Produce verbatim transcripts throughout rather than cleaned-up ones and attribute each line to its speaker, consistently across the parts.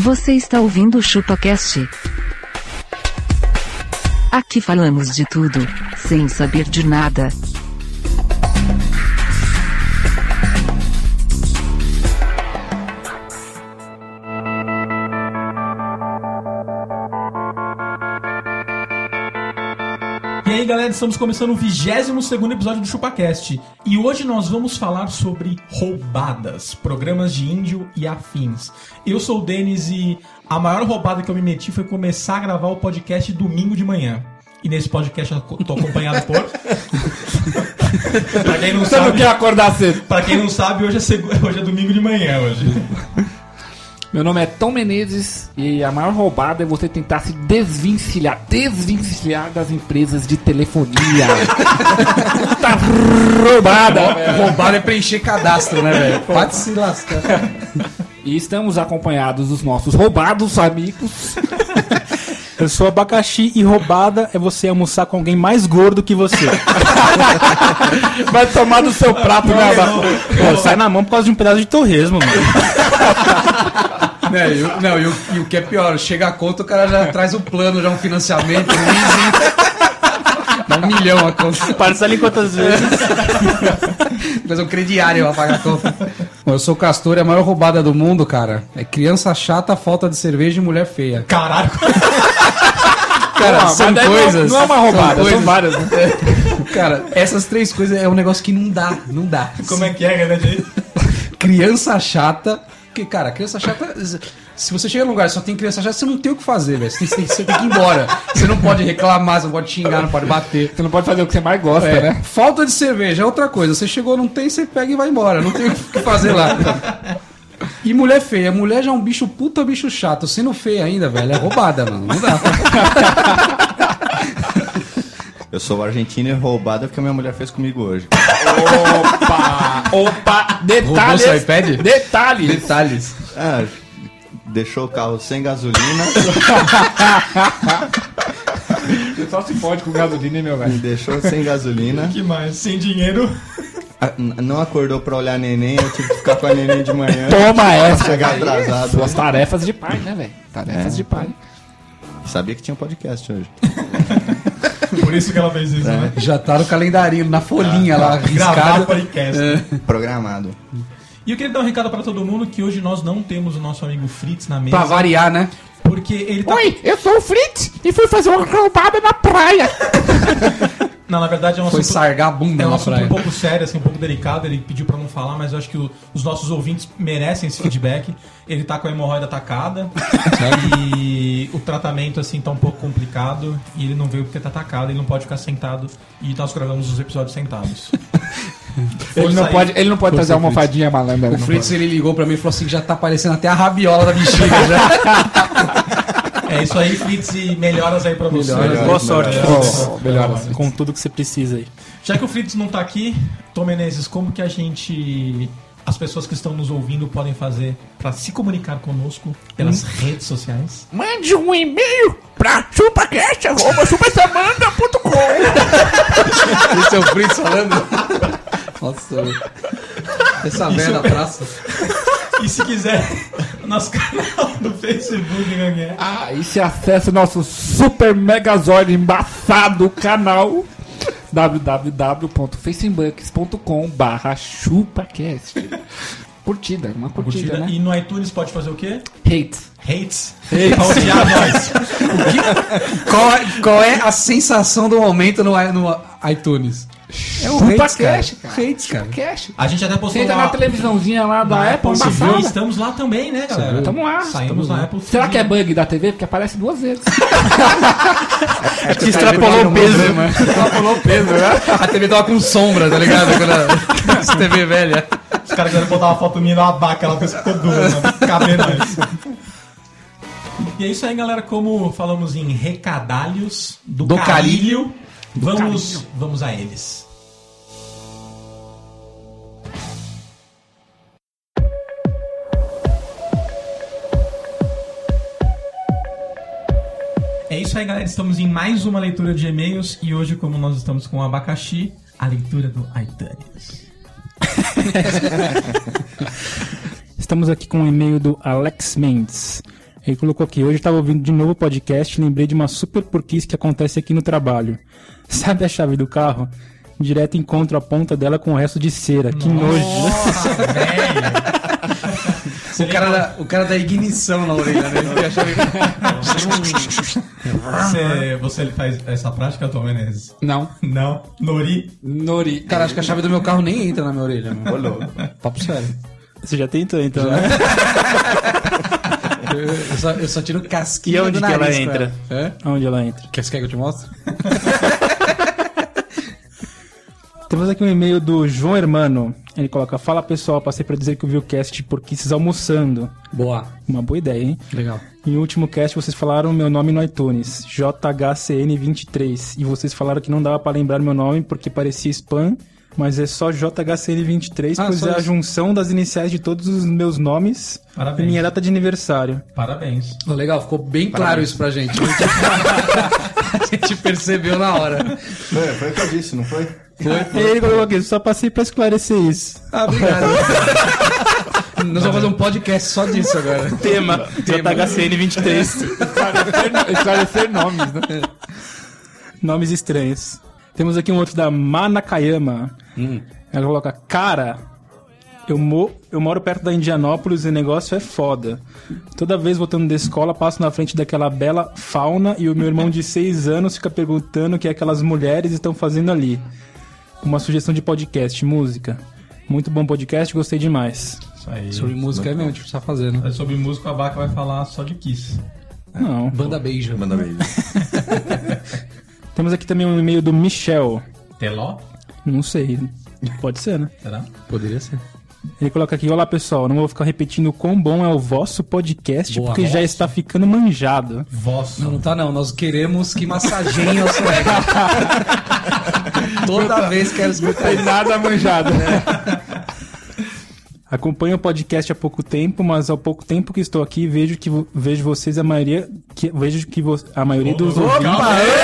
Speaker 1: Você está ouvindo o ChupaCast. Aqui falamos de tudo, sem saber de nada.
Speaker 2: E aí, galera, estamos começando o vigésimo segundo episódio do ChupaCast. E hoje nós vamos falar sobre roubadas, programas de índio e afins. Eu sou o Denis e a maior roubada que eu me meti foi começar a gravar o podcast domingo de manhã. E nesse podcast eu tô acompanhado por... pra quem não
Speaker 3: Você
Speaker 2: sabe...
Speaker 3: não quer acordar cedo.
Speaker 2: Pra quem não sabe, hoje é, seg... hoje é domingo de manhã, hoje.
Speaker 3: Meu nome é Tom Menezes e a maior roubada é você tentar se desvencilhar, desvencilhar das empresas de telefonia. Puta roubada, velho.
Speaker 4: Roubada é preencher cadastro, né, velho? Pode se lascar.
Speaker 3: E estamos acompanhados dos nossos roubados amigos.
Speaker 5: Eu sou abacaxi e roubada é você almoçar com alguém mais gordo que você.
Speaker 3: Vai tomar do seu prato, né, abacaxi?
Speaker 5: Pô, sai na mão por causa de um pedaço de torresmo, mano.
Speaker 4: Não, e, o, não e, o, e o que é pior, chega a conta, o cara já traz o plano, já um financiamento, um leasing. Dá um milhão a conta.
Speaker 5: Parcela em quantas vezes?
Speaker 4: Fazer um crediário pra pagar a conta. Bom, eu sou o Castor e a maior roubada do mundo, cara, é criança chata, falta de cerveja e mulher feia.
Speaker 2: Caralho.
Speaker 4: Cara,
Speaker 3: Pô,
Speaker 4: são
Speaker 3: mas
Speaker 4: coisas...
Speaker 3: Não é uma roubada, são,
Speaker 4: são
Speaker 3: várias, né?
Speaker 4: Cara, essas três coisas é um negócio que não dá, não dá.
Speaker 2: Como é que é, galera?
Speaker 4: Criança chata... Porque, cara, criança chata... Se você chega num lugar e só tem criança chata, você não tem o que fazer, velho. Você, você tem que ir embora. Você não pode reclamar, você não pode xingar, não pode bater.
Speaker 3: Você não pode fazer o que você mais gosta,
Speaker 4: É,
Speaker 3: né?
Speaker 4: falta de cerveja é outra coisa. Você chegou, não tem, você pega e vai embora. Não tem o que fazer lá. E mulher feia. Mulher já é um bicho puta bicho chato. Sendo feia ainda, velho, é roubada, mano. Não dá.
Speaker 6: Eu sou argentino e roubada porque a minha mulher fez comigo hoje.
Speaker 3: Opa! Opa!
Speaker 4: Roubou
Speaker 3: Detalhes!
Speaker 4: seu iPad?
Speaker 3: Detalhes!
Speaker 4: Detalhes.
Speaker 6: Ah, deixou o carro sem gasolina.
Speaker 3: Você só se pode com gasolina, hein, meu
Speaker 6: Me
Speaker 3: velho?
Speaker 6: deixou sem gasolina.
Speaker 2: Que mais? Sem dinheiro.
Speaker 6: Ah, n- Não acordou pra olhar neném. Eu tive que ficar com a neném de manhã.
Speaker 3: Toma
Speaker 6: pra
Speaker 3: essa!
Speaker 6: chegar atrasado.
Speaker 3: Suas tarefas de pai, né, velho? Tarefas
Speaker 6: É.
Speaker 3: de pai.
Speaker 6: Sabia que tinha um podcast hoje.
Speaker 2: Por isso que ela fez isso, né?
Speaker 4: Já tá no calendarinho, na folhinha lá,
Speaker 2: Gravar
Speaker 4: riscado.
Speaker 2: podcast.
Speaker 6: Programado.
Speaker 2: E eu queria dar um recado pra todo mundo que hoje nós não temos o nosso amigo Fritz na mesa.
Speaker 4: Pra variar, né?
Speaker 2: Porque ele tá...
Speaker 3: Oi, eu sou o Fritz e fui fazer uma roubada na praia.
Speaker 2: Não, na verdade é um
Speaker 4: Foi
Speaker 2: assunto...
Speaker 4: sargar a bunda
Speaker 2: É um
Speaker 4: na
Speaker 2: assunto
Speaker 4: praia.
Speaker 2: um pouco sério, assim, um pouco delicado. Ele pediu pra não falar, mas eu acho que o- os nossos ouvintes merecem esse feedback. Ele tá com a hemorroida atacada e o tratamento, assim, tá um pouco complicado. E ele não veio porque tá atacado, ele não pode ficar sentado. E nós gravamos os episódios sentados.
Speaker 3: Ele não
Speaker 2: aí.
Speaker 3: pode, ele não pode
Speaker 4: Força,
Speaker 3: fazer a almofadinha malandra. né?
Speaker 4: O Fritz, ele ligou pra mim e falou assim que já tá aparecendo até a rabiola da bexiga já.
Speaker 2: É isso aí, Fritz, e melhoras aí pra você.
Speaker 4: Melhoras.
Speaker 5: Boa sorte,
Speaker 2: Melhoras.
Speaker 5: Fritz.
Speaker 3: Oh, melhoras.
Speaker 5: Com tudo que você precisa aí.
Speaker 2: Já que o Fritz não tá aqui, Tom Menezes, como que a gente... As pessoas que estão nos ouvindo podem fazer pra se comunicar conosco pelas redes sociais?
Speaker 3: Mande um e-mail pra chupacast arroba chupasamanda ponto com.
Speaker 4: Esse é o Fritz falando. Nossa, essa
Speaker 2: Isso-
Speaker 4: merda da praça.
Speaker 2: E se quiser, o nosso canal do Facebook, né?
Speaker 3: Ah, e se acessa o nosso super megazord embaçado canal w w w ponto facebook ponto com barra chupacast. Curtida, uma curtida,
Speaker 2: Curtida.
Speaker 3: né?
Speaker 2: E no iTunes pode fazer o quê?
Speaker 3: Hate.
Speaker 2: Hates. Pra odiar nós.
Speaker 4: Qual é, qual é a sensação do momento no, no iTunes? É o
Speaker 3: Chupacast, cara.
Speaker 4: Hates, cara.
Speaker 3: Chupacast.
Speaker 2: A gente até postou
Speaker 3: Você entra
Speaker 2: lá
Speaker 3: na televisãozinha lá da
Speaker 2: na
Speaker 3: Apple,
Speaker 2: Apple T V.
Speaker 3: embaçada.
Speaker 2: Estamos lá também, né, galera?
Speaker 3: Tamo lá.
Speaker 2: Saímos na Apple T V.
Speaker 3: Será que é bug da T V? Porque aparece duas vezes.
Speaker 5: É que extrapolou o peso.
Speaker 3: Extrapolou o peso, né?
Speaker 4: A T V tava com sombra, tá ligado? Quando a- Essa T V velha.
Speaker 2: Os caras quiseram botar uma foto minha na abaca, ela fez ficou dura, né? Caber nós. E é isso aí, galera. Como falamos em recadalhos do,
Speaker 4: Do
Speaker 2: Carilho, vamos, vamos a eles. É isso aí, galera. Estamos em mais uma leitura de e-mails e hoje, como nós estamos com o abacaxi, a leitura do iTunes.
Speaker 5: Estamos aqui com um e-mail do Alex Mendes. Ele colocou aqui, hoje eu tava ouvindo de novo o podcast e lembrei de uma super porquice que acontece aqui no trabalho. Sabe a chave do carro? Direto encontro a ponta dela com o resto de cera. Que nojo.
Speaker 2: Nossa, velho.
Speaker 4: O cara, da, o cara da ignição na orelha, né? Ele fica achando
Speaker 2: Você, você faz essa prática, Tom Menezes?
Speaker 3: Não.
Speaker 2: Não. Nori?
Speaker 3: Nori.
Speaker 4: Cara, acho que a chave do meu carro nem entra na minha orelha, mano.
Speaker 6: Olhou.
Speaker 4: Papo sério.
Speaker 5: Você já tentou, então, né?
Speaker 4: Eu só, eu só tiro casquinha
Speaker 5: E onde
Speaker 4: do
Speaker 5: que
Speaker 4: nariz,
Speaker 5: ela entra?
Speaker 4: É?
Speaker 5: Onde ela entra?
Speaker 4: Quer, quer que eu te mostre?
Speaker 5: Temos aqui um e-mail do João Hermano. Ele coloca, fala pessoal, passei pra dizer que eu vi o cast porque vocês almoçando.
Speaker 4: Boa.
Speaker 5: Uma boa ideia, hein?
Speaker 4: Legal.
Speaker 5: Em último cast vocês falaram meu nome no iTunes, J H C N vinte e três. E vocês falaram que não dava pra lembrar meu nome porque parecia spam, mas é só J H C N vinte e três,
Speaker 4: Ah,
Speaker 5: pois
Speaker 4: só
Speaker 5: é a
Speaker 4: isso.
Speaker 5: junção das iniciais de todos os meus nomes
Speaker 2: Parabéns.
Speaker 5: e minha data de aniversário.
Speaker 2: Parabéns.
Speaker 4: Legal, ficou bem claro isso pra gente. A gente percebeu na hora.
Speaker 6: Foi, foi o que eu disse, não foi?
Speaker 5: E ele colocou aqui, só passei pra esclarecer isso.
Speaker 4: Ah, obrigado. Nós vamos fazer um podcast só disso agora.
Speaker 5: Tema, J H C N vinte e três.
Speaker 3: Esclarecer nomes, né?
Speaker 5: Nomes estranhos. Temos aqui um outro da Manakayama.
Speaker 4: Hum.
Speaker 5: Ela coloca, cara, eu, mo eu moro perto da Indianópolis e o negócio é foda. Toda vez voltando da escola, passo na frente daquela bela fauna e o meu irmão de seis anos fica perguntando o que aquelas mulheres estão fazendo ali. Uma sugestão de podcast, música. Muito bom podcast, gostei demais.
Speaker 2: Isso aí.
Speaker 4: Sobre música é mesmo, tipo, tá fazendo.
Speaker 2: Sobre música, a Vaca vai falar só de Kiss.
Speaker 5: Não.
Speaker 4: Banda Beija.
Speaker 6: Manda beijo.
Speaker 5: Temos aqui também um e-mail do Michel.
Speaker 2: Teló?
Speaker 5: Não sei, pode ser, né?
Speaker 2: Será?
Speaker 4: Poderia ser.
Speaker 5: Ele coloca aqui, olá pessoal, não vou ficar repetindo o quão bom é o vosso podcast,
Speaker 4: Boa,
Speaker 5: porque já
Speaker 4: vosso.
Speaker 5: está ficando manjado.
Speaker 2: Vosso.
Speaker 4: Não, não tá não. Nós queremos que massageiem o sueco. Toda vez quero escutar
Speaker 3: Tem nada manjado.
Speaker 5: Acompanho o podcast há pouco tempo, mas ao pouco tempo que estou aqui, vejo que vo- vejo vocês a maioria que vejo que vo- a maioria dos ouvintes.
Speaker 2: Calma aí.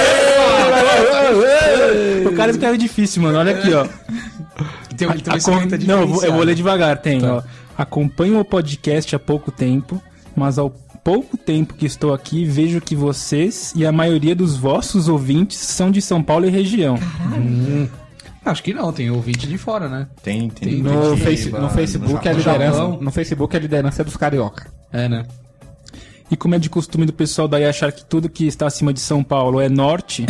Speaker 5: O cara escreve difícil, mano. Olha aqui, ó.
Speaker 4: Tem, um- tem uma
Speaker 5: Acom-
Speaker 4: escrita
Speaker 5: Não, eu vou, eu vou ler
Speaker 4: diferenciada.
Speaker 5: devagar, tem, ó. Acompanho o podcast há pouco tempo, mas ao pouco tempo que estou aqui, vejo que vocês e a maioria dos vossos ouvintes são de São Paulo e região.
Speaker 4: Acho que não, tem ouvinte de fora, né?
Speaker 6: Tem, tem.
Speaker 3: No,
Speaker 6: tem,
Speaker 3: face,
Speaker 6: vai,
Speaker 3: no Facebook é a
Speaker 6: no
Speaker 3: liderança.
Speaker 4: Japão.
Speaker 3: No Facebook é a liderança dos carioca.
Speaker 4: É, né?
Speaker 5: E como é de costume do pessoal daí achar que tudo que está acima de São Paulo é norte,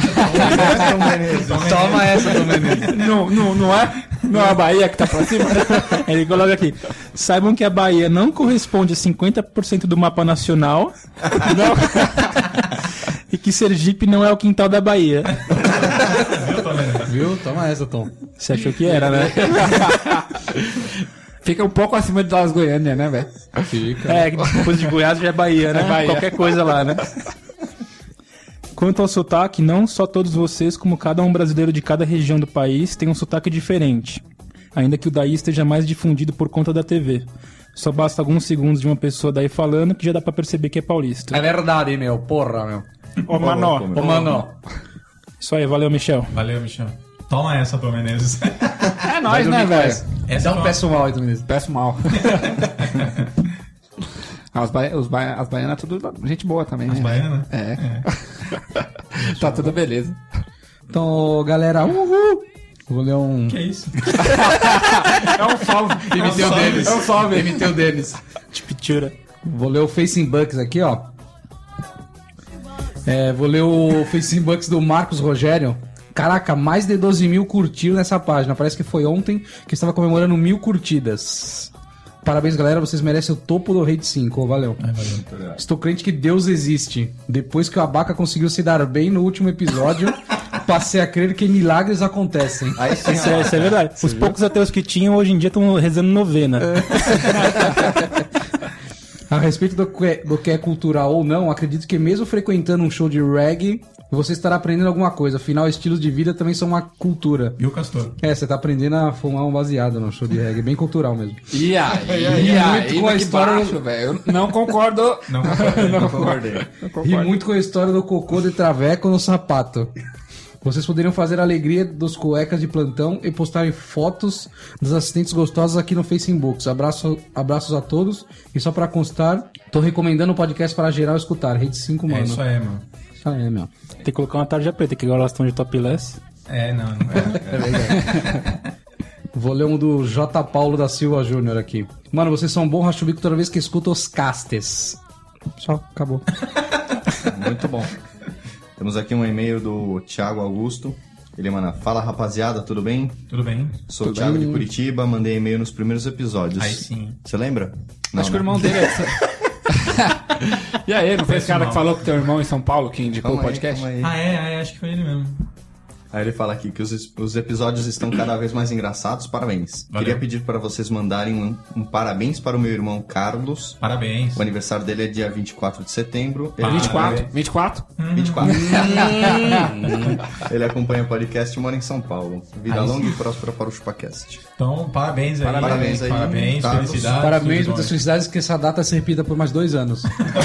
Speaker 4: Toma essa, Tom Menezes.
Speaker 5: não, não, não é? Não é a Bahia que tá pra cima? Ele coloca aqui. Saibam que a Bahia não corresponde a cinquenta por cento do mapa nacional. Não. E que Sergipe não é o quintal da Bahia.
Speaker 4: Viu? Toma essa, Tom.
Speaker 5: Você achou que era, né?
Speaker 3: Fica um pouco acima de das Goiânia, né, velho?
Speaker 4: Fica.
Speaker 5: É, depois de Goiás já é Bahia, né?
Speaker 3: É Bahia.
Speaker 5: Qualquer coisa lá, né? Quanto ao sotaque, não só todos vocês, como cada um brasileiro de cada região do país tem um sotaque diferente. Ainda que o daí esteja mais difundido por conta da T V. Só basta alguns segundos de uma pessoa daí falando que já dá pra perceber que é paulista.
Speaker 4: É verdade, meu. Porra, meu.
Speaker 5: Ô, Manó.
Speaker 4: Ô, mano.
Speaker 5: Isso aí, valeu, Michel.
Speaker 2: Valeu, Michel. Toma essa, Tom Menezes.
Speaker 3: É nóis, né, velho?
Speaker 2: Essa
Speaker 4: Dá
Speaker 2: é
Speaker 4: um
Speaker 2: uma-
Speaker 4: peço mal aí, Tom Menezes.
Speaker 3: Peço mal. Ah, os ba... os ba... As baianas tudo gente boa também,
Speaker 2: As
Speaker 3: né?
Speaker 2: baianas?
Speaker 3: É. Tá tudo beleza.
Speaker 4: Então, galera, uhul. Vou ler um...
Speaker 2: Que é isso?
Speaker 3: É um salve.
Speaker 4: Imiteu deles.
Speaker 3: É um salve.
Speaker 4: Imiteu deles.
Speaker 5: Pitura.
Speaker 4: Vou ler o Facebooks aqui, ó. É, vou ler o Facebooks do Marcos Rogério. Caraca, mais de doze mil curtiram nessa página. Parece que foi ontem que estava comemorando mil curtidas. Parabéns, galera. Vocês merecem o topo do Rate cinco. Oh, valeu. Estou crente que Deus existe. Depois que o Abaca conseguiu se dar bem no último episódio, passei a crer que milagres acontecem.
Speaker 6: Aí sim,
Speaker 5: Isso é, isso é verdade. Os poucos ateus que tinham, hoje em dia estão rezando novena.
Speaker 4: A respeito do que, é, do que é cultural ou não, acredito que mesmo frequentando um show de reggae, você estará aprendendo alguma coisa. Afinal, estilos de vida também são uma cultura.
Speaker 2: E o Castor?
Speaker 4: É, você tá aprendendo a fumar um baseado no show de reggae. Bem cultural mesmo.
Speaker 3: E aí,
Speaker 4: E
Speaker 3: e
Speaker 4: muito
Speaker 3: aí,
Speaker 4: com a
Speaker 3: que
Speaker 4: história-
Speaker 3: baixo, velho. Eu não concordo.
Speaker 2: Não, concordei.
Speaker 3: Não concordei.
Speaker 4: E muito com a história do cocô de traveco no sapato. Vocês poderiam fazer a alegria dos cuecas de plantão e postarem fotos dos assistentes gostosos aqui no Facebook. Abraço, abraços a todos. E só pra constar, tô recomendando o podcast para geral escutar. Rede cinco, mano.
Speaker 2: É isso aí, mano.
Speaker 4: Isso aí, meu.
Speaker 5: Tem que colocar uma tarja preta, que agora elas estão de topless.
Speaker 2: É, não, não é.
Speaker 4: É verdade. Vou ler um do J. Paulo da Silva Júnior aqui. Mano, vocês são bom racho bico toda vez que escuto os castes. Só, acabou.
Speaker 6: Muito bom. Temos aqui um e-mail do Thiago Augusto. Ele manda: fala rapaziada, tudo bem?
Speaker 2: Tudo bem?
Speaker 6: Sou o Thiago de Curitiba, mandei e-mail nos primeiros episódios.
Speaker 2: Aí sim.
Speaker 6: Você lembra? Não,
Speaker 3: Acho que o
Speaker 6: né?
Speaker 3: irmão dele é... E aí, não foi esse cara que falou que tem um irmão em São Paulo que indicou
Speaker 6: Calma
Speaker 3: o
Speaker 6: aí,
Speaker 3: podcast?
Speaker 6: calma aí.
Speaker 2: Ah, é, ah, é, acho que foi ele mesmo.
Speaker 6: Aí ele fala aqui que os, os episódios estão cada vez mais engraçados. Parabéns.
Speaker 2: Valeu.
Speaker 6: Queria pedir para vocês mandarem um, um parabéns para o meu irmão Carlos.
Speaker 2: Parabéns.
Speaker 6: O aniversário dele é dia vinte e quatro de setembro. Ele,
Speaker 3: vinte e quatro? vinte e quatro?
Speaker 6: vinte e quatro. Ele acompanha o podcast e mora em São Paulo. Vida
Speaker 2: Aí
Speaker 6: longa
Speaker 2: sim.
Speaker 6: e próspera para o ChupaCast.
Speaker 2: Então, parabéns aí.
Speaker 6: Parabéns aí,
Speaker 2: Parabéns,
Speaker 6: Carlos.
Speaker 2: felicidades.
Speaker 4: Parabéns,
Speaker 2: tudo
Speaker 4: muitas
Speaker 2: bom.
Speaker 4: felicidades, que essa data se repita por mais dois anos.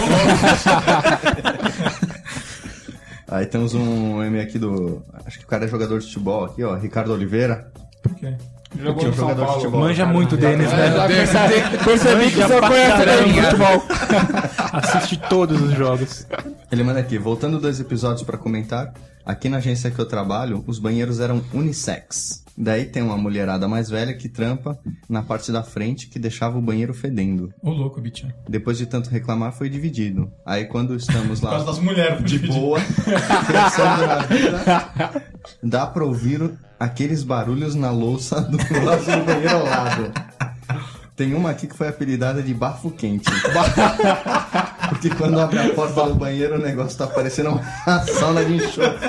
Speaker 6: Aí temos um e-mail aqui do... Acho que o cara é jogador de futebol aqui, ó. Ricardo Oliveira.
Speaker 2: Por quê?
Speaker 3: Jogou
Speaker 6: Tinha um
Speaker 3: no São
Speaker 6: jogador de
Speaker 3: Paulo.
Speaker 6: futebol.
Speaker 5: Manja muito, Denis,
Speaker 3: É,
Speaker 5: né?
Speaker 3: já percebi, percebi que o senhor conhece bem o futebol.
Speaker 5: Assiste todos os jogos.
Speaker 6: Ele manda aqui: voltando dois episódios para comentar. Aqui na agência que eu trabalho, os banheiros eram unissex. Daí tem uma mulherada mais velha que trampa na parte da frente que deixava o banheiro fedendo.
Speaker 2: Ô, louco, bicho.
Speaker 6: Depois de tanto reclamar, foi dividido. Aí quando estamos
Speaker 2: Por
Speaker 6: lá
Speaker 2: causa das mulheres.
Speaker 6: de boa, crescendo na vida, dá pra ouvir aqueles barulhos na louça do lado do banheiro ao lado. Tem uma aqui que foi apelidada de bafo quente. Porque quando abre a porta do banheiro, o negócio tá parecendo uma sauna de enxofre.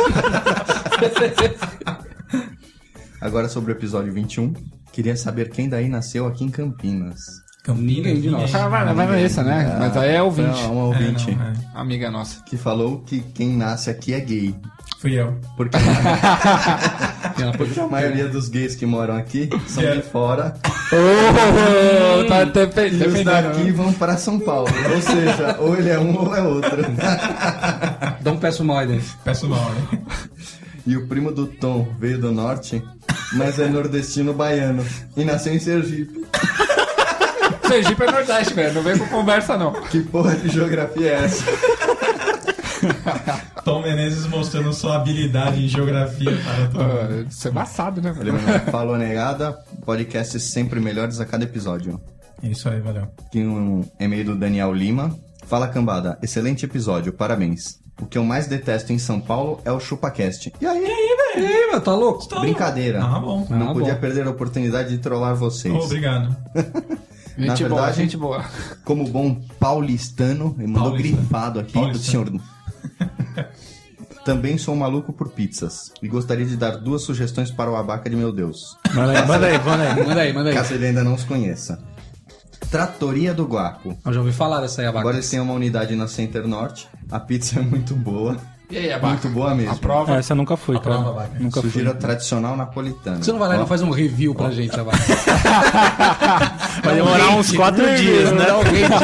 Speaker 6: Agora sobre o episódio vinte e um. Queria saber quem daí nasceu aqui em Campinas.
Speaker 4: Ninguém de nós.
Speaker 3: Ah, vai, vai nessa, né? Mas aí é ouvinte.
Speaker 6: Não, um ouvinte
Speaker 2: É, não, é.
Speaker 3: Amiga nossa.
Speaker 6: que falou que quem nasce aqui é gay.
Speaker 2: Fui eu.
Speaker 6: Porque, porque a maioria dos gays que moram aqui são de fora.
Speaker 3: Oh, tá defe-
Speaker 6: E os
Speaker 3: defendendo.
Speaker 6: daqui
Speaker 3: né?
Speaker 6: vão para São Paulo. Ou seja, ou ele é um ou é outro.
Speaker 4: Dá um peço mal, né?
Speaker 2: Peço mal, né?
Speaker 6: E o primo do Tom veio do norte, mas é nordestino baiano. E nasceu em Sergipe.
Speaker 3: Sergipe é Nordeste, velho. Não vem com conversa, não.
Speaker 6: Que porra de geografia é essa?
Speaker 2: Tom Menezes mostrando sua habilidade em geografia para todo mundo.
Speaker 3: Ah, Isso é embaçado, né,
Speaker 6: Ele
Speaker 3: velho?
Speaker 6: mandou: falou negada, podcasts sempre melhores a cada episódio.
Speaker 2: É isso aí, valeu.
Speaker 6: Tem um e-mail do Daniel Lima. Fala cambada, excelente episódio, parabéns. O que eu mais detesto em São Paulo é o ChupaCast. E aí?
Speaker 4: E aí, mano, tá louco?
Speaker 6: Brincadeira.
Speaker 2: Ah, bom.
Speaker 6: Não
Speaker 4: Ah,
Speaker 6: podia
Speaker 4: bom.
Speaker 6: perder a oportunidade de trollar vocês.
Speaker 2: Oh, obrigado.
Speaker 6: Na
Speaker 3: Gente boa,
Speaker 6: verdade-
Speaker 3: gente boa.
Speaker 6: Como bom paulistano, ele mandou
Speaker 2: Paulistano.
Speaker 6: grifado aqui
Speaker 2: Paulistano.
Speaker 6: do senhor. Também sou um maluco por pizzas e gostaria de dar duas sugestões para o abaca de meu Deus,
Speaker 5: Manda aí, manda aí, manda aí.
Speaker 4: Manda aí, manda aí.
Speaker 6: caso ele ainda não os conheça. Tratoria do Guapo.
Speaker 4: Eu já ouvi falar dessa aí, abaca.
Speaker 6: Agora eles têm uma unidade na Center Norte. A pizza é muito boa.
Speaker 3: E aí, Abaca?
Speaker 6: Muito boa mesmo.
Speaker 3: A prova.
Speaker 5: Essa nunca fui, cara.
Speaker 2: prova, vai.
Speaker 5: Nunca fui.
Speaker 6: Sugira tradicional napolitana.
Speaker 4: Você não vai lá e não faz um review pra gente, abaca.
Speaker 5: Vai demorar uns quatro dias, né?
Speaker 4: Dá um hate.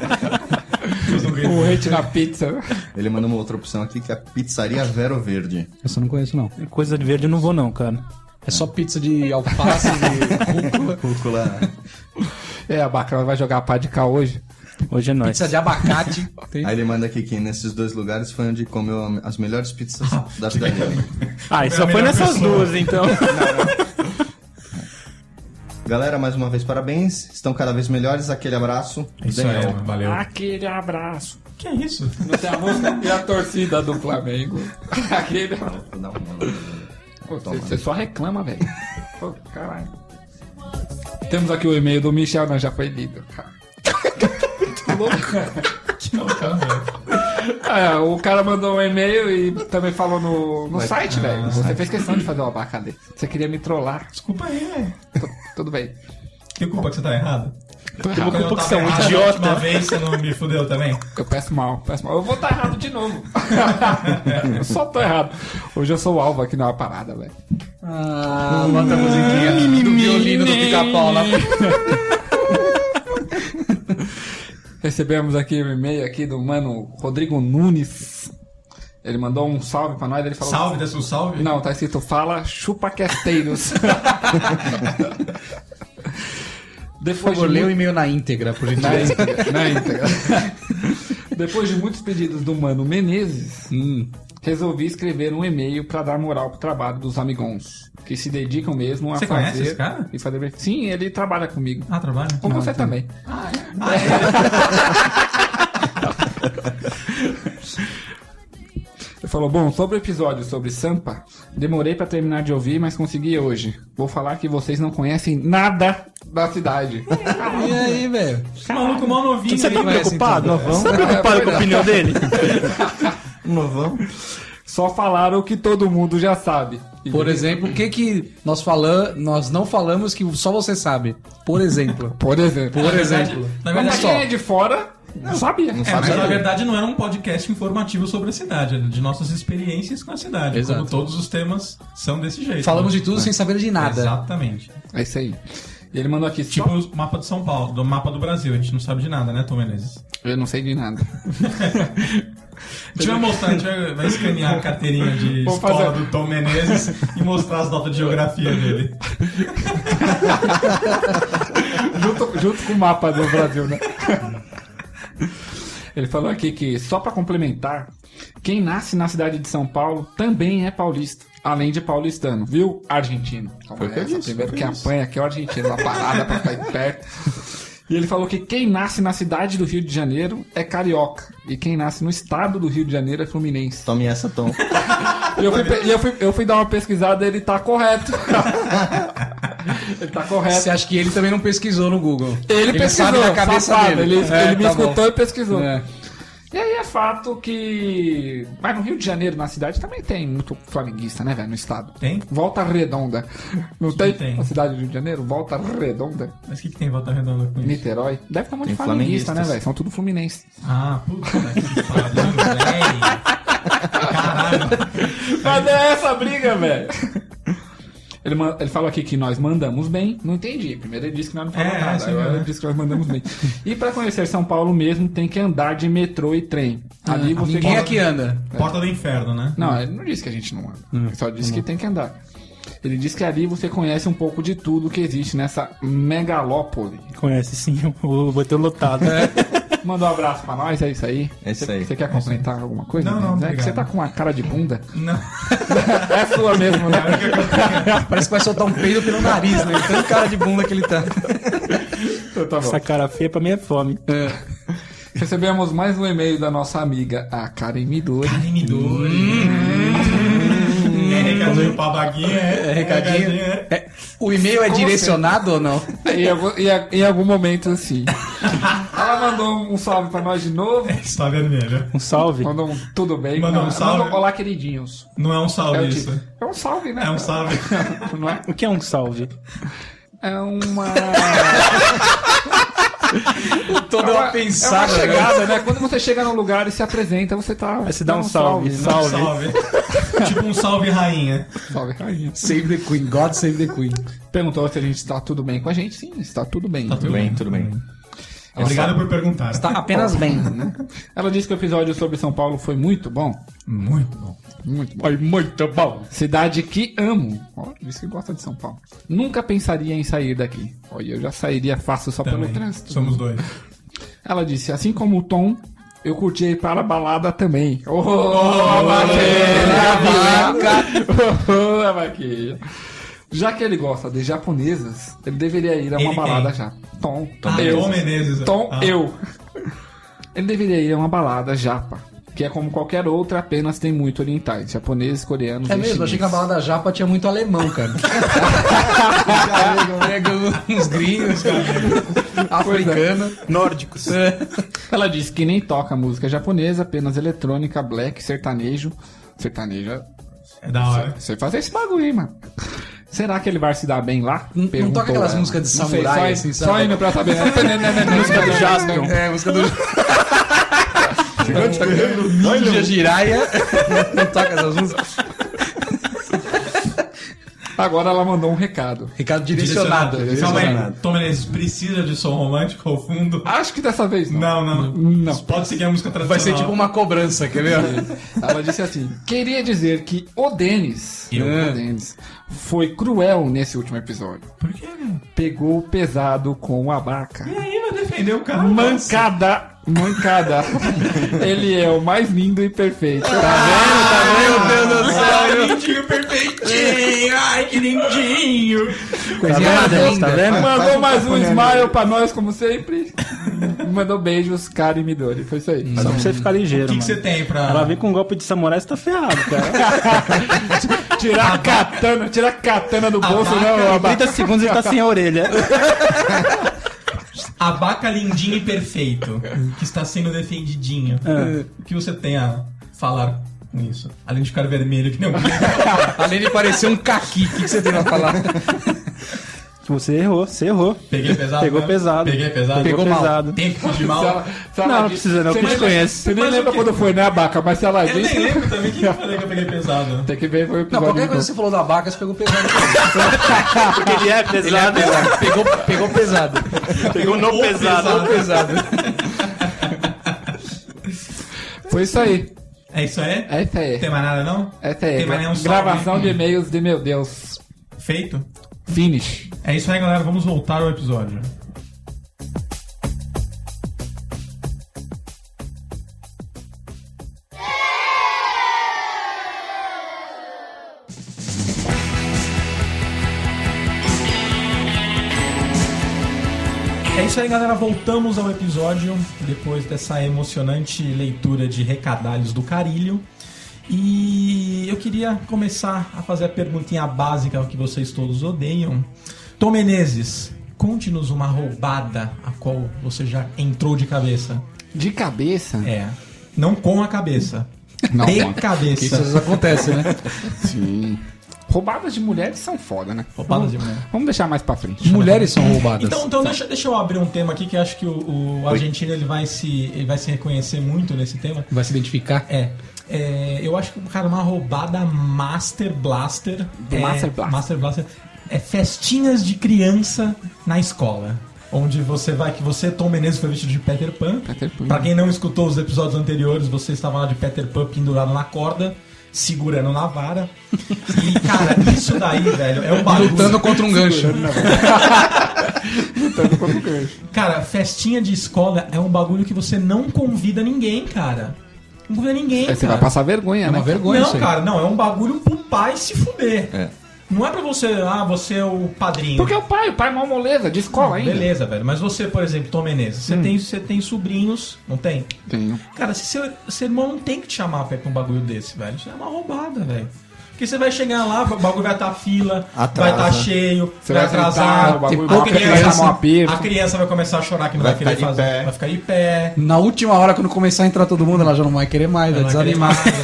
Speaker 3: O hate na pizza.
Speaker 6: Ele mandou uma outra opção aqui que é a Pizzaria Vero Verde.
Speaker 4: Essa eu não conheço, não.
Speaker 5: Coisa de verde eu não vou, não, cara.
Speaker 4: É só pizza de alface, de rúcula.
Speaker 6: Rúcula.
Speaker 3: É, Abaca, ela vai jogar a pá de cá hoje.
Speaker 5: Hoje é nóis.
Speaker 4: Pizza de abacate. Tem.
Speaker 6: Aí ele manda aqui que nesses dois lugares foi onde comeu as melhores pizzas da vida dele.
Speaker 5: Ah, e
Speaker 2: É
Speaker 5: só
Speaker 2: a
Speaker 5: foi
Speaker 2: melhor
Speaker 5: nessas
Speaker 2: pessoa.
Speaker 5: duas, então.
Speaker 6: Galera, mais uma vez, parabéns. Estão cada vez melhores. Aquele abraço.
Speaker 2: Isso
Speaker 6: Daniel.
Speaker 2: aí, valeu.
Speaker 3: Aquele abraço.
Speaker 2: Que é isso?
Speaker 3: Não tem a música e a torcida do Flamengo. Aquele abraço.
Speaker 6: Vou dar uma-
Speaker 3: Pô, Você você só reclama, velho. Pô, caralho. Temos aqui o e-mail do Michel, não, já foi lido. Muito louco.
Speaker 2: Que loucão, velho.
Speaker 3: É, o cara mandou um e-mail e também falou no, no
Speaker 6: Vai-
Speaker 3: site,
Speaker 2: ah,
Speaker 3: velho.
Speaker 2: no
Speaker 3: Você
Speaker 2: site.
Speaker 3: fez questão de fazer uma abaca dele. Você queria me trollar.
Speaker 2: Desculpa aí, velho.
Speaker 3: T- Tudo bem.
Speaker 2: Que culpa que você tá errado?
Speaker 3: Tô
Speaker 2: Quando
Speaker 3: errado.
Speaker 2: eu
Speaker 5: culpa que
Speaker 2: tava
Speaker 5: você é um
Speaker 2: errado
Speaker 5: idiota.
Speaker 2: A última vez você não me fudeu também?
Speaker 3: Eu peço mal, peço mal. Eu vou estar errado de novo. Eu só tô errado. Hoje eu sou o alvo aqui na parada, velho.
Speaker 4: Ah, bota a musiquinha do violino do pica-pau lá.
Speaker 3: Recebemos aqui um e-mail aqui do mano Rodrigo Nunes. Ele mandou um salve pra nós, ele falou...
Speaker 2: Salve, desce um salve?
Speaker 3: Não, tá escrito fala chupacasteiros.
Speaker 4: Por
Speaker 3: Depois
Speaker 4: favor,
Speaker 3: de
Speaker 4: lê o
Speaker 3: muito-
Speaker 4: e-mail na íntegra, por
Speaker 3: Na
Speaker 4: gentileza.
Speaker 3: íntegra, na íntegra. Depois de muitos pedidos do Mano Menezes,
Speaker 4: Hum.
Speaker 3: resolvi escrever um e-mail pra dar moral pro trabalho dos amigões, que se dedicam mesmo a
Speaker 2: Você
Speaker 3: fazer...
Speaker 2: conhece esse cara?
Speaker 3: E fazer... Sim, ele trabalha comigo.
Speaker 2: Ah, trabalha?
Speaker 3: Com você também. Ele falou, bom, sobre o episódio sobre Sampa, demorei pra terminar de ouvir, mas consegui hoje. Vou falar que vocês não conhecem nada da cidade.
Speaker 4: E aí, velho?
Speaker 2: Maluco mal novinho.
Speaker 5: Você tá
Speaker 2: aí.
Speaker 5: preocupado?
Speaker 4: então.
Speaker 5: Você tá preocupado com a opinião dele?
Speaker 6: Novão.
Speaker 3: Só falaram o que todo mundo já sabe. E
Speaker 4: Por
Speaker 3: ele-
Speaker 4: exemplo, o que que nós falamos, nós não falamos que só você sabe? Por exemplo.
Speaker 3: Por exemplo.
Speaker 4: Por exemplo.
Speaker 2: Na
Speaker 3: Mas
Speaker 2: verdade,
Speaker 3: quem é de fora não sabia.
Speaker 6: Não
Speaker 2: É,
Speaker 6: sabe
Speaker 2: mas na
Speaker 6: nada.
Speaker 2: verdade não era um podcast informativo sobre a cidade, era de nossas experiências com a cidade.
Speaker 4: Exato.
Speaker 2: Como todos os temas são desse jeito.
Speaker 4: Falamos
Speaker 2: né?
Speaker 4: de tudo sem saber de nada.
Speaker 2: Exatamente.
Speaker 3: É isso aí. E ele mandou aqui,
Speaker 2: Tipo
Speaker 3: só...
Speaker 2: o mapa de São Paulo, do mapa do Brasil. A gente não sabe de nada, né, Tom Menezes?
Speaker 3: Eu não sei de nada.
Speaker 2: A gente vai mostrar, a gente vai, vai escanear a carteirinha de
Speaker 3: Vamos
Speaker 2: escola
Speaker 3: fazer.
Speaker 2: do Tom Menezes e mostrar as notas de geografia dele.
Speaker 3: junto, junto com o mapa do Brasil, né? Ele falou aqui que, só pra complementar, quem nasce na cidade de São Paulo também é paulista, além de paulistano, viu? Argentino.
Speaker 6: Foi o que eu disse,
Speaker 3: Primeiro
Speaker 6: foi
Speaker 3: que
Speaker 6: o que eu disse.
Speaker 3: apanha aqui é o argentino, uma parada pra ficar perto. E ele falou que quem nasce na cidade do Rio de Janeiro é carioca, e quem nasce no estado do Rio de Janeiro é fluminense.
Speaker 6: Tome essa, Tom.
Speaker 3: E eu fui, pe- e eu fui, eu fui dar uma pesquisada e ele tá correto. Ele tá correto.
Speaker 4: Você acha que ele também não pesquisou no Google?
Speaker 3: Ele, pesquisou,
Speaker 4: sabe da cabeça
Speaker 3: safado,
Speaker 4: dele.
Speaker 3: Ele,
Speaker 4: É,
Speaker 3: ele me
Speaker 4: tá
Speaker 3: escutou
Speaker 4: bom.
Speaker 3: e pesquisou.
Speaker 4: É.
Speaker 3: E aí é fato que... Mas no Rio de Janeiro, na cidade, também tem muito flamenguista, né, velho? No estado.
Speaker 2: Tem?
Speaker 3: Volta Redonda. Não tem?
Speaker 2: tem?
Speaker 3: Na cidade do Rio de Janeiro? Volta Redonda.
Speaker 2: Mas o que, que tem em Volta Redonda com isso?
Speaker 3: Niterói. Deve ter um monte de
Speaker 6: Tem
Speaker 3: flamenguista, né,
Speaker 6: flamenguistas.
Speaker 3: velho? São tudo fluminense.
Speaker 2: Ah, puta que pariu, velho. Caralho.
Speaker 3: Mas é essa a briga, velho. Ele, man- ele falou aqui que nós mandamos bem. Não entendi. Primeiro ele disse que nós não falamos
Speaker 2: É,
Speaker 3: nada.
Speaker 2: sim,
Speaker 3: Agora
Speaker 2: né?
Speaker 3: ele disse que nós mandamos bem. E pra conhecer São Paulo mesmo, tem que andar de metrô e trem. Ali você
Speaker 4: Ninguém
Speaker 3: coloca-
Speaker 4: aqui anda.
Speaker 2: Porta do Inferno, né?
Speaker 3: Não, ele não disse que a gente não anda. Ele só disse que tem que andar. Ele disse que ali você conhece um pouco de tudo que existe nessa megalópole.
Speaker 5: Conhece sim, o botão lotado.
Speaker 3: Mandou um abraço pra nós, é isso aí.
Speaker 6: É isso
Speaker 3: Você-
Speaker 6: aí.
Speaker 3: Você quer complementar alguma coisa?
Speaker 2: Não, não,
Speaker 3: É que
Speaker 2: obrigado.
Speaker 3: você tá com uma cara de bunda.
Speaker 2: Não.
Speaker 3: É sua mesmo, né?
Speaker 4: Parece que vai soltar um peido pelo nariz, né? Tanto cara de bunda que ele tá.
Speaker 3: Então tá bom.
Speaker 5: Essa cara feia pra mim é fome.
Speaker 3: Recebemos mais um e-mail da nossa amiga, a Karen Midori.
Speaker 2: Midori. É recadinho pra baguinha, é.
Speaker 4: É recadinho.
Speaker 2: é.
Speaker 4: É, o e-mail é direcionado ou não?
Speaker 3: Em algum, em, a- em algum momento, assim. Ela mandou um salve pra nós de novo.
Speaker 2: Está vermelho.
Speaker 5: Um salve.
Speaker 3: Mandou um tudo bem.
Speaker 2: Mandou um
Speaker 3: Não,
Speaker 2: salve.
Speaker 3: mandou, olá, queridinhos.
Speaker 2: Não é um
Speaker 3: É,
Speaker 2: salve
Speaker 3: o
Speaker 2: isso.
Speaker 3: tipo- é um salve, né?
Speaker 2: É um salve.
Speaker 3: Não é?
Speaker 5: O que é um salve?
Speaker 3: É uma.
Speaker 4: Toda
Speaker 3: é
Speaker 4: uma
Speaker 3: uma,
Speaker 4: pensada.
Speaker 3: é uma chegada, né? Quando você chega num lugar e se apresenta, você tá.
Speaker 5: Aí você dá um
Speaker 3: dando
Speaker 5: salve,
Speaker 3: né?
Speaker 5: salve.
Speaker 2: Salve. Tipo um salve rainha.
Speaker 3: Salve, rainha.
Speaker 4: Save the Queen. God save the Queen.
Speaker 3: Perguntou se a gente está tudo bem com a gente. Sim, está tudo bem.
Speaker 2: Tá
Speaker 6: Tudo bem, tudo bem.
Speaker 2: Obrigado por perguntar.
Speaker 4: Tá apenas bem.
Speaker 3: Ela disse que o episódio sobre São Paulo foi muito bom.
Speaker 2: Muito bom.
Speaker 3: Muito bom.
Speaker 4: Foi muito bom.
Speaker 3: Cidade que amo. Ó, disse que gosta de São Paulo. Nunca pensaria em sair daqui. Olha, eu já sairia fácil só
Speaker 2: Também.
Speaker 3: pelo trânsito.
Speaker 2: Somos dois.
Speaker 3: Ela disse, assim como o Tom, eu curti ir para a balada também. Oh, vaqueira! Oh, a vaqueira! Já que ele gosta de japonesas, ele deveria ir a uma
Speaker 2: Ele
Speaker 3: balada
Speaker 2: quem?
Speaker 3: já. Tom.
Speaker 2: Ah,
Speaker 3: eu.
Speaker 2: Tom Menezes.
Speaker 3: Tom,
Speaker 2: Ah.
Speaker 3: eu. Ele deveria ir a uma balada japa, que é como qualquer outra, apenas tem muito orientais, japoneses, coreanos
Speaker 4: É
Speaker 3: e
Speaker 4: mesmo, achei que na
Speaker 3: chineses.
Speaker 4: balada japa tinha muito alemão, cara. Pega uns gringos, africano.
Speaker 5: Nórdicos.
Speaker 3: Ela disse que nem toca música japonesa, apenas eletrônica, black, sertanejo. Sertanejo,
Speaker 2: É da hora.
Speaker 3: você fazer esse bagulho aí, mano. Será que ele vai se dar bem lá?
Speaker 4: Não- não
Speaker 3: Perguntou
Speaker 4: toca aquelas
Speaker 3: ela.
Speaker 4: músicas de
Speaker 3: Não sei,
Speaker 4: samurai,
Speaker 3: só,
Speaker 4: assim,
Speaker 3: só
Speaker 4: sabe?
Speaker 3: indo pra saber. música do Jaspion.
Speaker 4: É, música do Ninja Jiraiya. Não toca essas músicas.
Speaker 3: Agora ela mandou um recado.
Speaker 4: Recado direcionado.
Speaker 2: Calma aí,
Speaker 4: direcionado.
Speaker 2: Tom Menezes, precisa de som romântico ao fundo?
Speaker 3: Acho que dessa vez não.
Speaker 2: Não, não.
Speaker 3: Não.
Speaker 2: Pode seguir a música
Speaker 4: Vai
Speaker 2: tradicional.
Speaker 4: ser tipo uma cobrança, quer ver?
Speaker 3: Ela disse assim: queria dizer que o Denis,
Speaker 2: Eu?
Speaker 3: o Denis foi cruel nesse último episódio.
Speaker 2: Por quê, meu?
Speaker 3: Pegou pesado com o Abaca.
Speaker 2: E aí, vai defender o cara?
Speaker 3: Mancada, mancada. Ele é o mais lindo e perfeito. Tá
Speaker 2: Meu Deus do céu, ai, lindinho perfeitinho. Ai, que lindinho.
Speaker 5: Tá vendo? Tá vendo?
Speaker 3: Mandou mais um smile pra nós, como sempre. Mandou beijos, cara e Midori. Foi isso aí.
Speaker 5: Só pra você ficar ligeiro,
Speaker 2: O que, que
Speaker 5: mano.
Speaker 2: você tem pra...
Speaker 5: Ela vem com um golpe de samurai, você tá ferrado, cara.
Speaker 3: Tirar a katana, tirar a katana do bolso,
Speaker 2: vaca
Speaker 3: não,
Speaker 2: em
Speaker 3: Abaca.
Speaker 5: trinta segundos ele tá sem a orelha.
Speaker 2: Abaca lindinho e perfeito, que está sendo defendidinho. O que você tem a falar com isso? Além de ficar vermelho, que nem um...
Speaker 4: Além de parecer um caqui, o que, que você tem pra falar?
Speaker 5: Você errou, você errou.
Speaker 2: Peguei pesado?
Speaker 5: Pegou
Speaker 2: né?
Speaker 5: pesado.
Speaker 2: Peguei pesado?
Speaker 5: Pegou
Speaker 2: mal.
Speaker 5: pesado.
Speaker 2: Tem que fugir mal?
Speaker 3: Se ela- se ela
Speaker 5: Não, não
Speaker 3: disse-
Speaker 5: precisa não,
Speaker 3: você
Speaker 5: que eu te
Speaker 3: nem-
Speaker 5: conheço.
Speaker 3: Você nem
Speaker 2: Mas
Speaker 3: lembra
Speaker 2: o quê?
Speaker 3: quando foi, né, Abaca? Mas se ela
Speaker 2: Eu nem
Speaker 3: disse...
Speaker 2: lembro também. Quem que eu falei que eu peguei pesado?
Speaker 3: Tem que ver, foi o
Speaker 4: Não,
Speaker 3: episódio.
Speaker 4: qualquer
Speaker 3: de
Speaker 4: coisa que você falou da vaca, você pegou pesado.
Speaker 5: Porque ele é pesado.
Speaker 4: pegou, pegou pesado.
Speaker 5: Pegou no pesado.
Speaker 4: Pegou pesado.
Speaker 3: Foi isso aí.
Speaker 2: É isso aí?
Speaker 3: É isso aí.
Speaker 2: Tem mais nada não?
Speaker 3: Essa é
Speaker 2: Tem mais
Speaker 3: a
Speaker 2: nenhum salve?
Speaker 3: gravação de e-mails de meu Deus.
Speaker 2: Feito?
Speaker 3: Finish.
Speaker 2: É isso aí, galera. Vamos voltar ao episódio. É isso aí, galera. Voltamos ao episódio depois dessa emocionante leitura de recadalhos do Carilho. E eu queria começar a fazer a perguntinha básica que vocês todos odeiam. Tom Menezes, conte-nos uma roubada a qual você já entrou de cabeça.
Speaker 3: De cabeça?
Speaker 2: É, não com a cabeça.
Speaker 3: Não,
Speaker 2: de
Speaker 3: com a-
Speaker 4: Isso às
Speaker 2: cabeça.
Speaker 4: vezes acontece, né?
Speaker 3: Sim. Roubadas de mulheres são foda, né?
Speaker 2: Roubadas de mulher.
Speaker 3: Vamos deixar mais pra frente.
Speaker 4: Mulheres são roubadas.
Speaker 2: Então, então deixa, deixa eu abrir um tema aqui que eu acho que o, o argentino ele vai, se, ele vai se reconhecer muito nesse tema.
Speaker 4: Vai se identificar.
Speaker 2: É. É, eu acho que, cara, uma roubada Master Blaster.
Speaker 3: Do
Speaker 2: é,
Speaker 3: Master Blaster.
Speaker 2: Master Blaster. É festinhas de criança na escola. Onde você vai, que você, Tom Menezes, foi vestido de Peter Pan.
Speaker 3: Peter Pan.
Speaker 2: Pra quem não escutou os episódios anteriores, você estava lá de Peter Pan pendurado na corda, segurando na vara. E, cara, isso daí, velho, é um bagulho.
Speaker 4: Lutando contra um gancho.
Speaker 3: Lutando contra o gancho.
Speaker 2: Cara, festinha de escola é um bagulho que você não convida ninguém, cara. Não convida ninguém,
Speaker 3: Aí você
Speaker 2: cara.
Speaker 3: vai passar vergonha,
Speaker 4: É
Speaker 3: né?
Speaker 4: uma vergonha
Speaker 2: Não,
Speaker 4: isso aí.
Speaker 2: cara, não, é um bagulho pro pai se fuder.
Speaker 6: É.
Speaker 2: Não é pra você, ah, você é o padrinho.
Speaker 3: Porque o pai, o pai é uma moleza, de escola ainda.
Speaker 2: Beleza, velho. Mas você, por exemplo, Tom Menezes, você, tem, você tem sobrinhos, não tem?
Speaker 3: Tenho.
Speaker 2: Cara, se seu, seu irmão não tem que te chamar pra ir pra um bagulho desse, velho. Isso é uma roubada, velho. Porque você vai chegar lá, o bagulho vai estar fila,
Speaker 6: Atrasa.
Speaker 2: vai estar cheio,
Speaker 3: Você
Speaker 2: vai
Speaker 3: vai
Speaker 2: atrasar,
Speaker 3: sentar, o bagulho
Speaker 2: a
Speaker 3: vai
Speaker 2: criança,
Speaker 3: chamar um aperto.
Speaker 2: a criança vai começar a chorar que não
Speaker 6: Vai
Speaker 2: vai, querer
Speaker 6: ficar de
Speaker 2: fazer.
Speaker 6: pé.
Speaker 2: Vai ficar de pé.
Speaker 4: Na última hora, quando começar a entrar todo mundo, ela já não vai querer mais, vai
Speaker 2: Ela vai querer
Speaker 4: desanimar.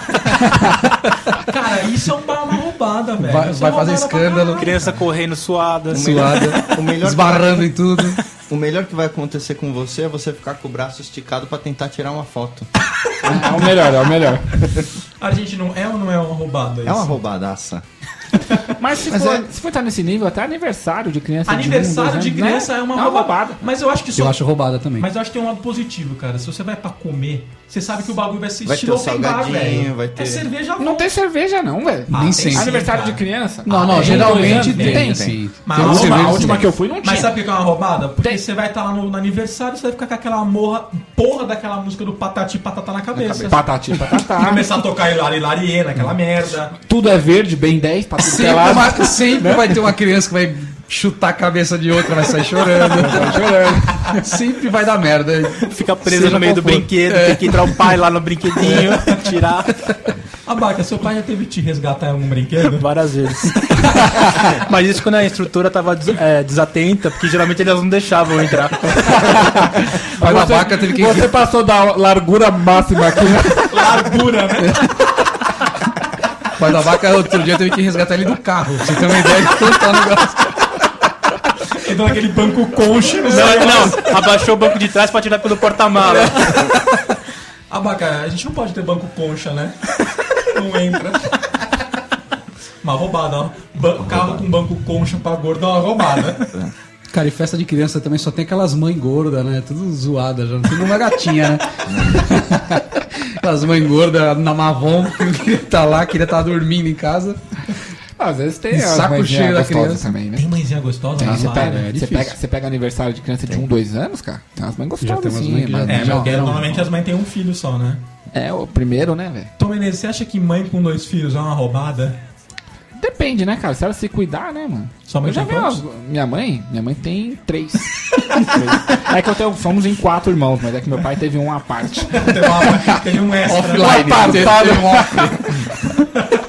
Speaker 2: mais. Cara, isso é uma, uma roubada, velho.
Speaker 4: Vai-
Speaker 2: Isso é
Speaker 4: vai
Speaker 2: uma
Speaker 4: fazer
Speaker 2: roubada pra
Speaker 4: escândalo.
Speaker 2: caralho.
Speaker 5: Criança correndo suada.
Speaker 4: Suada,
Speaker 6: O melhor,
Speaker 4: esbarrando em tudo.
Speaker 6: o melhor que vai acontecer com você é você ficar com o braço esticado pra tentar tirar uma foto.
Speaker 3: É o melhor, é o melhor.
Speaker 2: A gente não é ou não é uma roubada isso?
Speaker 6: É uma roubadaça.
Speaker 3: Mas se,
Speaker 6: Mas
Speaker 3: for,
Speaker 6: é-
Speaker 3: se for estar nesse nível, até aniversário de criança.
Speaker 2: Aniversário de
Speaker 3: um, dois anos,
Speaker 2: criança
Speaker 3: né?
Speaker 2: é uma roubada. Mas eu acho que só...
Speaker 4: Eu acho roubada também.
Speaker 2: Mas eu acho que tem um lado positivo, cara. Se você vai pra comer, você sabe que o bagulho vai ser
Speaker 6: Vai
Speaker 2: estilo
Speaker 6: ter o
Speaker 2: open bar,
Speaker 6: salgadinho,
Speaker 2: velho.
Speaker 6: vai ter-
Speaker 2: É cerveja
Speaker 3: Não tem cerveja, não, velho.
Speaker 2: Ah,
Speaker 4: Nem
Speaker 2: tem
Speaker 4: sempre.
Speaker 2: sim,
Speaker 3: Aniversário
Speaker 2: cara.
Speaker 3: de criança.
Speaker 4: Não,
Speaker 2: Ah,
Speaker 4: não,
Speaker 2: tem
Speaker 4: geralmente
Speaker 2: um, dois
Speaker 4: tem,
Speaker 2: anos,
Speaker 3: tem.
Speaker 4: sim.
Speaker 2: Mas
Speaker 4: Tem
Speaker 2: a
Speaker 4: uns
Speaker 2: última-
Speaker 4: cervejas
Speaker 3: a
Speaker 4: que
Speaker 3: última
Speaker 4: tem.
Speaker 3: que eu fui não tinha.
Speaker 2: Mas sabe o que é uma roubada? Porque
Speaker 3: Tem.
Speaker 2: você vai estar lá no, no aniversário, você vai ficar com aquela morra, porra daquela música do Patati Patatá na cabeça.
Speaker 3: Patati, patatá.
Speaker 2: Começar a tocar Hilari Hilarie naquela merda.
Speaker 3: Tudo é verde, bem dez, pra tudo que é
Speaker 4: Sempre,
Speaker 3: lado.
Speaker 4: uma- sempre vai ter uma criança que vai chutar a cabeça de outra, vai sair chorando. chorando. Sempre vai dar merda.
Speaker 5: Fica presa
Speaker 4: Seja
Speaker 5: no meio do
Speaker 4: qual for.
Speaker 5: brinquedo, tem que entrar o pai lá no brinquedinho, tirar
Speaker 2: Abaca, seu pai já teve que te resgatar em algum brinquedo?
Speaker 5: várias vezes. Mas isso quando a instrutora tava des- é, desatenta, porque geralmente eles não deixavam eu entrar.
Speaker 4: O pai da
Speaker 3: Você-
Speaker 4: vaca teve que...
Speaker 3: Você passou da largura máxima aqui, né?
Speaker 2: Largura, né?
Speaker 4: O pai da vaca outro dia teve que resgatar ele do carro. Pra você ter uma ideia de quanto tá o negócio.
Speaker 2: Entrou naquele banco concha. Não,
Speaker 5: Não, não, abaixou o banco de trás pra tirar pelo porta-mala.
Speaker 2: Abaca, a gente não pode ter banco concha, né? Não entra. Uma roubada, ó. Ba- carro com banco concha pra gordo é uma roubada.
Speaker 4: Cara, e festa de criança também só tem aquelas mães gordas, né? Tudo zoada, já não tem nenhuma gatinha, né? Aquelas mães gordas na Mavon, que não queria estar lá, queria estar dormindo em casa.
Speaker 3: Às vezes tem
Speaker 4: E
Speaker 3: as
Speaker 4: saco
Speaker 3: mãezinhas
Speaker 4: cheio da
Speaker 3: gostosas
Speaker 4: criança.
Speaker 3: também, né?
Speaker 2: Tem mãezinha gostosa?
Speaker 3: Tem,
Speaker 2: na
Speaker 3: você,
Speaker 2: sala?
Speaker 3: pega,
Speaker 4: é
Speaker 3: você,
Speaker 4: difícil.
Speaker 3: pega, você pega aniversário de criança de um, dois anos, cara. Tem umas mães
Speaker 4: Já
Speaker 3: gostosas,
Speaker 4: tem umas
Speaker 3: sim.
Speaker 4: mães que já-
Speaker 3: mas-
Speaker 2: É,
Speaker 4: Já
Speaker 2: porque
Speaker 4: deram-
Speaker 2: normalmente as mães têm um filho só, né?
Speaker 3: É, o primeiro, né, velho?
Speaker 2: Tom Menezes, você acha que mãe com dois filhos é uma roubada?
Speaker 3: Depende, né, cara? Se ela se cuidar, né, mano?
Speaker 2: Sua mãe
Speaker 3: Eu já
Speaker 2: tem
Speaker 3: vi
Speaker 2: quantos?
Speaker 3: umas- Minha mãe? Minha mãe tem três. Três. É que eu tenho, somos em quatro irmãos, mas é que meu pai teve um à parte.
Speaker 2: Teve, uma, teve um extra.
Speaker 4: Offline,
Speaker 3: apartado.
Speaker 4: teve um off.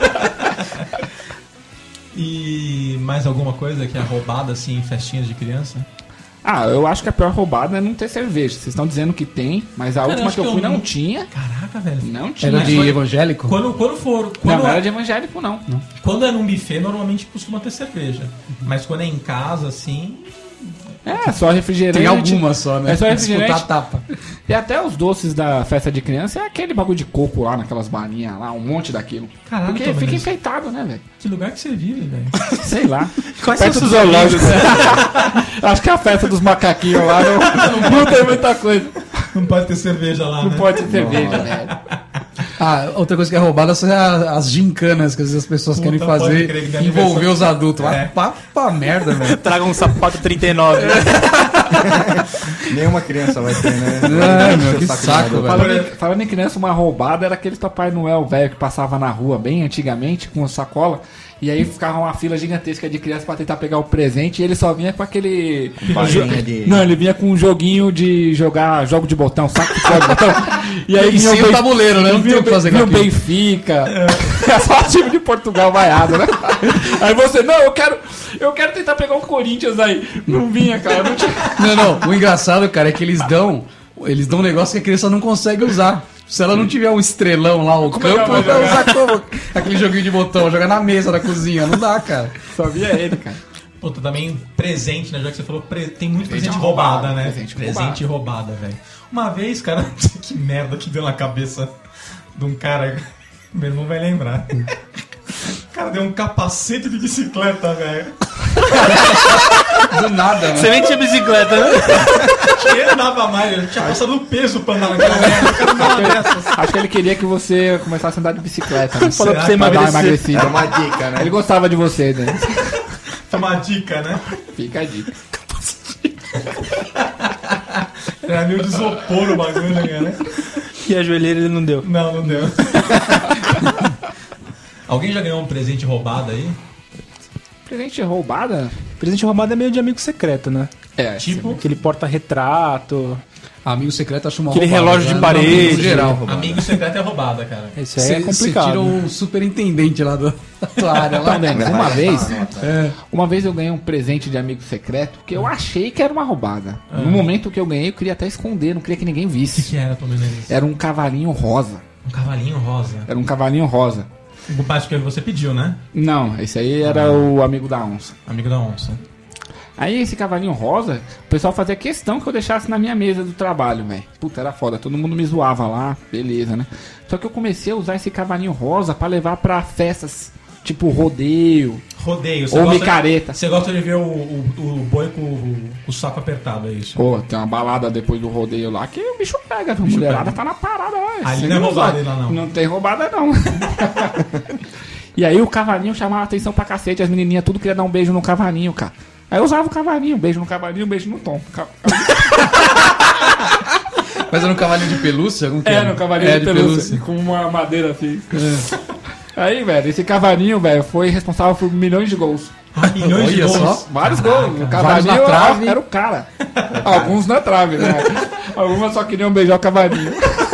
Speaker 2: E mais alguma coisa que é roubada, assim, em festinhas de criança?
Speaker 3: Ah, eu acho que a pior roubada é não ter cerveja. Vocês estão dizendo que tem, mas a
Speaker 2: Cara,
Speaker 3: última
Speaker 2: acho
Speaker 3: que eu
Speaker 2: que
Speaker 3: fui
Speaker 2: eu
Speaker 3: não
Speaker 2: não-
Speaker 3: tinha.
Speaker 2: Caraca, velho.
Speaker 3: Não tinha.
Speaker 4: Era de
Speaker 2: Foi-
Speaker 4: evangélico?
Speaker 2: Quando, quando for...
Speaker 3: Não,
Speaker 2: Quando,
Speaker 3: não era de evangélico, não. não.
Speaker 2: quando é num buffet, normalmente costuma ter cerveja. Mas quando é em casa, assim...
Speaker 3: É, só refrigerante.
Speaker 4: Tem alguma só, né?
Speaker 3: É só
Speaker 4: Disputar
Speaker 3: refrigerante.
Speaker 4: a tapa.
Speaker 3: E até os doces da festa de criança é aquele bagulho de coco lá, naquelas balinhas lá, um monte daquilo.
Speaker 2: Caralho,
Speaker 3: Porque
Speaker 2: Tom
Speaker 3: fica
Speaker 2: Menezes.
Speaker 3: enfeitado, né, velho?
Speaker 2: Que lugar que você vive, velho?
Speaker 3: Sei lá.
Speaker 5: Quais
Speaker 3: Perto
Speaker 5: são
Speaker 3: do
Speaker 5: os
Speaker 3: zoológico. Acho que a festa dos macaquinhos lá não, não tem muita coisa.
Speaker 2: Não pode ter cerveja lá,
Speaker 3: Não
Speaker 2: né?
Speaker 3: pode ter cerveja, velho.
Speaker 4: Ah, outra coisa que é roubada são as, as gincanas que às vezes as pessoas
Speaker 2: Puta,
Speaker 4: querem
Speaker 2: pode
Speaker 4: fazer,
Speaker 2: crer que de
Speaker 4: envolver
Speaker 2: aniversário.
Speaker 4: os adultos.
Speaker 2: É.
Speaker 4: Vai pra, pra merda, velho.
Speaker 5: Traga um sapato trinta e nove.
Speaker 6: Nenhuma criança vai ter, né?
Speaker 4: É, meu,
Speaker 6: Seu
Speaker 4: que
Speaker 6: saco de
Speaker 4: saco,
Speaker 6: nada.
Speaker 4: velho.
Speaker 3: Falando em, falando em criança, uma roubada era aquele Papai Noel velho que passava na rua bem antigamente com sacola. E aí ficava uma fila gigantesca de crianças pra tentar pegar o presente e ele só vinha com aquele.
Speaker 6: Balinha de-
Speaker 3: Não, ele vinha com um joguinho de jogar jogo de botão, saco de jogo de botão. E aí
Speaker 4: E
Speaker 3: vinha
Speaker 4: sem o tabuleiro, né? Não
Speaker 3: vinha
Speaker 4: tem o que fazer
Speaker 3: vinha
Speaker 4: com
Speaker 3: o
Speaker 4: aquilo.
Speaker 3: Benfica. É só o time de Portugal vaiado, né? Aí você, não, eu quero, eu quero tentar pegar o Corinthians aí. Não vinha, cara, não tinha.
Speaker 4: Não, não. O engraçado, cara, é que eles dão. Eles dão um negócio que a criança não consegue usar. Se ela não tiver um estrelão lá, o
Speaker 3: Como é que
Speaker 4: campo,
Speaker 3: ela vai
Speaker 4: vai usar como? Aquele joguinho de botão, jogar na mesa da cozinha. Não dá, cara.
Speaker 3: Só via ele, cara.
Speaker 2: Puta, também presente, né? Já que você falou, pre- tem muito presente,
Speaker 3: Presente
Speaker 2: roubada,
Speaker 3: roubado,
Speaker 2: né?
Speaker 3: presente
Speaker 2: Presente roubada, velho. Uma vez, cara, não sei que merda que deu na cabeça de um cara. Meu irmão vai lembrar. O cara deu um capacete de bicicleta, velho.
Speaker 4: Do nada, né?
Speaker 5: Você nem tinha bicicleta, né?
Speaker 2: Ele não dava mais, ele tinha passado o peso pra andar naquela merda. O cara não dava dessas.
Speaker 3: Acho que ele queria que você começasse a andar de bicicleta. Né?
Speaker 5: Falou pra você
Speaker 3: Pra dar uma
Speaker 5: emagrecer.
Speaker 3: emagrecida.
Speaker 6: Era uma dica, né?
Speaker 3: Ele gostava de você, né?
Speaker 2: É uma dica, né?
Speaker 3: Fica a dica.
Speaker 2: Era meio de isopor o bagulho, né, cara?
Speaker 5: E a joelheira ele não deu.
Speaker 2: Não, não deu. Alguém já ganhou um presente roubado aí?
Speaker 3: Presente roubada?
Speaker 5: Presente roubado é meio de amigo secreto, né?
Speaker 3: É,
Speaker 2: Tipo,
Speaker 5: Aquele porta-retrato.
Speaker 4: Amigo secreto acho uma
Speaker 5: Aquele
Speaker 4: roubada,
Speaker 5: relógio de
Speaker 4: né?
Speaker 5: parede.
Speaker 4: No geral.
Speaker 2: amigo secreto é roubada, cara.
Speaker 5: Isso aí
Speaker 4: Você
Speaker 5: é complicado.
Speaker 4: tira o superintendente lá do- da tua área. Lá.
Speaker 3: Então, Denis, uma
Speaker 6: Vai,
Speaker 3: vez,
Speaker 6: vai, vai.
Speaker 4: É.
Speaker 3: uma vez eu ganhei um presente de amigo secreto que eu achei que era uma roubada. No momento que eu ganhei, eu queria até esconder, não queria que ninguém
Speaker 2: O que,
Speaker 3: visse.
Speaker 2: que era, Tom Menezes?
Speaker 3: Era um cavalinho rosa.
Speaker 2: Um cavalinho rosa.
Speaker 3: Era um cavalinho rosa.
Speaker 2: O pai que você pediu, né?
Speaker 3: Não, esse aí era o amigo da onça.
Speaker 2: Amigo da onça.
Speaker 3: Aí esse cavalinho rosa, o pessoal fazia questão que eu deixasse na minha mesa do trabalho, velho. Puta, era foda, todo mundo me zoava lá, beleza, né? Só que eu comecei a usar esse cavalinho rosa pra levar pra festas, tipo rodeio,
Speaker 2: Rodeio.
Speaker 3: ou micareta.
Speaker 2: Você gosta de ver o, o, o boi com o, o saco apertado, é isso?
Speaker 3: Pô, tem uma balada depois do rodeio lá que o bicho pega, a mulherada tá na parada lá.
Speaker 2: Ali
Speaker 3: Você
Speaker 2: não é roubada,
Speaker 3: vai.
Speaker 2: lá não.
Speaker 3: Não tem roubada não. E aí o cavalinho chamava a atenção pra cacete, as menininhas tudo queria dar um beijo no cavalinho, cara. Aí eu usava o cavalinho, um beijo no cavalinho, um beijo no tom. Ca-
Speaker 4: Mas era um cavalinho de pelúcia? Como que
Speaker 3: É, no cavalinho
Speaker 4: É,
Speaker 3: de pelúcia, com uma madeira assim. Aí, velho, esse cavalinho, velho, foi responsável por milhões de gols.
Speaker 2: Ah, milhões de
Speaker 4: Olha
Speaker 2: gols.
Speaker 4: só.
Speaker 3: Vários gols. O
Speaker 4: Vários
Speaker 3: cavalinho
Speaker 4: na trave.
Speaker 3: era o cara. Alguns na trave, né? Algumas só queriam beijar o cavalinho.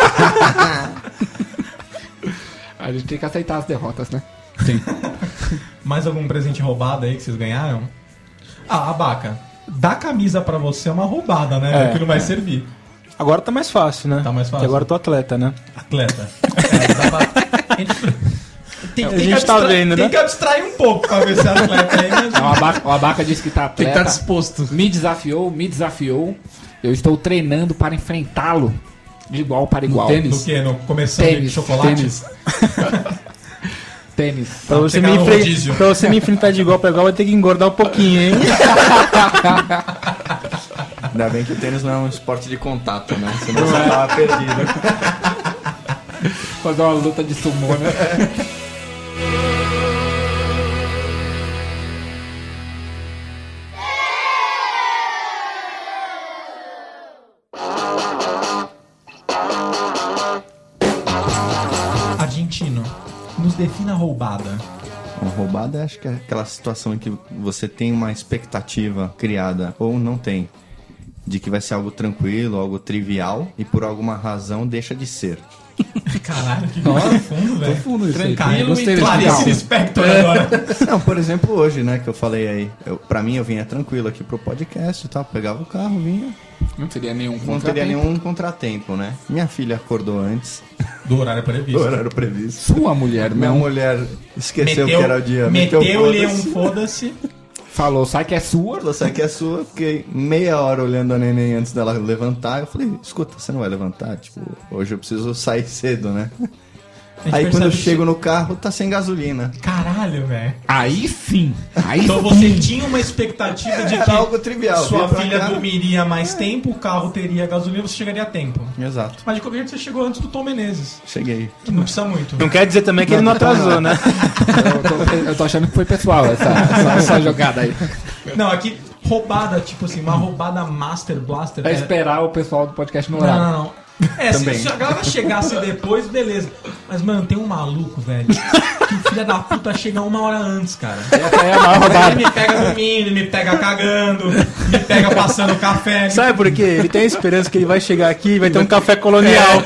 Speaker 3: A gente tem que aceitar as derrotas, né?
Speaker 2: Mais algum presente roubado aí que vocês ganharam? Ah, Abaca. Dar camisa pra você é uma roubada, né?
Speaker 5: É.
Speaker 2: Porque não vai servir.
Speaker 5: Agora tá mais fácil, né?
Speaker 2: Tá mais fácil.
Speaker 5: Porque agora eu tô atleta, né?
Speaker 2: Atleta. É, dá pra... A gente, tem,
Speaker 5: A
Speaker 2: tem
Speaker 5: gente
Speaker 2: que
Speaker 5: tá
Speaker 2: abstra-
Speaker 5: vendo,
Speaker 2: tem
Speaker 5: né?
Speaker 2: que abstrair um pouco pra ver se é atleta aí, mas...
Speaker 3: O Abaca, o Abaca disse que tá
Speaker 4: Tem que
Speaker 3: atleta.
Speaker 4: estar disposto.
Speaker 3: Me desafiou, me desafiou. Eu estou treinando para enfrentá-lo de igual para igual.
Speaker 4: tênis?
Speaker 2: Do que? No começo de
Speaker 3: Tênis,
Speaker 2: chocolate?
Speaker 3: tênis. Tênis.
Speaker 5: Pra você,
Speaker 2: chegar
Speaker 5: me
Speaker 2: no
Speaker 5: enfre...
Speaker 2: rodízio.
Speaker 5: pra você me enfrentar de igual pra igual, vai ter que engordar um pouquinho, hein?
Speaker 6: Ainda bem que o tênis não é um esporte de contato, né? Senão você tava perdido.
Speaker 3: Fazer uma luta de sumô, né?
Speaker 2: Argentino, nos defina a roubada.
Speaker 6: Uma roubada, acho que é aquela situação em que você tem uma expectativa criada, ou não tem, de que vai ser algo tranquilo, algo trivial, e por alguma razão deixa de ser.
Speaker 2: Caralho, que profundo, velho.
Speaker 4: Profundo isso aí.
Speaker 2: Tranquilo
Speaker 4: Gostei
Speaker 2: e
Speaker 4: desse
Speaker 2: Clarice
Speaker 4: final.
Speaker 2: Lispector agora.
Speaker 6: Não, por exemplo, hoje, né, que eu falei aí, eu, pra mim eu vinha tranquilo aqui pro podcast e tal, pegava o carro, vinha,
Speaker 3: Não teria nenhum
Speaker 6: não
Speaker 3: contratempo.
Speaker 6: teria nenhum contratempo, né? Minha filha acordou antes
Speaker 2: Do horário previsto.
Speaker 6: do horário previsto.
Speaker 3: Sua mulher,
Speaker 6: Minha
Speaker 3: não.
Speaker 6: mulher esqueceu que era o dia.
Speaker 2: Meteu-lhe um
Speaker 6: foda-se.
Speaker 2: foda-se.
Speaker 3: Falou, sai que é sua.
Speaker 6: Falou, sai que é sua. Fiquei meia hora olhando a neném antes dela levantar. Eu falei, escuta, você não vai levantar? Tipo, hoje eu preciso sair cedo, né?
Speaker 2: A gente
Speaker 6: Aí quando eu
Speaker 2: percebe
Speaker 6: chego no carro, tá sem gasolina.
Speaker 2: que- Caralho, velho.
Speaker 3: Aí sim. Aí
Speaker 2: Então
Speaker 3: sim.
Speaker 2: você tinha uma expectativa de
Speaker 6: Era
Speaker 2: que
Speaker 6: algo trivial.
Speaker 2: sua
Speaker 6: Vinha pra
Speaker 2: filha
Speaker 6: cá.
Speaker 2: dormiria mais tempo, o carro teria gasolina, você chegaria a tempo.
Speaker 6: Exato.
Speaker 2: Mas de qualquer jeito você chegou antes do Tom Menezes,
Speaker 6: Cheguei.
Speaker 2: que não precisa muito.
Speaker 5: Não quer dizer também que ele não atrasou, né?
Speaker 3: Eu tô, eu tô achando que foi pessoal essa, essa, essa jogada aí.
Speaker 2: Não, aqui, roubada, tipo assim, uma roubada Master Blaster.
Speaker 3: É
Speaker 2: é-
Speaker 3: esperar o pessoal do podcast no
Speaker 2: Não,
Speaker 3: horário.
Speaker 2: não, não. É, se,
Speaker 6: Também.
Speaker 2: se a galera chegasse depois, beleza. Mas, mano, tem um maluco, velho, que o filho da puta chega uma hora antes, cara.
Speaker 3: Essa é a maior
Speaker 2: Ele
Speaker 3: roubada.
Speaker 2: me pega dormindo, me pega cagando, me pega passando café.
Speaker 5: Sabe por quê? Ele tem a esperança que ele vai chegar aqui e vai ter um café colonial.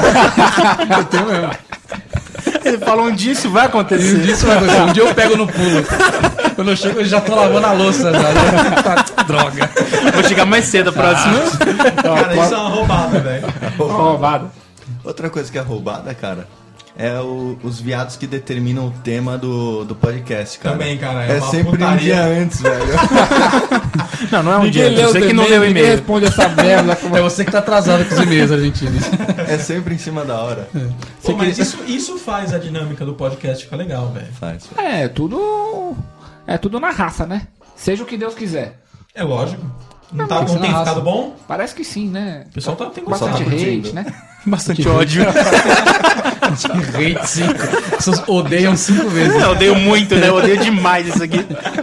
Speaker 4: Eu tenho mesmo.
Speaker 5: Ele fala, um dia isso vai acontecer.
Speaker 4: Um dia isso vai acontecer. Um dia eu pego no pulo. Quando eu chego, eu já tô lavando a louça. Já. Tá, droga.
Speaker 5: Vou chegar mais cedo a próxima.
Speaker 2: Cara, isso é uma roubada, velho.
Speaker 3: Roubada.
Speaker 6: Outra coisa que é roubada, cara, é o- os viados que determinam o tema do, do podcast, cara.
Speaker 2: Também, cara, é
Speaker 6: É,
Speaker 2: uma
Speaker 6: sempre um
Speaker 2: putaria.
Speaker 6: dia antes, velho.
Speaker 5: Não, não é um
Speaker 3: Ninguém
Speaker 5: dia.
Speaker 3: leu
Speaker 5: Você que não
Speaker 3: e-mail,
Speaker 5: leu o
Speaker 3: ninguém
Speaker 5: e-mail.
Speaker 3: responde essa merda. Como...
Speaker 4: É você que tá atrasado com os e-mails argentinos.
Speaker 6: É sempre em cima da hora.
Speaker 2: Pô, mas isso, isso faz a dinâmica do podcast ficar legal, velho.
Speaker 6: Faz.
Speaker 3: É, tudo. É tudo na raça, né? Seja o que Deus quiser.
Speaker 2: É lógico. Não, tá,
Speaker 4: tem que
Speaker 2: não
Speaker 4: ser
Speaker 2: tem
Speaker 4: na
Speaker 2: ficado
Speaker 4: raça.
Speaker 2: bom?
Speaker 3: Parece que sim, né?
Speaker 2: O pessoal tá, tem
Speaker 3: Bastante
Speaker 2: gostado.
Speaker 6: tá curtindo.
Speaker 3: hate, né?
Speaker 5: Bastante ódio.
Speaker 4: Hate cinco. Vocês odeiam cinco vezes.
Speaker 5: Eu odeio muito, né? Eu odeio demais isso aqui.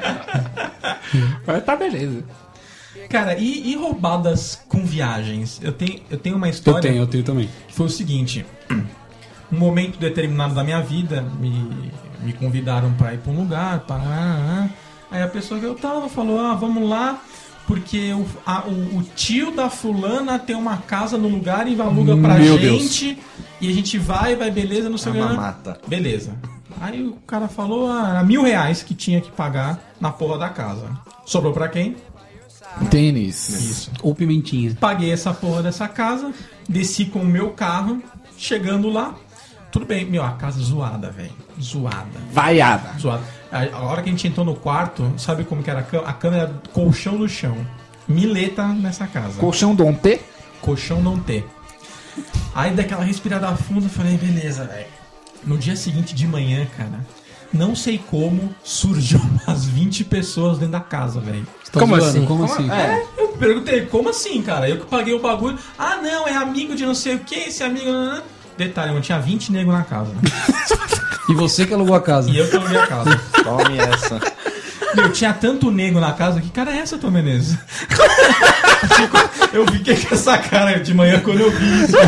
Speaker 3: Mas tá beleza.
Speaker 2: Cara, e, e roubadas com viagens? Eu tenho, eu tenho uma história
Speaker 4: Eu tenho, eu tenho também.
Speaker 2: que foi o seguinte. Um momento determinado da minha vida, me, me convidaram pra ir pra um lugar, para aí a pessoa que eu tava falou, ah, vamos lá, porque o, a- o, o tio da fulana tem uma casa no lugar e aluga pra
Speaker 4: Meu
Speaker 2: gente, e a gente vai, vai, beleza, não sei o que.
Speaker 6: Uma
Speaker 2: né?
Speaker 6: mata.
Speaker 2: Beleza. Aí o cara falou, ah, era mil reais que tinha que pagar na porra da casa. Sobrou pra quem?
Speaker 3: Tênis.
Speaker 2: Isso.
Speaker 4: Ou pimentinha.
Speaker 2: Paguei essa porra dessa casa, desci com o meu carro, chegando lá, tudo bem, meu, a casa zoada, velho, zoada,
Speaker 3: Vaiada.
Speaker 2: zoada. A, a hora que a gente entrou no quarto, sabe como que era a cama? A cama era colchão no chão, mileta nessa casa,
Speaker 3: Colchão Dontê.
Speaker 2: colchão não ter. Aí daquela respirada funda, eu falei, beleza, velho. No dia seguinte de manhã, cara, não sei como, surgiu umas vinte pessoas dentro da casa, velho.
Speaker 4: Tá
Speaker 5: Como
Speaker 4: zoando?
Speaker 5: assim?
Speaker 4: Como assim?
Speaker 3: É.
Speaker 2: Eu perguntei, como assim, cara? Eu que paguei o bagulho. Ah, não, é amigo de não sei o que, esse amigo. Detalhe, eu tinha vinte negros na casa.
Speaker 4: E você que alugou a casa.
Speaker 2: E eu que aluguei a casa.
Speaker 6: Tome essa.
Speaker 2: Meu, tinha tanto nego na casa. Que cara é essa, Tom Menezes? Eu fiquei com essa cara de manhã quando eu vi isso.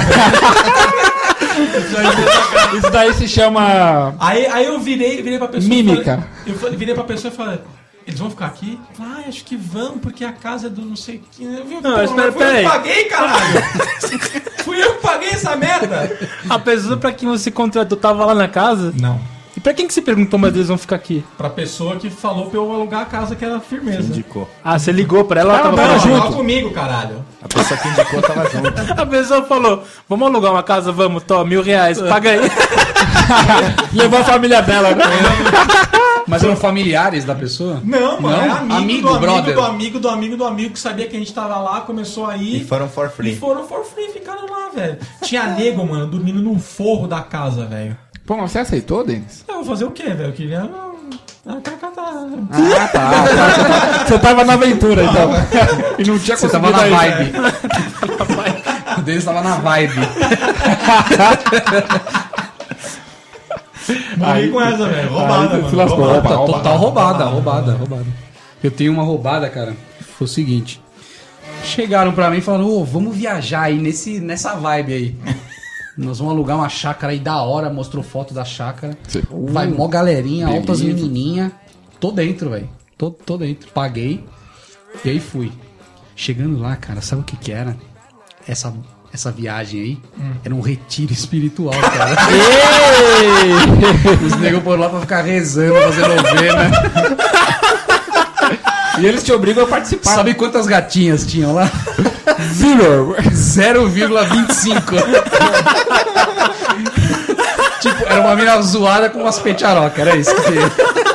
Speaker 3: Isso daí se chama.
Speaker 2: Aí, aí eu virei, virei pra pessoa.
Speaker 3: Mímica.
Speaker 2: e falei- eu falei- virei pra pessoa e falei. Eles vão ficar aqui? Ah, acho que vão, porque a casa é do não sei o que. Eu vi,
Speaker 5: Não,
Speaker 2: porra,
Speaker 5: espera,
Speaker 2: mas fui eu
Speaker 5: pera
Speaker 2: que
Speaker 5: aí.
Speaker 2: paguei, caralho! Fui eu que paguei essa merda!
Speaker 5: A pessoa pra quem você contratou tava lá na casa?
Speaker 2: Não.
Speaker 5: E pra quem que você perguntou, mas eles vão ficar aqui?
Speaker 2: Pra pessoa que falou pra eu alugar a casa que era firmeza.
Speaker 6: Indicou.
Speaker 5: Ah, você ligou pra ela, ela tava
Speaker 3: Não,
Speaker 2: Não,
Speaker 5: falando
Speaker 3: junto.
Speaker 2: fala comigo, caralho.
Speaker 6: A pessoa que indicou tava junto.
Speaker 5: A pessoa falou, vamos alugar uma casa, vamos, tó, mil reais, paga aí.
Speaker 3: Levou a família dela, né?
Speaker 4: Mas eram familiares da pessoa?
Speaker 2: Não, mano,
Speaker 4: Não?
Speaker 2: é amigo,
Speaker 4: Amigo,
Speaker 2: do amigo,
Speaker 4: brother.
Speaker 2: do amigo, do amigo, do amigo que sabia que a gente tava lá, começou a ir.
Speaker 6: E foram for
Speaker 2: E
Speaker 6: free.
Speaker 2: foram for free, ficaram lá, velho. Tinha nego, mano, dormindo no forro da casa, velho.
Speaker 3: Pô, mas você aceitou, Denis?
Speaker 2: Eu vou fazer o quê, velho? Eu queria... Ah, tá, tá, tá.
Speaker 3: Ah, tá, tá. Você tava na aventura, então. E não tinha
Speaker 4: Você
Speaker 3: conseguido
Speaker 4: tava na
Speaker 3: aí,
Speaker 4: vibe. O Denis tava na vibe.
Speaker 2: Morri com essa, velho. Roubada,
Speaker 3: Aí,
Speaker 2: mano.
Speaker 3: se lascou.
Speaker 2: Roubada.
Speaker 3: Rouba, rouba.
Speaker 4: Total roubada, roubada, roubada. Eu tenho uma roubada, cara. Foi o seguinte. Chegaram pra mim e falaram, ô, vamos viajar aí nesse, nessa vibe aí. Nós vamos alugar uma chácara aí da hora, mostrou foto da chácara.
Speaker 3: Sim.
Speaker 4: Vai mó galerinha,
Speaker 3: beleza.
Speaker 4: altas menininha. Tô dentro, velho. Tô, tô dentro. Paguei. E aí fui. Chegando lá, cara, sabe o que que era? Essa, essa viagem aí era um retiro espiritual, cara. Os negros foram lá pra ficar rezando, fazendo novena.
Speaker 3: E eles te obrigam a participar.
Speaker 4: Sabe quantas gatinhas tinham lá?
Speaker 3: Zero.
Speaker 4: zero vírgula vinte e cinco. Tipo, era uma mina zoada com umas petiarocas, era isso que tinha.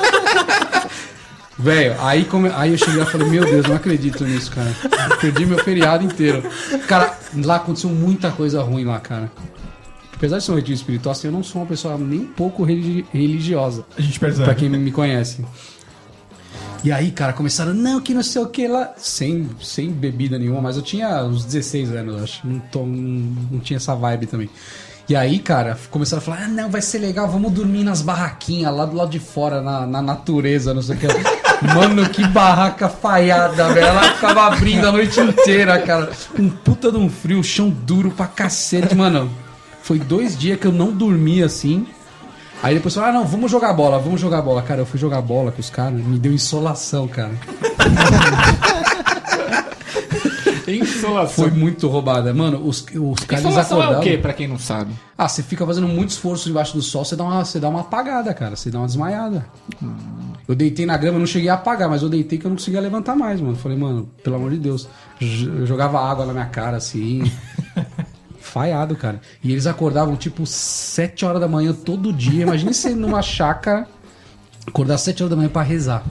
Speaker 4: Velho, aí, come... aí eu cheguei lá e falei, meu Deus, não acredito nisso, cara. Eu perdi meu feriado inteiro. Cara, lá aconteceu muita coisa ruim lá, cara. Apesar de ser um retiro espiritual, assim, eu não sou uma pessoa nem um pouco religi- religiosa.
Speaker 2: A gente percebe.
Speaker 4: Pra quem me conhece. E aí, cara, começaram, não, que não sei o que lá. Sem, sem bebida nenhuma, mas eu tinha uns dezesseis anos, acho. Não, tô, não, não tinha essa vibe também. E aí, cara, começaram a falar, ah, não, vai ser legal, vamos dormir nas barraquinhas lá do lado de fora, na, na natureza, não sei o que. Mano, que barraca falhada, velho. Ela ficava abrindo a noite inteira, cara. Um puta de um frio, chão duro pra cacete, mano. Foi dois dias que eu não dormi assim. Aí depois falaram, ah, não, vamos jogar bola, vamos jogar bola. Cara, eu fui jogar bola com os caras, me deu insolação, cara.
Speaker 3: Insolação.
Speaker 4: Foi muito roubada. Mano, os, os caras
Speaker 3: Insolação é
Speaker 4: acordavam.
Speaker 3: o quê, pra quem não sabe?
Speaker 4: Ah, você fica fazendo muito esforço debaixo do sol, você dá uma, você dá uma apagada, cara. Você dá uma desmaiada. Eu deitei na grama, eu não cheguei a apagar, mas eu deitei que eu não conseguia levantar mais, mano. Falei, mano, pelo amor de Deus. Eu jogava água na minha cara, assim. Falhado, cara. E eles acordavam, tipo, sete horas da manhã todo dia. Imagina você numa chácara, acordar sete horas da manhã pra rezar.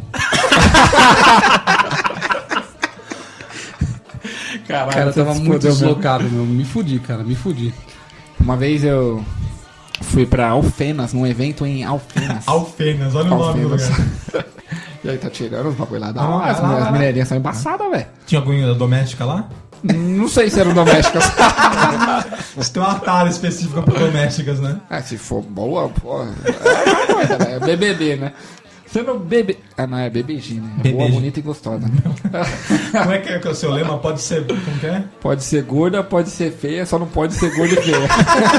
Speaker 3: Caralho,
Speaker 4: Cara, eu tava
Speaker 3: você se
Speaker 4: muito
Speaker 3: fodeu mesmo.
Speaker 4: deslocado, meu. Me fudi, cara, me fudi.
Speaker 3: Uma vez eu fui pra Alfenas, num evento em Alfenas.
Speaker 2: Alfenas, olha o nome do
Speaker 3: Alfenas.
Speaker 2: lugar.
Speaker 3: E aí tá tirando os bagulho lá da
Speaker 2: Ah,
Speaker 3: hora. As,
Speaker 2: lá, lá,
Speaker 3: as
Speaker 2: lá.
Speaker 3: mineirinhas são embaçadas, velho.
Speaker 2: Tinha alguma doméstica lá?
Speaker 3: Não sei se eram domésticas.
Speaker 2: Você tem uma tara específica pra domésticas, né?
Speaker 3: Ah, se for boa, pô. É uma coisa, né? É B B B, né? Você não bebe. Ah, não, é B B G, né? É
Speaker 2: B B G.
Speaker 3: boa, bonita e gostosa.
Speaker 2: Como é que é que é o seu lema? Pode ser. Como que é?
Speaker 3: Pode ser gorda, pode ser feia, só não pode ser gorda e feia.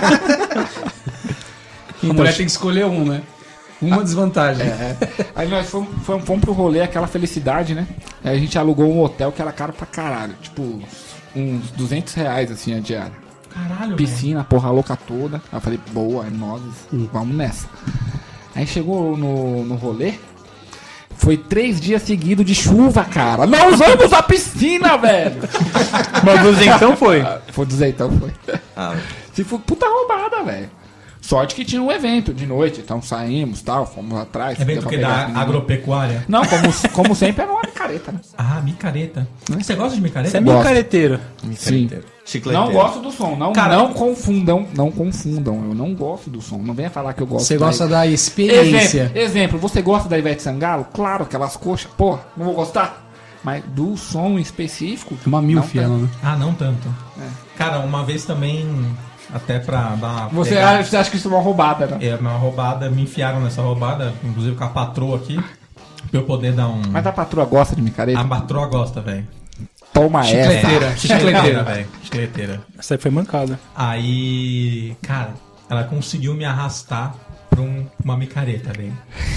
Speaker 4: A mulher tem que escolher um, né? Uma desvantagem.
Speaker 3: É. Aí nós fomos, fomos, fomos pro rolê, aquela felicidade, né? Aí a gente alugou um hotel que era caro pra caralho. Tipo, uns duzentos reais assim a diária.
Speaker 2: Caralho, velho.
Speaker 3: Piscina, porra louca toda. Aí eu falei, boa, é nós, vamos nessa. Aí chegou no, no rolê, foi três dias seguidos de chuva, cara. Não usamos a piscina, velho!
Speaker 5: Mas o duzentão foi.
Speaker 3: Foi duzeitão, foi.
Speaker 6: Ah,
Speaker 3: Se foi puta roubada, velho. Sorte que tinha um evento de noite, então saímos tal, fomos atrás.
Speaker 2: Evento
Speaker 3: deu pra
Speaker 2: que
Speaker 3: pegar as
Speaker 2: da
Speaker 3: meninas.
Speaker 2: agropecuária?
Speaker 3: Não, como, como sempre era uma micareta, né?
Speaker 2: Ah, micareta. Você gosta de micareta?
Speaker 5: Você é
Speaker 3: Gosto.
Speaker 5: micareteiro.
Speaker 3: Sim.
Speaker 6: chicleteiro.
Speaker 3: Não gosto do som, não,
Speaker 2: Cara,
Speaker 3: não confundam, não confundam. Eu não gosto do som. Não venha falar que eu gosto.
Speaker 4: Você gosta
Speaker 3: da
Speaker 4: da experiência.
Speaker 3: Exemplo, exemplo, você gosta da Ivete Sangalo? Claro, aquelas coxas, porra, não vou gostar. Mas do som específico.
Speaker 4: Uma milf,
Speaker 3: não
Speaker 4: ela,
Speaker 3: tem.
Speaker 4: né?
Speaker 2: Ah, não tanto.
Speaker 3: É.
Speaker 2: Cara, uma vez também, até pra dar uma...
Speaker 3: Você
Speaker 2: pegada-
Speaker 3: acha, você acha que isso é uma roubada, né?
Speaker 2: É, uma roubada, me enfiaram nessa roubada, inclusive com a patroa aqui, pra eu poder dar um...
Speaker 3: Mas a patroa gosta de micareta?
Speaker 2: A patroa gosta, velho.
Speaker 3: Toma
Speaker 4: Chicleteira.
Speaker 3: essa.
Speaker 2: Chicleteira, velho. Chicleteira.
Speaker 5: Essa aí foi mancada.
Speaker 2: Aí, cara, ela conseguiu me arrastar pra um- uma micareta, velho.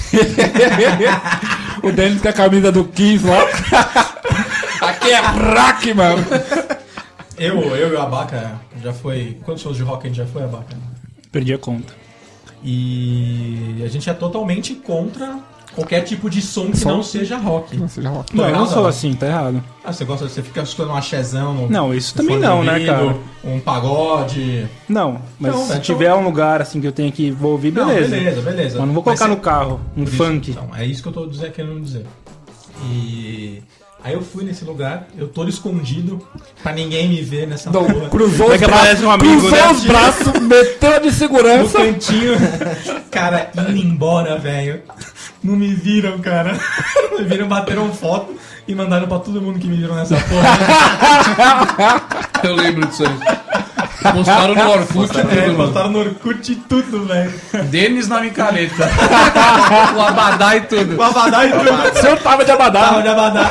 Speaker 3: O Denis com a camisa do Kiss lá. Aqui é rock, mano.
Speaker 2: Eu, eu e o Abaca já foi... Quantos shows de rock a gente já foi, Abaca?
Speaker 5: Perdi a conta.
Speaker 2: E a gente é totalmente contra qualquer tipo de som que
Speaker 3: Som?
Speaker 2: não seja rock.
Speaker 3: Você já rock.
Speaker 5: Não, eu não
Speaker 2: errado,
Speaker 5: sou
Speaker 2: não.
Speaker 5: assim, tá errado.
Speaker 2: Ah, você gosta, você fica escutando um axézão no
Speaker 5: Não, isso
Speaker 2: no
Speaker 5: também
Speaker 2: fone de
Speaker 5: não, né,
Speaker 2: ouvido,
Speaker 5: cara?
Speaker 2: Um pagode.
Speaker 5: Não, mas
Speaker 2: Não,
Speaker 5: se
Speaker 2: então-
Speaker 5: tiver um lugar assim que eu tenho que vou ouvir,
Speaker 2: Não,
Speaker 5: beleza.
Speaker 2: beleza, beleza.
Speaker 5: Mas não vou colocar
Speaker 2: Mas
Speaker 5: no carro um
Speaker 2: Por isso,
Speaker 5: funk.
Speaker 2: Então, é isso que eu tô dizer, querendo dizer. E Aí eu fui nesse lugar, eu todo escondido, pra ninguém me ver nessa
Speaker 3: Não,
Speaker 2: porra.
Speaker 3: cruzou
Speaker 5: É
Speaker 3: os
Speaker 5: que aparece
Speaker 3: braços,
Speaker 5: um amigo,
Speaker 3: cruzou
Speaker 5: né?
Speaker 3: os braços, meteu de
Speaker 2: No
Speaker 3: segurança.
Speaker 2: cantinho. Cara, indo embora, velho. Não me viram, cara. Me viram, bateram foto e mandaram pra todo mundo que me viram nessa porra.
Speaker 4: Eu lembro disso aí. Postaram no Orkut
Speaker 2: É,
Speaker 4: tudo, mano.
Speaker 2: botaram no Orkut e tudo, velho.
Speaker 4: Denis na micareta. O abadá e tudo.
Speaker 2: O Abadá e tudo.
Speaker 3: O senhor tava de abadá.
Speaker 2: Tava de Abadá.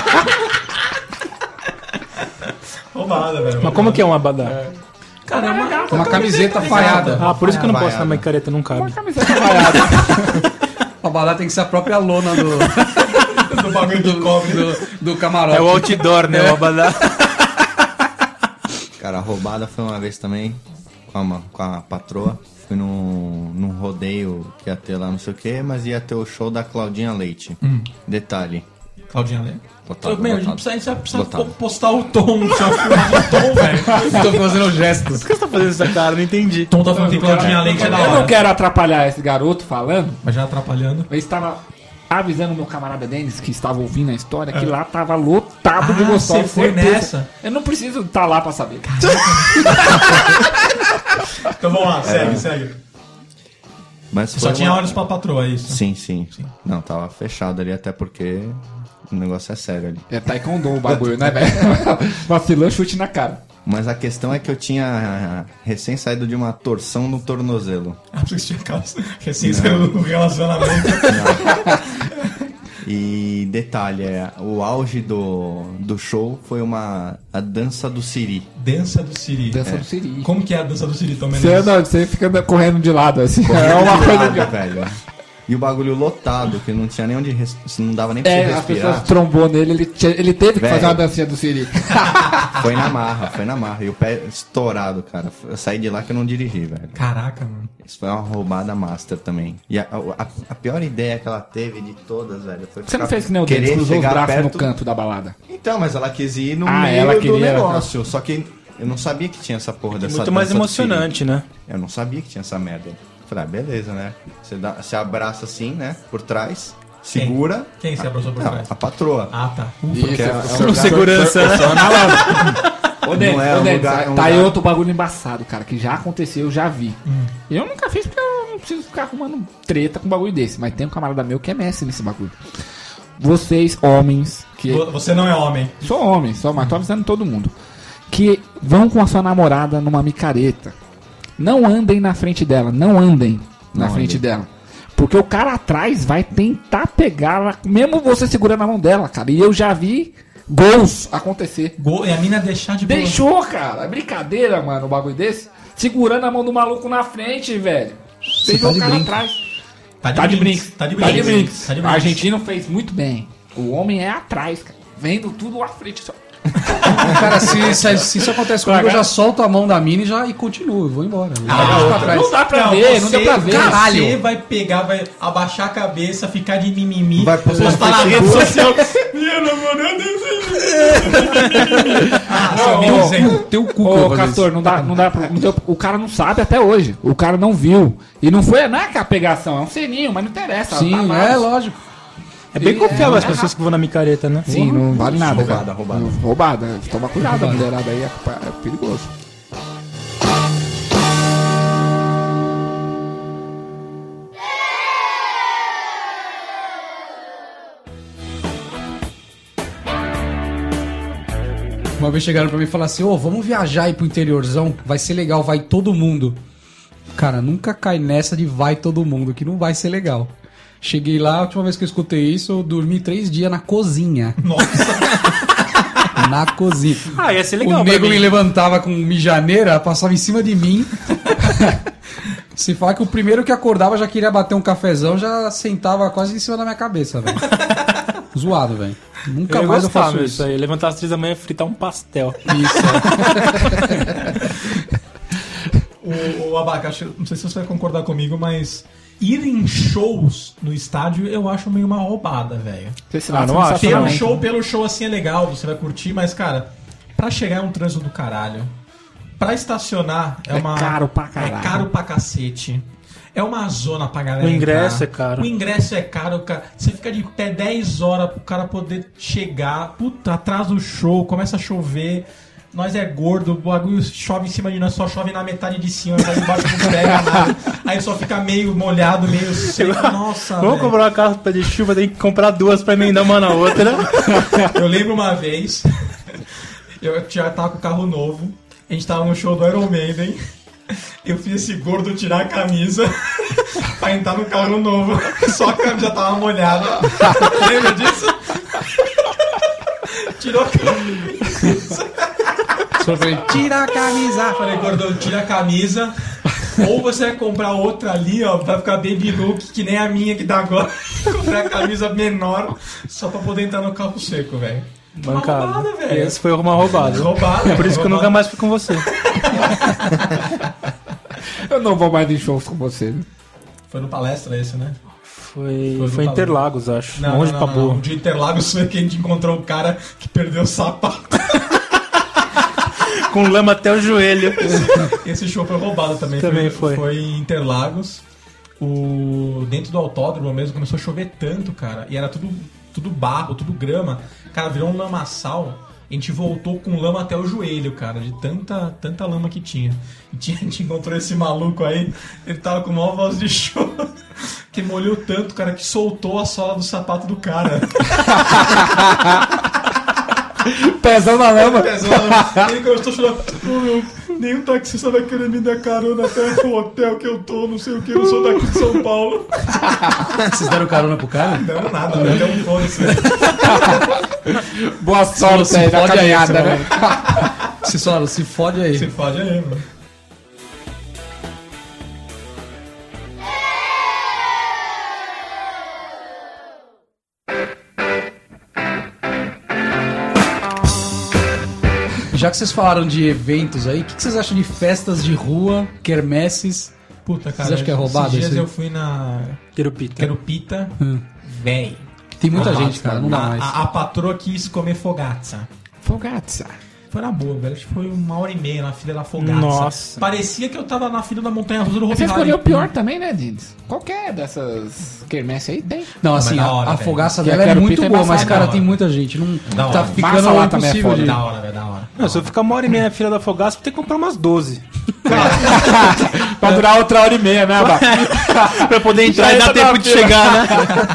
Speaker 2: Roubada, velho.
Speaker 5: Mas como que é um abadá?
Speaker 2: Cara, é uma,
Speaker 4: Uma camiseta falhada.
Speaker 5: Ah, por isso que eu não posso
Speaker 6: Vaiado.
Speaker 5: na micareta, não cabe.
Speaker 3: Uma camiseta vaiada.
Speaker 4: O abadá tem que ser a própria lona do,
Speaker 2: do bagulho de cobre.
Speaker 4: do, do camarote.
Speaker 5: É o outdoor, né? O abadá.
Speaker 6: Cara, a roubada foi uma vez também com a, ma- com a patroa. Fui num, num rodeio que ia ter lá não sei o que, mas ia ter o show da Claudinha Leite. Detalhe.
Speaker 2: Claudinha Lê.
Speaker 6: Lotado,
Speaker 2: Meu, a gente
Speaker 6: lotado.
Speaker 2: precisa, a gente precisa
Speaker 6: Lotado.
Speaker 2: postar o Tom, só filmar o Tom, velho.
Speaker 4: Tô fazendo gestos.
Speaker 5: Por que você tá fazendo essa cara? Não entendi.
Speaker 2: Tom tá falando que Claudinha Leite é da
Speaker 3: Eu não
Speaker 2: hora.
Speaker 3: quero atrapalhar esse garoto falando.
Speaker 2: Mas já atrapalhando.
Speaker 3: Eu estava avisando meu camarada Denis, que estava ouvindo a história, que lá tava lotado de
Speaker 2: Ah,
Speaker 3: gostosos.
Speaker 2: você foi
Speaker 3: certeza.
Speaker 2: nessa?
Speaker 3: Eu não preciso estar lá pra saber.
Speaker 2: Então vamos lá, segue, segue.
Speaker 6: Mas
Speaker 2: Só
Speaker 6: foi
Speaker 2: tinha
Speaker 6: uma-
Speaker 2: horas pra patroa, é isso?
Speaker 6: Sim, sim, Não, tava fechado ali, até porque o negócio é sério ali.
Speaker 3: É taekwondo o bagulho, né, velho? Vacilou, chute na cara.
Speaker 6: Mas a questão é que eu tinha recém saído de uma torção no tornozelo.
Speaker 2: Ah, porque tinha calça. Recém saiu do relacionamento.
Speaker 6: E detalhe, é, o auge do, do show foi uma a dança do Siri.
Speaker 2: Dança do Siri.
Speaker 3: Dança do Siri.
Speaker 2: Como que é a dança do Siri, Tom
Speaker 3: Você,
Speaker 2: Menezes?
Speaker 3: não, você fica correndo de lado, assim.
Speaker 6: Correndo
Speaker 3: é uma
Speaker 6: de
Speaker 3: coisa
Speaker 6: lado,
Speaker 3: de...
Speaker 6: velho. E o bagulho lotado, que não tinha nem onde res... não dava nem pra você
Speaker 3: É, as
Speaker 6: respirar.
Speaker 3: pessoas trombou nele, ele, tinha- ele teve que
Speaker 6: Velho.
Speaker 3: fazer uma dancinha do Siri.
Speaker 6: Foi na marra, foi na marra. E o pé estourado, cara. Eu saí de lá que eu não dirigi, velho.
Speaker 2: Caraca, mano.
Speaker 6: Isso foi uma roubada master também. E a, a, a pior ideia que ela teve de todas, velho, foi
Speaker 3: Você não
Speaker 6: ficar-
Speaker 3: fez que nem o
Speaker 6: querer
Speaker 3: Denis, cruzou os
Speaker 6: chegar
Speaker 3: braços no
Speaker 6: perto-
Speaker 3: canto da balada.
Speaker 6: Então, mas ela quis ir no
Speaker 3: Ah,
Speaker 6: meio
Speaker 3: ela
Speaker 6: do
Speaker 3: queria-
Speaker 6: negócio. Só que eu não sabia que tinha essa porra dessa
Speaker 5: Muito mais
Speaker 6: dança do Siri.
Speaker 5: emocionante, né?
Speaker 6: Eu não sabia que tinha essa merda. Falei, ah, beleza, né? Você, dá, você abraça assim, né? Por trás,
Speaker 2: Quem?
Speaker 6: segura.
Speaker 2: Quem se abraçou por
Speaker 6: Não,
Speaker 2: trás?
Speaker 6: a patroa.
Speaker 2: Ah, tá.
Speaker 6: Porque é, é um
Speaker 5: Com
Speaker 6: lugar-
Speaker 5: segurança, né?
Speaker 3: Ô, Denis,
Speaker 6: Não é
Speaker 3: ô,
Speaker 6: um
Speaker 3: Denis,
Speaker 6: lugar- é um
Speaker 3: tá aí
Speaker 6: lugar-
Speaker 3: outro bagulho embaçado, cara, que já aconteceu, eu já vi.
Speaker 2: Hum.
Speaker 3: Eu nunca fiz porque eu não preciso ficar arrumando treta com um bagulho desse, mas tem um camarada meu que é mestre nesse bagulho. Vocês, homens, que...
Speaker 2: Vo- Você não é homem.
Speaker 3: Sou homem, só, mas tô avisando todo mundo. Que vão com a sua namorada numa micareta. Não andem na frente dela, não andem na
Speaker 6: Não
Speaker 3: frente
Speaker 6: andem.
Speaker 3: dela. Porque o cara atrás vai tentar pegá-la, mesmo você segurando a mão dela, cara. E eu já vi gols acontecer.
Speaker 2: Go- E a mina deixar de...
Speaker 3: Deixou, cara. É brincadeira, mano, um bagulho desse. Segurando a mão do maluco na frente, velho. Beijou
Speaker 4: tá de
Speaker 3: o cara
Speaker 4: brinco.
Speaker 3: atrás.
Speaker 2: Tá de,
Speaker 3: Tá de
Speaker 2: brinks.
Speaker 3: brinco.
Speaker 2: Tá de
Speaker 3: Tá de
Speaker 2: brinks.
Speaker 3: brinco.
Speaker 2: Tá de
Speaker 3: O
Speaker 2: brinks.
Speaker 3: argentino fez muito bem. O homem é atrás, cara. Vendo tudo à frente. Só.
Speaker 4: Cara, se, se- se isso acontece comigo, eu já solto a mão da mina e, já, e continuo, eu vou embora. Eu
Speaker 2: Ah,
Speaker 4: deixo pra trás.
Speaker 3: Não dá pra
Speaker 2: Não,
Speaker 3: ver,
Speaker 2: você,
Speaker 3: não deu pra ver.
Speaker 4: Caralho.
Speaker 2: Você vai pegar, vai abaixar a cabeça, ficar de mimimi,
Speaker 6: Vai postar
Speaker 2: postar
Speaker 6: no
Speaker 2: na rede
Speaker 6: Facebook.
Speaker 2: social. Minha namorada Ah,
Speaker 3: Não,
Speaker 2: seu
Speaker 3: ô,
Speaker 2: mimizento.
Speaker 4: Teu cu, que eu
Speaker 3: Ô,
Speaker 4: vou fazer
Speaker 3: Castor,
Speaker 4: isso.
Speaker 3: não dá, não dá pra, não deu- o cara não sabe até hoje. O cara não viu. E não foi, não é que a pegação, é um seninho, mas não interessa.
Speaker 4: Sim,
Speaker 3: tá
Speaker 4: é
Speaker 3: vários.
Speaker 4: lógico.
Speaker 5: É bem
Speaker 3: Ele
Speaker 5: confiável
Speaker 3: é-
Speaker 5: as pessoas que vão na micareta, né?
Speaker 3: Sim, não vale nada.
Speaker 6: Roubada,
Speaker 3: cara.
Speaker 6: roubada.
Speaker 3: Não, roubada. Toma cuidado, a mulherada aí é, é perigoso.
Speaker 4: Uma vez chegaram pra mim e falaram assim, ô, vamos viajar aí pro interiorzão, vai ser legal, vai todo mundo. Cara, nunca cai nessa de vai todo mundo, que não vai ser legal. Cheguei lá, a última vez que eu escutei isso, eu dormi três dias na cozinha.
Speaker 2: Nossa,
Speaker 4: Na cozinha.
Speaker 5: Ah, ia ser legal
Speaker 4: O
Speaker 5: pra
Speaker 4: nego
Speaker 5: mim.
Speaker 4: me levantava com mijaneira, passava em cima de mim. Se falar que o primeiro que acordava já queria bater um cafezão, já sentava quase em cima da minha cabeça, velho. Zoado, velho. Nunca
Speaker 5: Eu ia
Speaker 4: mais eu
Speaker 5: gostar
Speaker 4: faço
Speaker 5: meu,
Speaker 4: isso.
Speaker 5: isso aí. Levantar às três da manhã e fritar um pastel.
Speaker 4: Isso, é.
Speaker 2: o, o Abacaxi, não sei se você vai concordar comigo, mas ir em shows no estádio eu acho meio uma roubada, velho.
Speaker 3: Esse
Speaker 5: Ah,
Speaker 3: lado
Speaker 5: não acho,
Speaker 2: Pelo
Speaker 5: Exatamente.
Speaker 2: show, pelo show assim é legal, você vai curtir, mas cara, pra chegar é um trânsito do caralho. Pra estacionar é,
Speaker 3: É
Speaker 2: uma.
Speaker 3: caro pra caralho.
Speaker 2: É caro pra cacete. É uma zona pra galera
Speaker 5: O ingresso
Speaker 2: entrar.
Speaker 5: é caro.
Speaker 2: O ingresso é caro, cara. Você fica de pé dez horas pro cara poder chegar. Puta, atrás do show, começa a chover. Nós é gordo, o bagulho chove em cima de nós, só chove na metade de cima, mas embaixo não pega nada. Aí só fica meio molhado, meio seco. Nossa,
Speaker 5: Vamos
Speaker 2: velho.
Speaker 5: comprar uma capa de chuva, tem que comprar duas pra emendar uma na outra.
Speaker 2: Eu lembro uma vez, eu já tava com o carro novo, a gente tava no show do Iron Maiden, eu fiz esse gordo tirar a camisa pra entrar no carro novo, só a camisa tava molhada. Lembra disso? Tirou a camisa.
Speaker 4: Tira a camisa.
Speaker 2: Falei, gordão, tira a camisa. Ou você vai comprar outra ali, ó, vai ficar baby look, que nem a minha que tá agora. Comprar a camisa menor, só pra poder entrar no carro seco, velho. Uma
Speaker 5: Bancada.
Speaker 2: roubada, velho.
Speaker 5: Esse foi uma roubada.
Speaker 2: Roubada.
Speaker 5: É por isso que eu nunca mais fui com você.
Speaker 3: Eu não vou mais em shows com você.
Speaker 2: Foi no palestra esse, né?
Speaker 5: Foi,
Speaker 2: Foi
Speaker 5: foi
Speaker 2: no
Speaker 5: Interlagos, acho.
Speaker 2: Não,
Speaker 5: Longe
Speaker 2: não,
Speaker 5: pra
Speaker 2: não, não.
Speaker 5: burro.
Speaker 2: O de Interlagos foi que a gente encontrou o cara que perdeu o sapato.
Speaker 5: Com lama até o joelho.
Speaker 2: Esse show foi roubado também.
Speaker 5: Também foi.
Speaker 2: Foi em Interlagos. O... Dentro do autódromo mesmo começou a chover tanto, cara. E era tudo, tudo barro, tudo grama. Cara, virou um lamaçal. A gente voltou com lama até o joelho, cara. De tanta, tanta lama que tinha. E tinha, a gente encontrou esse maluco aí. Ele tava com maior voz de choro. Que molhou tanto, cara, que soltou a sola do sapato do cara.
Speaker 3: Pesão na lama.
Speaker 2: Pesado. Ele começou a chorar. "Ô, meu, nenhum taxista vai querer me dar carona até o hotel que eu tô, não sei o que, eu sou daqui de São Paulo."
Speaker 4: Vocês deram carona pro cara?
Speaker 2: Não, nada, até um fone.
Speaker 3: Boa sorte
Speaker 4: Se
Speaker 3: aí na
Speaker 4: fode aí,
Speaker 3: caminhada,
Speaker 4: seu
Speaker 3: né?
Speaker 4: Vocês falaram, se fode aí.
Speaker 2: Você fode aí, mano.
Speaker 4: Já que vocês falaram de eventos aí, o que, que vocês acham de festas de rua, quermesses?
Speaker 2: Puta, cara.
Speaker 4: Vocês acham que é roubado
Speaker 2: Esses dias
Speaker 4: isso aí?
Speaker 2: eu fui na
Speaker 5: Querupita.
Speaker 2: Querupita. Véi.
Speaker 4: Tem muita
Speaker 2: Roubado,
Speaker 4: gente, cara, não dá
Speaker 2: a,
Speaker 4: mais.
Speaker 2: a, a patroa quis comer fogatza.
Speaker 3: Fogatza.
Speaker 2: Foi na boa, velho. Acho que foi uma hora e meia na fila da fogatza.
Speaker 5: Nossa.
Speaker 2: Parecia que eu tava na fila da montanha russa do Hopi
Speaker 3: Você
Speaker 2: Hari.
Speaker 3: escolheu o pior também, né, Dins? Qualquer dessas quermesses aí tem.
Speaker 4: Não, assim,
Speaker 2: mas
Speaker 4: a,
Speaker 2: da hora,
Speaker 4: a
Speaker 2: velho.
Speaker 4: fogaça
Speaker 3: Que
Speaker 4: dela
Speaker 3: a
Speaker 4: é
Speaker 3: Quero
Speaker 4: muito
Speaker 3: Pita é
Speaker 4: boa, mas,
Speaker 2: embaçada,
Speaker 4: cara,
Speaker 2: da
Speaker 4: tem
Speaker 2: hora.
Speaker 4: muita gente. Não
Speaker 2: Da
Speaker 4: tá
Speaker 2: hora.
Speaker 4: ficando
Speaker 3: Massa lá também é
Speaker 4: impossível
Speaker 3: foda.
Speaker 4: de...
Speaker 2: Da hora, velho, da hora.
Speaker 5: Não, se eu ficar uma hora e meia na fila da Fogaça, vou ter que comprar umas doze.
Speaker 3: Pra durar outra hora e meia, né, Abá?
Speaker 5: Pra poder entrar
Speaker 3: Já
Speaker 5: e dar
Speaker 3: entra
Speaker 5: tempo
Speaker 3: na
Speaker 5: de
Speaker 3: fila.
Speaker 5: chegar, né?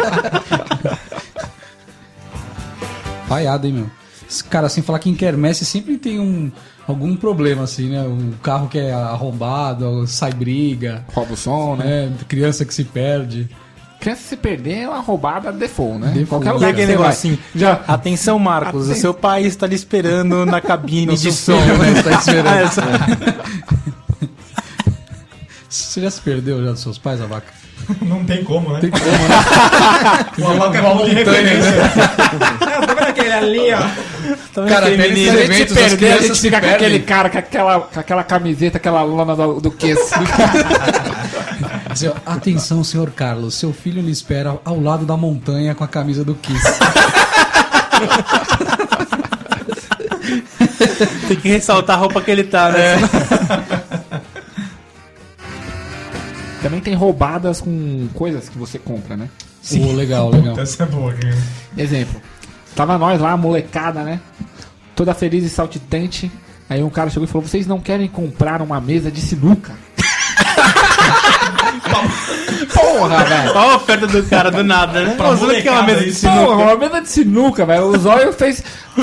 Speaker 4: Paiado, hein, meu? Esse cara, assim, falar que em quermesse sempre tem um, algum problema, assim, né? Um carro que é arrombado, sai briga,
Speaker 3: Rouba o som, né?
Speaker 4: né? Criança que se perde.
Speaker 3: Criança se perder é uma roubada default, né?
Speaker 4: Default.
Speaker 3: Qualquer
Speaker 5: E
Speaker 3: lugar que
Speaker 5: aquele
Speaker 3: você
Speaker 5: negócio
Speaker 3: vai.
Speaker 5: assim,
Speaker 3: Já.
Speaker 5: atenção Marcos,
Speaker 3: Aten-
Speaker 5: o seu pai está lhe esperando na cabine
Speaker 4: No
Speaker 5: de
Speaker 4: seu
Speaker 5: som.
Speaker 4: filho, né? Tá esperando.
Speaker 5: É, essa-
Speaker 4: Você já se perdeu já dos seus pais, a vaca?
Speaker 2: Não tem como, né?
Speaker 4: Tem como, né?
Speaker 2: O Abaca é ponto de referência. Eu tô vendo aquele ali, ó.
Speaker 5: Tá vendo
Speaker 4: Cara,
Speaker 5: aquele
Speaker 4: tem
Speaker 5: menino?
Speaker 3: Se a
Speaker 4: esses
Speaker 3: gente
Speaker 4: eventos, as
Speaker 3: perder, a
Speaker 4: crianças
Speaker 3: gente
Speaker 4: se
Speaker 3: fica com
Speaker 4: perdem.
Speaker 3: aquele cara, com aquela, com aquela camiseta, aquela lona do, do Kiss.
Speaker 4: Assim, ó, atenção, senhor Carlos, seu filho lhe espera ao lado da montanha com a camisa do Kiss.
Speaker 5: Tem que ressaltar a roupa que ele tá, né?
Speaker 3: Também tem roubadas com coisas que você compra, né?
Speaker 4: Pô, legal, legal.
Speaker 2: Essa é boa, cara.
Speaker 3: Exemplo, tava nós lá, molecada, né? Toda feliz e saltitante. Aí um cara chegou e falou: vocês não querem comprar uma mesa de sinuca? Porra, velho!
Speaker 5: Olha a oferta do cara do nada, né?
Speaker 2: Pra
Speaker 5: Pô, você não quer uma
Speaker 2: molecada
Speaker 5: mesa de
Speaker 2: isso.
Speaker 5: sinuca?
Speaker 3: Porra, uma mesa de sinuca, velho. O zóio fez.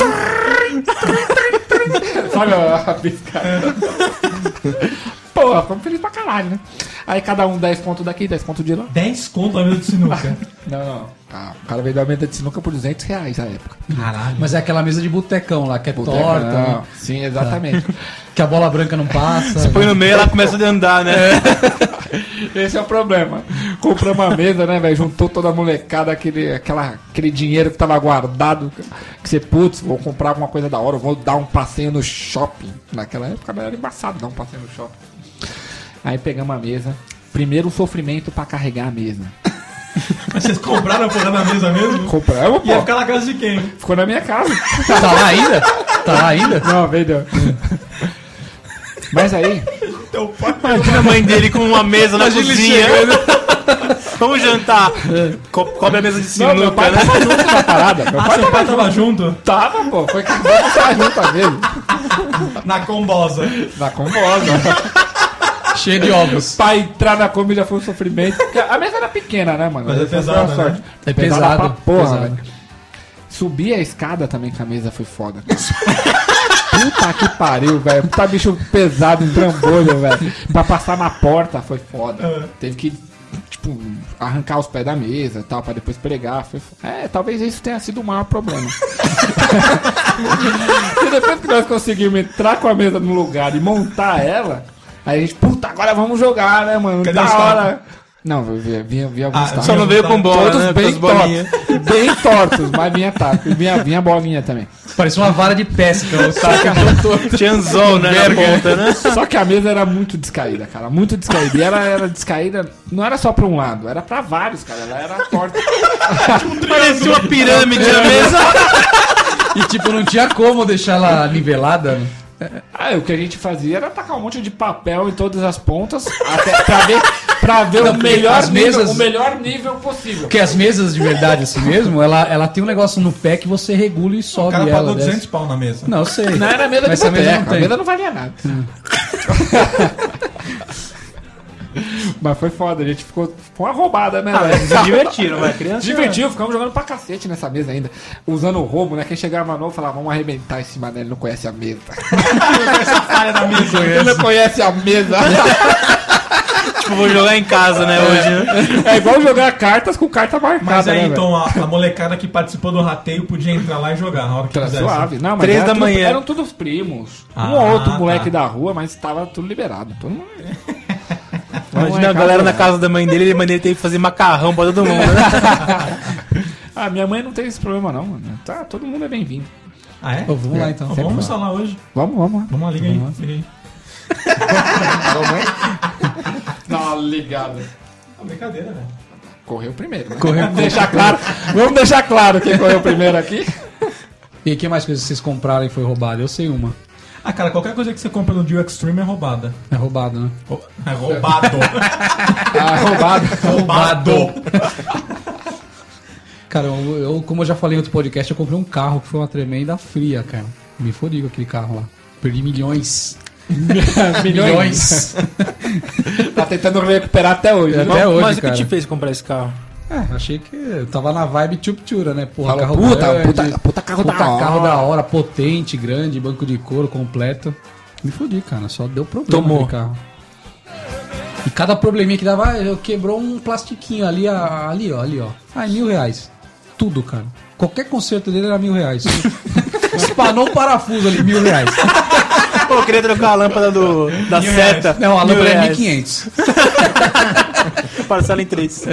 Speaker 3: Sabe a piscada? Porra, ficamos felizes pra caralho, né? Aí cada um dez pontos daqui, dez pontos de lá.
Speaker 2: dez conto a mesa de sinuca.
Speaker 3: Não, não. Ah, o cara veio da mesa de sinuca por duzentos reais na época.
Speaker 2: Caralho.
Speaker 4: Mas é aquela mesa de botecão lá, que é torta,
Speaker 3: Não,
Speaker 4: né?
Speaker 3: sim, exatamente.
Speaker 4: Que a bola branca não passa.
Speaker 5: Põe no meio e ela começa a andar, né?
Speaker 3: Esse é o problema. Compramos uma mesa, né, velho? Juntou toda a molecada, aquele, aquela, aquele dinheiro que tava guardado. Que você, putz, vou comprar alguma coisa da hora, vou dar um passeio no shopping. Naquela época não era embaçado dar um passeio no shopping. Aí pegamos a mesa. Primeiro sofrimento pra carregar a mesa.
Speaker 2: Mas vocês compraram a porra da mesa mesmo?
Speaker 3: Compramos,
Speaker 2: Ia
Speaker 3: pô.
Speaker 2: ficar na casa de quem?
Speaker 3: Ficou na minha casa.
Speaker 4: Tá lá ainda? Tá lá ainda?
Speaker 3: Não, vendeu. Mas aí,
Speaker 2: Então
Speaker 5: Imagina a mãe dele com uma mesa na cozinha. Vamos jantar. Co cobre a mesa de
Speaker 3: Não, meu
Speaker 5: sinuca,
Speaker 3: pai
Speaker 5: né?
Speaker 3: tava junto na parada. Meu
Speaker 2: Ah,
Speaker 3: pai
Speaker 2: seu pai tava junto?
Speaker 3: tava, pô. Foi que vamos estar junto a mesa.
Speaker 2: Na combosa.
Speaker 3: Na combosa.
Speaker 4: Cheio de ovos.
Speaker 3: Pra entrar na Kombi já foi um sofrimento. Porque a mesa era pequena, né, mano?
Speaker 2: Mas é
Speaker 3: Essa foi
Speaker 2: pesada,
Speaker 3: a sorte.
Speaker 2: né?
Speaker 4: É
Speaker 3: Pesada
Speaker 4: pesado,
Speaker 3: pra porra,
Speaker 4: pesado.
Speaker 3: velho. Subir a escada também com a mesa foi foda. Puta que pariu, velho. Puta bicho pesado, um trambolho, velho. Pra passar na porta foi foda. Teve que, tipo, arrancar os pés da mesa e tal, pra depois pregar. Foi fo- É, talvez isso tenha sido o maior problema. E depois que nós conseguimos entrar com a mesa no lugar e montar ela, aí a gente, puta, agora vamos jogar, né, mano?
Speaker 2: Cadê
Speaker 3: Da
Speaker 2: os
Speaker 3: hora.
Speaker 2: tacos?
Speaker 3: Não, vinha, vinha, vinha alguns
Speaker 2: Ah,
Speaker 3: tacos.
Speaker 5: Só não veio com bola,
Speaker 3: Todos
Speaker 5: né? Com
Speaker 3: bem
Speaker 5: as bolinhas.
Speaker 3: tortos. Bem tortos, mas vinha taco. E vinha, vinha bolinha também.
Speaker 4: Parecia uma vara de pesca. O taco
Speaker 5: Tinha anzol, né? Na ponta, né?
Speaker 3: Só que a mesa era muito descaída, cara. Muito descaída. E ela era descaída, não era só pra um lado, era pra vários, cara. Ela era torta.
Speaker 5: Parecia uma pirâmide a mesa.
Speaker 4: E tipo, não tinha como deixar ela nivelada. Né?
Speaker 3: Ah, o que a gente fazia era tacar um monte de papel em todas as pontas até pra ver, pra ver o, melhor
Speaker 4: as
Speaker 3: nível,
Speaker 4: mesas-
Speaker 3: o melhor nível possível.
Speaker 4: Porque as mesas de verdade assim mesmo, ela, ela tem um negócio no pé que você regula e
Speaker 2: O
Speaker 4: sobe
Speaker 2: cara
Speaker 4: ela.
Speaker 2: pagou
Speaker 4: desce.
Speaker 2: duzentos pau na mesa.
Speaker 4: Não, eu sei.
Speaker 3: Não era mesa
Speaker 4: Mas
Speaker 3: de
Speaker 4: essa mesa
Speaker 3: boteco,
Speaker 4: não
Speaker 3: a
Speaker 4: tem.
Speaker 3: mesa não valia nada. Mas foi foda, a gente ficou. Foi uma roubada, né, velho?
Speaker 5: Se divertiram, vai. Criança.
Speaker 3: Divertiu, ficamos jogando pra cacete nessa mesa ainda. Usando o roubo, né? Quem chegava novo falava, vamos arrebentar esse mané, ele não conhece a mesa.
Speaker 2: Falha da mesa.
Speaker 3: Ele não conhece a mesa.
Speaker 5: Tipo, vou jogar em casa, né, hoje, né?
Speaker 3: É igual jogar cartas com carta marcada,
Speaker 2: Mas aí,
Speaker 3: né, velho?
Speaker 2: então, a, a molecada que participou do rateio podia entrar lá e jogar na hora que
Speaker 3: Tá
Speaker 2: quisesse.
Speaker 3: suave. Não, mas
Speaker 5: Três
Speaker 3: era
Speaker 5: da
Speaker 3: tudo-
Speaker 5: manhã.
Speaker 3: Eram todos primos.
Speaker 2: Ah,
Speaker 3: um ou outro
Speaker 2: tá.
Speaker 3: moleque da rua, mas tava tudo liberado. Todo mundo...
Speaker 5: Imagina a galera na casa da mãe dele, e a mãe dele teve que fazer macarrão pra todo mundo, né?
Speaker 3: Ah, minha mãe não tem esse problema, não, mano. Tá, todo mundo é bem-vindo.
Speaker 2: Ah, é?
Speaker 4: Pô, vamos lá então.
Speaker 2: Ó, vamos almoçar lá hoje.
Speaker 3: Vamos, vamos lá.
Speaker 2: Vamos lá, liga aí. Liga aí.
Speaker 3: Dá uma ligada.
Speaker 2: Ah, brincadeira, velho.
Speaker 3: Correu primeiro, né?
Speaker 4: Correu
Speaker 3: Vamos deixar claro. Vamos deixar claro quem correu primeiro aqui.
Speaker 4: E que mais coisas vocês compraram e foi roubado? Eu sei uma.
Speaker 2: Ah, cara, qualquer coisa que você compra no Deal Extreme é roubada.
Speaker 4: É roubado, né?
Speaker 2: Rou- É roubado.
Speaker 3: Ah, roubado.
Speaker 2: roubado.
Speaker 4: Cara, eu, eu, como eu já falei em outro podcast, eu comprei um carro que foi uma tremenda fria, cara. Me fodi com aquele carro lá. Perdi milhões. Milhões.
Speaker 3: Tá tentando recuperar até hoje.
Speaker 4: É,
Speaker 3: né?
Speaker 4: até hoje,
Speaker 5: Mas o que
Speaker 4: cara.
Speaker 5: te fez comprar esse carro?
Speaker 4: É, achei que eu tava na vibe tchuptura, né? Porra,
Speaker 3: Falou,
Speaker 4: carro
Speaker 3: puta,
Speaker 4: grande,
Speaker 3: puta, puta carro da hora.
Speaker 4: carro da hora, potente, grande, banco de couro completo. Me fodi, cara, só deu problema
Speaker 5: Tomou.
Speaker 4: aquele carro. E cada probleminha que dava, eu quebrou um plastiquinho ali, a- ali, ó, ali, ó. Ah, mil reais. Tudo, cara. Qualquer conserto dele era mil reais. Espanou um parafuso ali, mil reais.
Speaker 5: Pô, eu queria trocar a lâmpada do, da
Speaker 2: Mil
Speaker 5: seta.
Speaker 4: Não, a
Speaker 5: Mil
Speaker 4: lâmpada é mil
Speaker 5: reais.
Speaker 4: e quinhentos.
Speaker 5: Parcela em três.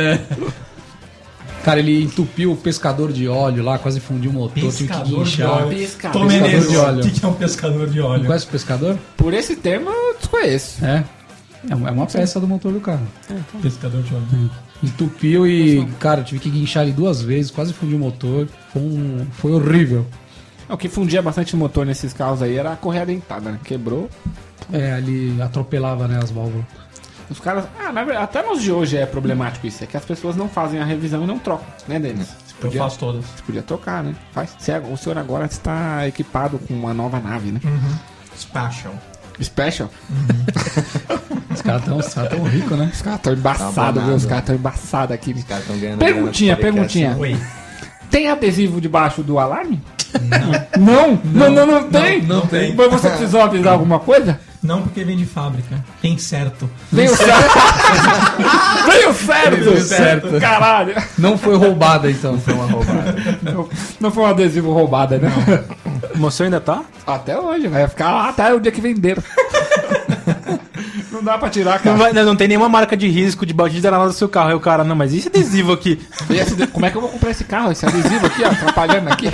Speaker 4: Cara, ele entupiu o pescador de óleo lá, quase fundiu o motor, tive que
Speaker 2: Pescador de
Speaker 4: guinchar.
Speaker 2: óleo.
Speaker 3: Pescador
Speaker 2: Tom
Speaker 4: de
Speaker 2: Menezes,
Speaker 4: óleo.
Speaker 2: o que que é um pescador de
Speaker 4: Não
Speaker 2: óleo?
Speaker 4: conhece o pescador?
Speaker 3: Por esse termo eu desconheço.
Speaker 4: É. É uma é uma peça do motor do carro.
Speaker 2: Pescador de óleo.
Speaker 4: Entupiu e, cara, eu tive que guinchar ele duas vezes, quase fundiu o motor. Foi, um, foi horrível.
Speaker 3: O que fundia bastante o motor nesses carros aí era a correia dentada, né? Quebrou.
Speaker 4: É, ele atropelava, né, as válvulas.
Speaker 3: Os caras. Ah, na verdade, até nos de hoje é problemático isso. É que as pessoas não fazem a revisão e não trocam, né, Denis? Você
Speaker 2: Eu
Speaker 3: podia,
Speaker 2: faço todas.
Speaker 3: você podia trocar, né? Faz. Você, o senhor agora está equipado com uma nova nave, né?
Speaker 2: Special.
Speaker 3: Special.
Speaker 4: Os caras tão, os caras tão ricos, né?
Speaker 3: Os caras estão embaçados, viu? Os caras estão embaçados aqui.
Speaker 6: Os caras estão ganhando.
Speaker 3: Perguntinha,
Speaker 6: grana com podcast.
Speaker 3: perguntinha.
Speaker 2: Oi.
Speaker 3: Tem adesivo debaixo do alarme? Não. Não? Não, não, não tem?
Speaker 2: Não tem.
Speaker 3: Mas você precisou avisar alguma coisa?
Speaker 2: Não porque vem de fábrica. Tem certo.
Speaker 3: Veio certo. Veio certo.
Speaker 4: Veio certo.
Speaker 3: Caralho.
Speaker 4: Não foi roubada, então.
Speaker 6: Foi uma roubada.
Speaker 3: Não, não foi um adesivo roubado, né?
Speaker 5: O moção ainda tá?
Speaker 3: Até hoje, vai ficar lá até o dia que venderam. Não dá pra tirar,
Speaker 5: Não,
Speaker 3: cara.
Speaker 5: vai- não tem nenhuma marca de risco de batida nada do seu carro. Aí o cara, não, mas e esse adesivo aqui?
Speaker 3: E esse de- como é que eu vou comprar esse carro? Esse adesivo aqui, ó, atrapalhando aqui.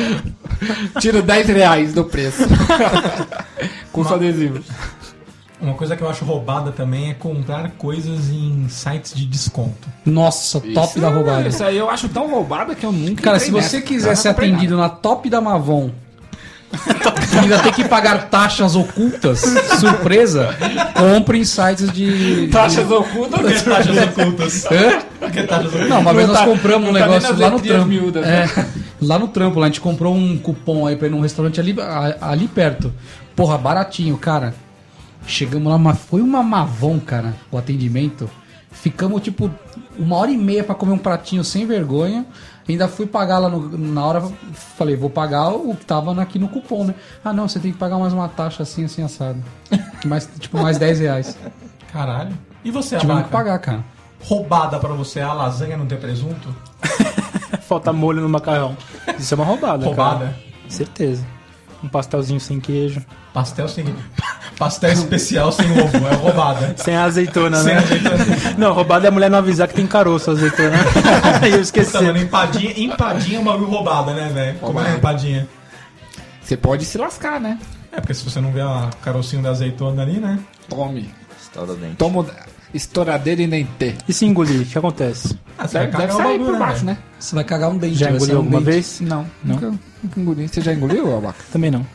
Speaker 3: Tira dez reais do preço. Custa adesivo.
Speaker 2: Uma coisa que eu acho roubada também é comprar coisas em sites de desconto.
Speaker 4: Nossa, top
Speaker 3: Isso-
Speaker 4: da roubada.
Speaker 3: Isso aí eu acho tão roubada que eu nunca
Speaker 4: Cara,
Speaker 3: entrei
Speaker 4: se você
Speaker 3: nessa.
Speaker 4: quiser
Speaker 3: Eu
Speaker 4: ser
Speaker 3: não comprei
Speaker 4: atendido na top da Mavon ainda tem que pagar taxas ocultas, surpresa, compre em sites de...
Speaker 3: Taxas ocultas.
Speaker 2: Por que taxas ocultas?
Speaker 4: Hã?
Speaker 2: Por que taxas ocultas?
Speaker 4: Não, uma vez
Speaker 3: Não
Speaker 4: nós
Speaker 3: tá-
Speaker 4: compramos um
Speaker 3: não tá nem
Speaker 4: negócio
Speaker 3: nas
Speaker 4: lá no
Speaker 3: letrinhas
Speaker 4: trampo.
Speaker 3: miúdas,
Speaker 4: É, lá no trampo, lá a gente comprou um cupom aí pra ir num restaurante ali, a- ali perto. Porra, baratinho, cara. Chegamos lá, mas foi uma mavão, cara, o atendimento. Ficamos, tipo, uma hora e meia pra comer um pratinho sem vergonha. Ainda fui pagar lá no- na hora, falei, vou pagar o que tava aqui no cupom, né? Ah, não, você tem que pagar mais uma taxa assim, assim, assado. Mais, tipo, mais dez reais.
Speaker 2: Caralho. E você,
Speaker 4: Tivemos que
Speaker 2: Abaca?
Speaker 4: pagar, cara.
Speaker 2: Roubada pra você é a lasanha não ter presunto?
Speaker 5: Falta molho no macarrão. Isso é uma roubada,
Speaker 2: Roubada?
Speaker 5: cara. Certeza. Um pastelzinho sem queijo.
Speaker 2: Pastel sem... Pastel especial sem ovo, é roubada.
Speaker 5: Sem azeitona,
Speaker 2: Sem
Speaker 5: né?
Speaker 2: azeitona.
Speaker 5: Não, roubada é a mulher não avisar que tem caroço a azeitona. Aí eu esqueci.
Speaker 2: Puta, mano, empadinha, empadinha é uma bagulho roubada, né, velho? Como é empadinha?
Speaker 3: Você pode se lascar, né?
Speaker 2: É, porque se você não vê o carocinho da azeitona ali, né?
Speaker 3: Tome.
Speaker 6: Estoura o dente.
Speaker 3: Toma estouradeira e nem ter.
Speaker 5: E se engolir, o que acontece?
Speaker 2: Ah, você vai
Speaker 3: Deve, deve
Speaker 2: cagar o
Speaker 3: sair
Speaker 2: bagulho,
Speaker 3: por baixo,
Speaker 2: velho?
Speaker 3: né?
Speaker 4: Você vai cagar um dente.
Speaker 5: Já
Speaker 4: vai
Speaker 5: engoliu
Speaker 4: sair um
Speaker 5: alguma
Speaker 4: dente.
Speaker 5: vez?
Speaker 3: Não,
Speaker 5: Não?
Speaker 3: Nunca, nunca engoli. Você já engoliu, Abaca?
Speaker 5: Também não.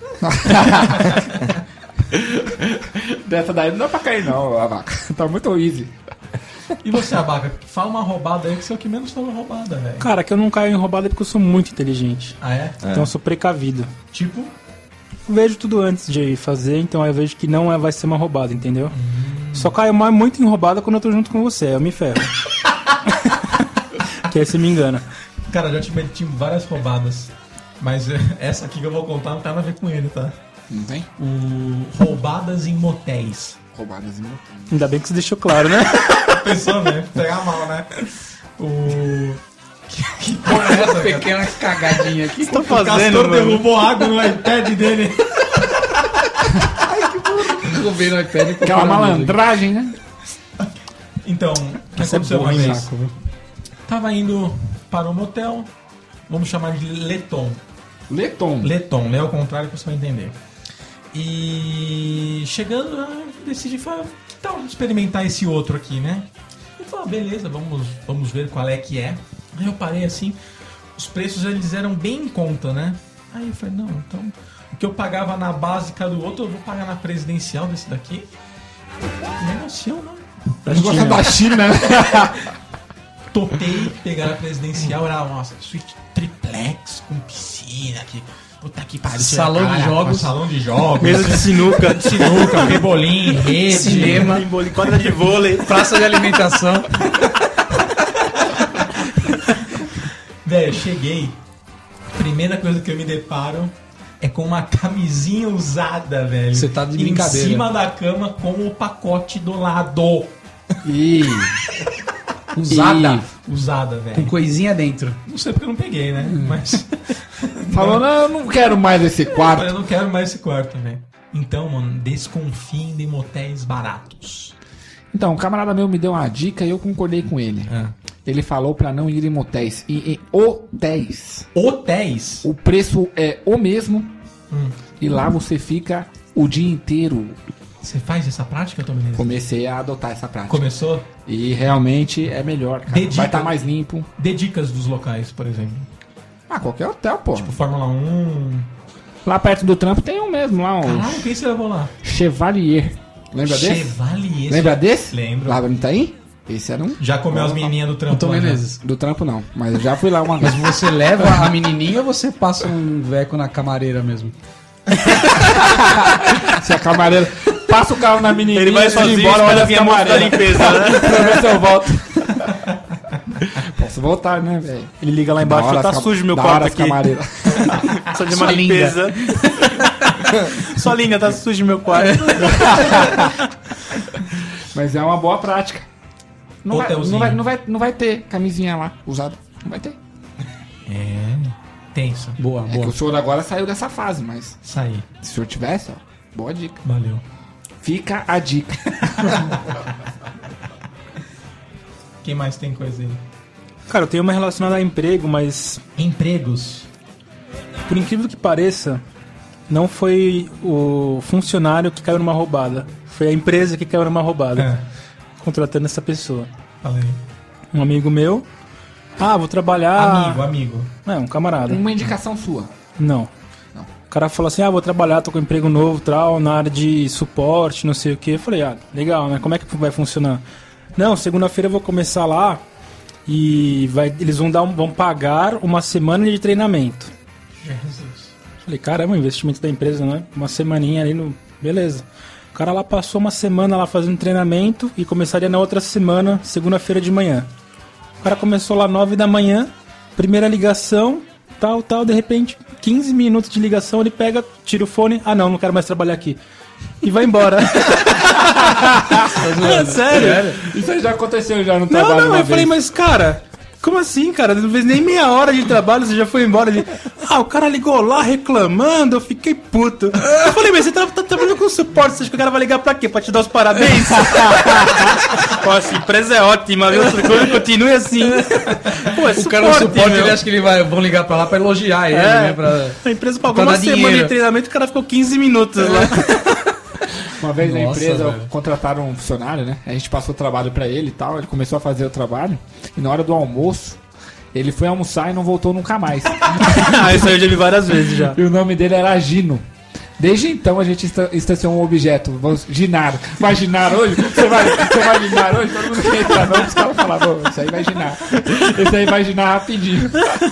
Speaker 3: Dessa daí não dá pra cair, não, Abaca. Tá muito easy.
Speaker 2: E você, Abaca, fala uma roubada aí que você é o que menos fala roubada, velho.
Speaker 5: Cara, que eu não caio em roubada porque eu sou muito inteligente.
Speaker 2: Ah, é?
Speaker 5: Então eu sou precavido.
Speaker 2: Tipo,
Speaker 5: Eu vejo tudo antes de fazer, então aí eu vejo que não é, vai ser uma roubada, entendeu? Só caio mais muito em roubada quando eu tô junto com você, aí eu me ferro. Que aí você me engana.
Speaker 2: cara, já te meti várias roubadas. Mas eh, essa aqui que eu vou contar não tem nada a ver com ele, tá?
Speaker 3: Não tem?
Speaker 2: O roubadas em motéis.
Speaker 3: Roubadas em motel.
Speaker 5: Ainda bem que você deixou claro, né?
Speaker 2: Pensou, né? Pegar mal, né? O... Que, que porra é essa, cara?
Speaker 4: Pequena cagadinha aqui.
Speaker 5: O que você tá
Speaker 2: O
Speaker 5: fazendo,
Speaker 2: Castor
Speaker 5: mano?
Speaker 2: derrubou água no iPad dele.
Speaker 4: Derrubei no iPad. e
Speaker 3: Aquela
Speaker 4: procurando
Speaker 3: malandragem, né?
Speaker 2: Então, o que
Speaker 5: Essa é
Speaker 2: aconteceu
Speaker 5: boa,
Speaker 2: uma
Speaker 5: hein,
Speaker 2: vez?
Speaker 5: Jaco, viu?
Speaker 2: Tava indo para um motel, vamos chamar de Leton.
Speaker 3: Leton.
Speaker 2: Leton, lê ao contrário que você vai entender. E chegando, eu decidi falar, que tal experimentar esse outro aqui, né? Eu falei, ah, beleza, vamos, vamos ver qual é que é. Aí eu parei assim, os preços eles eram bem em conta, né? Aí eu falei, não, então o que eu pagava na básica do outro, eu vou pagar na presidencial desse daqui. Negociou, né?
Speaker 3: Ele gosta da China, né?
Speaker 2: Topei pegar a presidencial, era uma suíte triplex com piscina, que puta que pariu.
Speaker 4: Salão de
Speaker 2: cara,
Speaker 4: jogos.
Speaker 2: Salão de jogos.
Speaker 5: Mesa de sinuca.
Speaker 2: sinuca, pebolim, rede.
Speaker 4: Cinema.
Speaker 5: Tem boli- quadra de vôlei.
Speaker 4: Praça de alimentação.
Speaker 2: Velho, cheguei. Primeira coisa que eu me deparo é com uma camisinha usada, velho.
Speaker 4: Você tá de brincadeira.
Speaker 2: Em cima da cama com o pacote do lado.
Speaker 3: Ih.
Speaker 4: Usada.
Speaker 2: Usada,
Speaker 4: Com
Speaker 2: velho.
Speaker 4: coisinha dentro.
Speaker 2: Não sei porque eu não peguei, né? Mas.
Speaker 3: Falou, não, eu não quero mais esse
Speaker 2: Mas
Speaker 3: quarto.
Speaker 2: eu não quero mais esse quarto, velho. Então, mano, desconfiem de motéis baratos.
Speaker 3: Então, um camarada meu me deu uma dica e eu concordei com ele.
Speaker 2: Ah.
Speaker 3: Ele falou pra não ir em motéis. E em hotéis.
Speaker 2: Hotéis?
Speaker 3: O preço é o mesmo.
Speaker 2: Hum.
Speaker 3: E lá você fica o dia inteiro.
Speaker 2: Você faz essa prática, Tom Menezes?
Speaker 3: Comecei a adotar essa prática.
Speaker 2: Começou?
Speaker 3: E realmente é melhor, cara.
Speaker 2: Dedica-
Speaker 3: Vai estar mais limpo.
Speaker 2: Dê dicas dos locais, por exemplo.
Speaker 3: Ah, qualquer hotel, pô.
Speaker 2: Tipo, Fórmula um.
Speaker 3: Lá perto do trampo tem um mesmo lá, um
Speaker 2: Caralho, quem você levou lá?
Speaker 3: Chevalier. Lembra desse?
Speaker 2: Chevalier.
Speaker 3: Lembra desse?
Speaker 2: Lembro.
Speaker 3: Lá no Itaim? Esse era um
Speaker 2: Já comeu as menininhas do trampo
Speaker 4: Tom
Speaker 2: lá, já?
Speaker 4: Menezes.
Speaker 3: do trampo, não. Mas eu já fui lá uma
Speaker 4: Mas
Speaker 3: vez.
Speaker 4: você leva a menininha ou você passa um veco na camareira mesmo?
Speaker 3: Se a camareira passa o carro na menininha,
Speaker 5: Ele vai
Speaker 3: antes de ir
Speaker 5: sozinho,
Speaker 3: embora,
Speaker 5: espera
Speaker 3: olha
Speaker 5: vir
Speaker 3: as
Speaker 5: a moça da
Speaker 3: camareiras.
Speaker 5: limpeza, né?
Speaker 3: Pra ver se eu volto. Posso voltar, né, velho?
Speaker 5: Ele liga lá embaixo,
Speaker 3: Da hora
Speaker 5: tá
Speaker 3: as cam-
Speaker 5: sujo meu
Speaker 3: da
Speaker 5: quarto
Speaker 3: hora as
Speaker 5: aqui.
Speaker 3: camareiras.
Speaker 5: Só de
Speaker 4: Sua
Speaker 5: uma
Speaker 4: linda.
Speaker 5: limpeza. Sua linda, tá sujo meu quarto.
Speaker 3: Mas é uma boa prática. Não vai,
Speaker 2: Hotelzinho.
Speaker 3: não, vai, não, vai, não vai ter camisinha lá usada. Não vai ter.
Speaker 2: É. Tenso.
Speaker 4: Boa,
Speaker 3: É que
Speaker 4: boa.
Speaker 3: o senhor agora saiu dessa fase, mas
Speaker 2: Saí.
Speaker 3: se o senhor tivesse, ó, boa dica.
Speaker 2: Valeu.
Speaker 3: Fica a dica.
Speaker 2: Quem mais tem coisa aí?
Speaker 5: Cara, eu tenho uma relacionada a emprego, mas
Speaker 2: Empregos.
Speaker 5: por incrível que pareça, não foi o funcionário que caiu numa roubada. Foi a empresa que caiu numa roubada.
Speaker 2: É.
Speaker 5: Contratando essa pessoa.
Speaker 2: Falei.
Speaker 5: Um amigo meu. Ah, vou trabalhar.
Speaker 2: Amigo, amigo.
Speaker 5: É, um camarada.
Speaker 3: Uma indicação sua.
Speaker 5: Não. O cara falou assim, ah, vou trabalhar, tô com um emprego novo, tal, na área de suporte, não sei o que. Eu falei, ah, legal, né? Como é que vai funcionar? Não, segunda-feira eu vou começar lá e vai, eles vão, dar um, vão pagar uma semana de treinamento.
Speaker 2: Jesus.
Speaker 5: Falei, caramba, o investimento da empresa, né? Uma semaninha ali no... Beleza. O cara lá passou uma semana lá fazendo treinamento e começaria na outra semana, segunda-feira de manhã. O cara começou lá nove da manhã, primeira ligação, tal, tal, de repente, quinze minutos de ligação, ele pega, tira o fone, ah não, não quero mais trabalhar aqui. E vai embora. É, sério?
Speaker 3: Isso aí já aconteceu já no
Speaker 5: Não,
Speaker 3: trabalho.
Speaker 5: não,
Speaker 3: uma
Speaker 5: eu falei,
Speaker 3: vez.
Speaker 5: mas cara, como assim, cara? Não fez nem meia hora de trabalho, você já foi embora ali. Ah, o cara ligou lá reclamando, eu fiquei puto. Eu falei, mas você tá, tá trabalhando com suporte, você acha que o cara vai ligar pra quê? Pra te dar os parabéns? Pô, essa empresa é ótima, viu? Continue assim. Pô, é
Speaker 4: O cara no suporte,
Speaker 5: meu.
Speaker 4: ele acha que ele vai, vão ligar pra lá pra elogiar ele,
Speaker 5: É,
Speaker 4: né? Pra...
Speaker 5: a empresa pagou
Speaker 4: pra
Speaker 5: uma
Speaker 4: dar
Speaker 5: semana
Speaker 4: dinheiro.
Speaker 5: de treinamento e o cara ficou quinze minutos lá.
Speaker 3: Uma vez na
Speaker 4: Nossa,
Speaker 3: empresa
Speaker 4: velho.
Speaker 3: contrataram um funcionário, né? A gente passou o trabalho pra ele e tal, ele começou a fazer o trabalho. E na hora do almoço, ele foi almoçar e não voltou nunca mais.
Speaker 5: Ah, isso aí eu já vi várias vezes já.
Speaker 3: E o nome dele era Gino. Desde então a gente insta- instanciou um objeto. Vamos ginar. Vai ginar hoje? Você vai, você vai ginar hoje? Todo mundo que entra não, os caras falavam, isso aí vai ginar. Esse aí vai ginar rapidinho.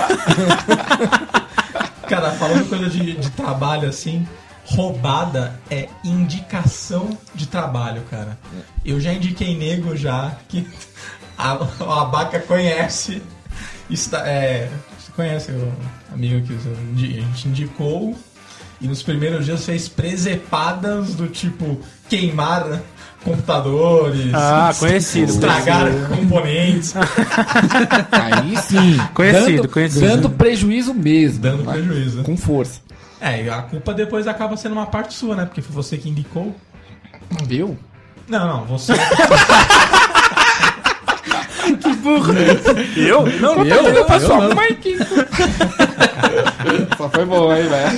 Speaker 2: Cara, falando coisa de, de trabalho assim, roubada é indicação de trabalho, cara. Eu já indiquei nego já que a, a Abaca conhece. Está, é, você conhece o amigo que a gente indicou e nos primeiros dias fez presepadas do tipo queimar computadores,
Speaker 5: Ah, conhecido.
Speaker 2: estragar componentes,
Speaker 3: Aí sim.
Speaker 5: Conhecido,
Speaker 3: dando,
Speaker 5: conhecido.
Speaker 3: Dando prejuízo mesmo.
Speaker 2: dando
Speaker 3: né?
Speaker 2: prejuízo.
Speaker 3: Com força.
Speaker 2: É, e a culpa depois acaba sendo uma parte sua, né? Porque foi você que indicou.
Speaker 3: Viu?
Speaker 2: Não, não, você.
Speaker 5: Eu? Não,
Speaker 3: Eu, eu,
Speaker 4: eu
Speaker 3: só,
Speaker 4: não.
Speaker 3: mas que... Só foi boa, hein, velho?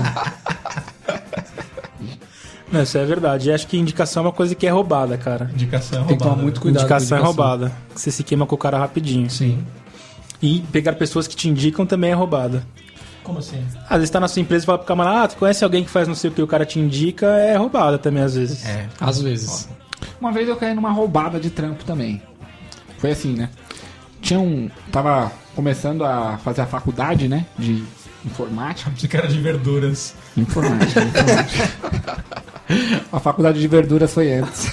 Speaker 5: Não, isso é verdade. E acho que indicação é uma coisa que é roubada, cara.
Speaker 2: Indicação é
Speaker 4: Tem que tomar
Speaker 2: roubada.
Speaker 4: muito cuidado.
Speaker 5: Indicação
Speaker 4: com
Speaker 5: é roubada. Você se queima com o cara rapidinho.
Speaker 4: Sim.
Speaker 5: E pegar pessoas que te indicam também é roubada.
Speaker 2: Como assim?
Speaker 5: Às vezes tá na sua empresa e fala pro camarada, ah, tu conhece alguém que faz não sei o que, o cara te indica, é roubada também às vezes.
Speaker 2: É.
Speaker 4: Às vezes.
Speaker 3: Uma vez eu caí numa roubada de trampo também. Foi assim, né? Tinha um... Tava começando a fazer a faculdade, né? De informática.
Speaker 2: Esse cara de verduras.
Speaker 3: Informática, informática. A faculdade de verduras foi antes.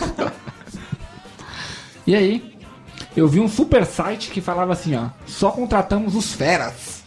Speaker 3: E aí, eu vi um super site que falava assim, ó. Só contratamos os feras.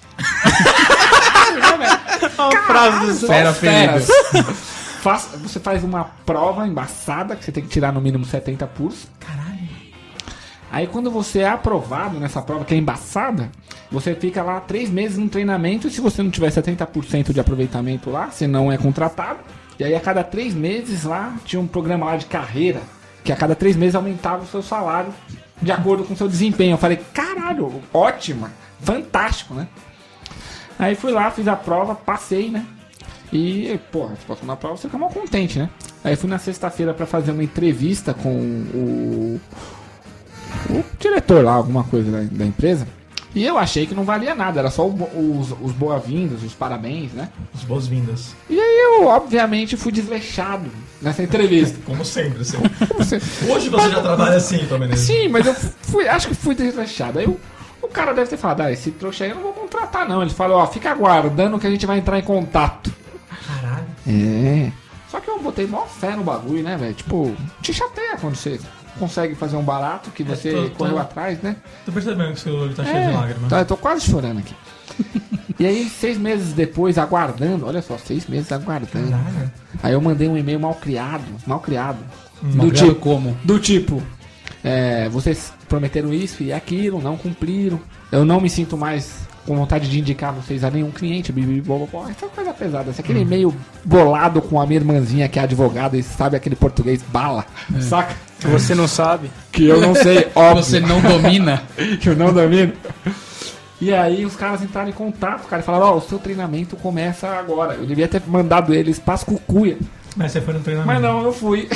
Speaker 5: Uma frase do
Speaker 4: Fera
Speaker 3: Feras. Faz- você faz uma prova embaçada, que você tem que tirar no mínimo setenta puros.
Speaker 2: Caralho.
Speaker 3: Aí quando você é aprovado nessa prova, que é embaçada, você fica lá três meses no treinamento e se você não tiver setenta por cento de aproveitamento lá, você não é contratado. E aí a cada três meses lá, tinha um programa lá de carreira, que a cada três meses aumentava o seu salário de acordo com o seu desempenho. Eu falei, caralho, ótima, fantástico, né? Aí fui lá, fiz a prova, passei, né? E, porra, se passou na prova, você fica mal contente, né? Aí fui na sexta-feira pra fazer uma entrevista com o... o diretor lá, alguma coisa da, da empresa. E eu achei que não valia nada, era só o bo- os, os boas-vindas, os parabéns, né?
Speaker 2: As boas-vindas.
Speaker 3: E aí eu, obviamente, fui desleixado nessa entrevista.
Speaker 2: Como sempre, assim.
Speaker 3: Você-
Speaker 2: Hoje você já trabalha assim, Tom Menezes.
Speaker 3: Sim, mas eu fui, acho que fui desleixado. Aí o, o cara deve ter falado, ah, esse trouxa aí eu não vou contratar não. Ele falou, ó, fica aguardando que a gente vai entrar em contato.
Speaker 2: Caralho.
Speaker 3: É. Só que eu botei maior fé no bagulho, né, velho? Tipo, te chateia quando você consegue fazer um barato que você
Speaker 2: tô- tô-
Speaker 3: correu atrás, né?
Speaker 2: Tô percebendo que seu olho tá cheio de lágrimas.
Speaker 3: Tá, eu tô quase chorando aqui. E aí, seis meses depois, aguardando, olha só, seis meses aguardando.
Speaker 2: Caralho.
Speaker 3: Aí eu mandei um e-mail mal criado, mal criado.
Speaker 4: Mal
Speaker 3: do
Speaker 4: criado
Speaker 3: tipo,
Speaker 4: como?
Speaker 3: do tipo, é, vocês prometeram isso e aquilo, não cumpriram. Eu não me sinto mais com vontade de indicar vocês a nenhum cliente, bibi, blá, blá, blá. Essa é coisa pesada. Esse aquele e-mail bolado com a minha irmãzinha que é advogada e sabe aquele português bala, saca?
Speaker 5: Que você não sabe.
Speaker 3: Que eu não sei, óbvio.
Speaker 4: Você não domina.
Speaker 3: Que eu não domino. E aí os caras entraram em contato, cara, e falaram, ó, o seu treinamento começa agora. Eu devia ter mandado eles pras cucuia.
Speaker 2: Mas você foi no treinamento.
Speaker 3: Mas não, eu fui.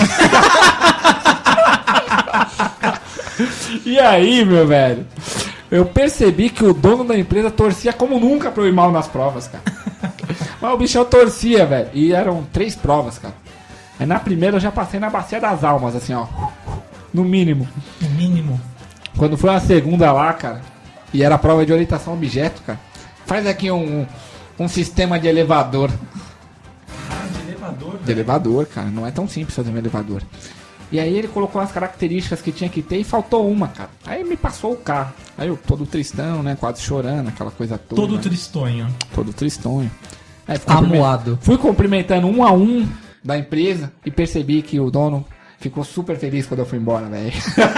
Speaker 3: E aí, meu velho, eu percebi que o dono da empresa torcia como nunca pra eu ir mal nas provas, cara. Mas o bichão torcia, velho. E eram três provas, cara. Aí na primeira eu já passei na bacia das almas, assim, ó. No mínimo.
Speaker 2: No mínimo.
Speaker 3: Quando foi a segunda lá, cara, e era a prova de orientação a objeto, cara. Faz aqui um, um sistema de elevador.
Speaker 2: Ah, de elevador,
Speaker 3: De elevador, cara. Não é tão simples fazer um elevador. E aí ele colocou as características que tinha que ter e faltou uma, cara. Aí me passou o carro. Aí eu todo tristão, né? Quase chorando, aquela coisa toda.
Speaker 2: Todo tristonho.
Speaker 3: Todo tristonho. Aí fui cumprimen-
Speaker 4: Amuado.
Speaker 3: Fui cumprimentando um a um da empresa e percebi que o dono ficou super feliz quando eu fui embora, velho.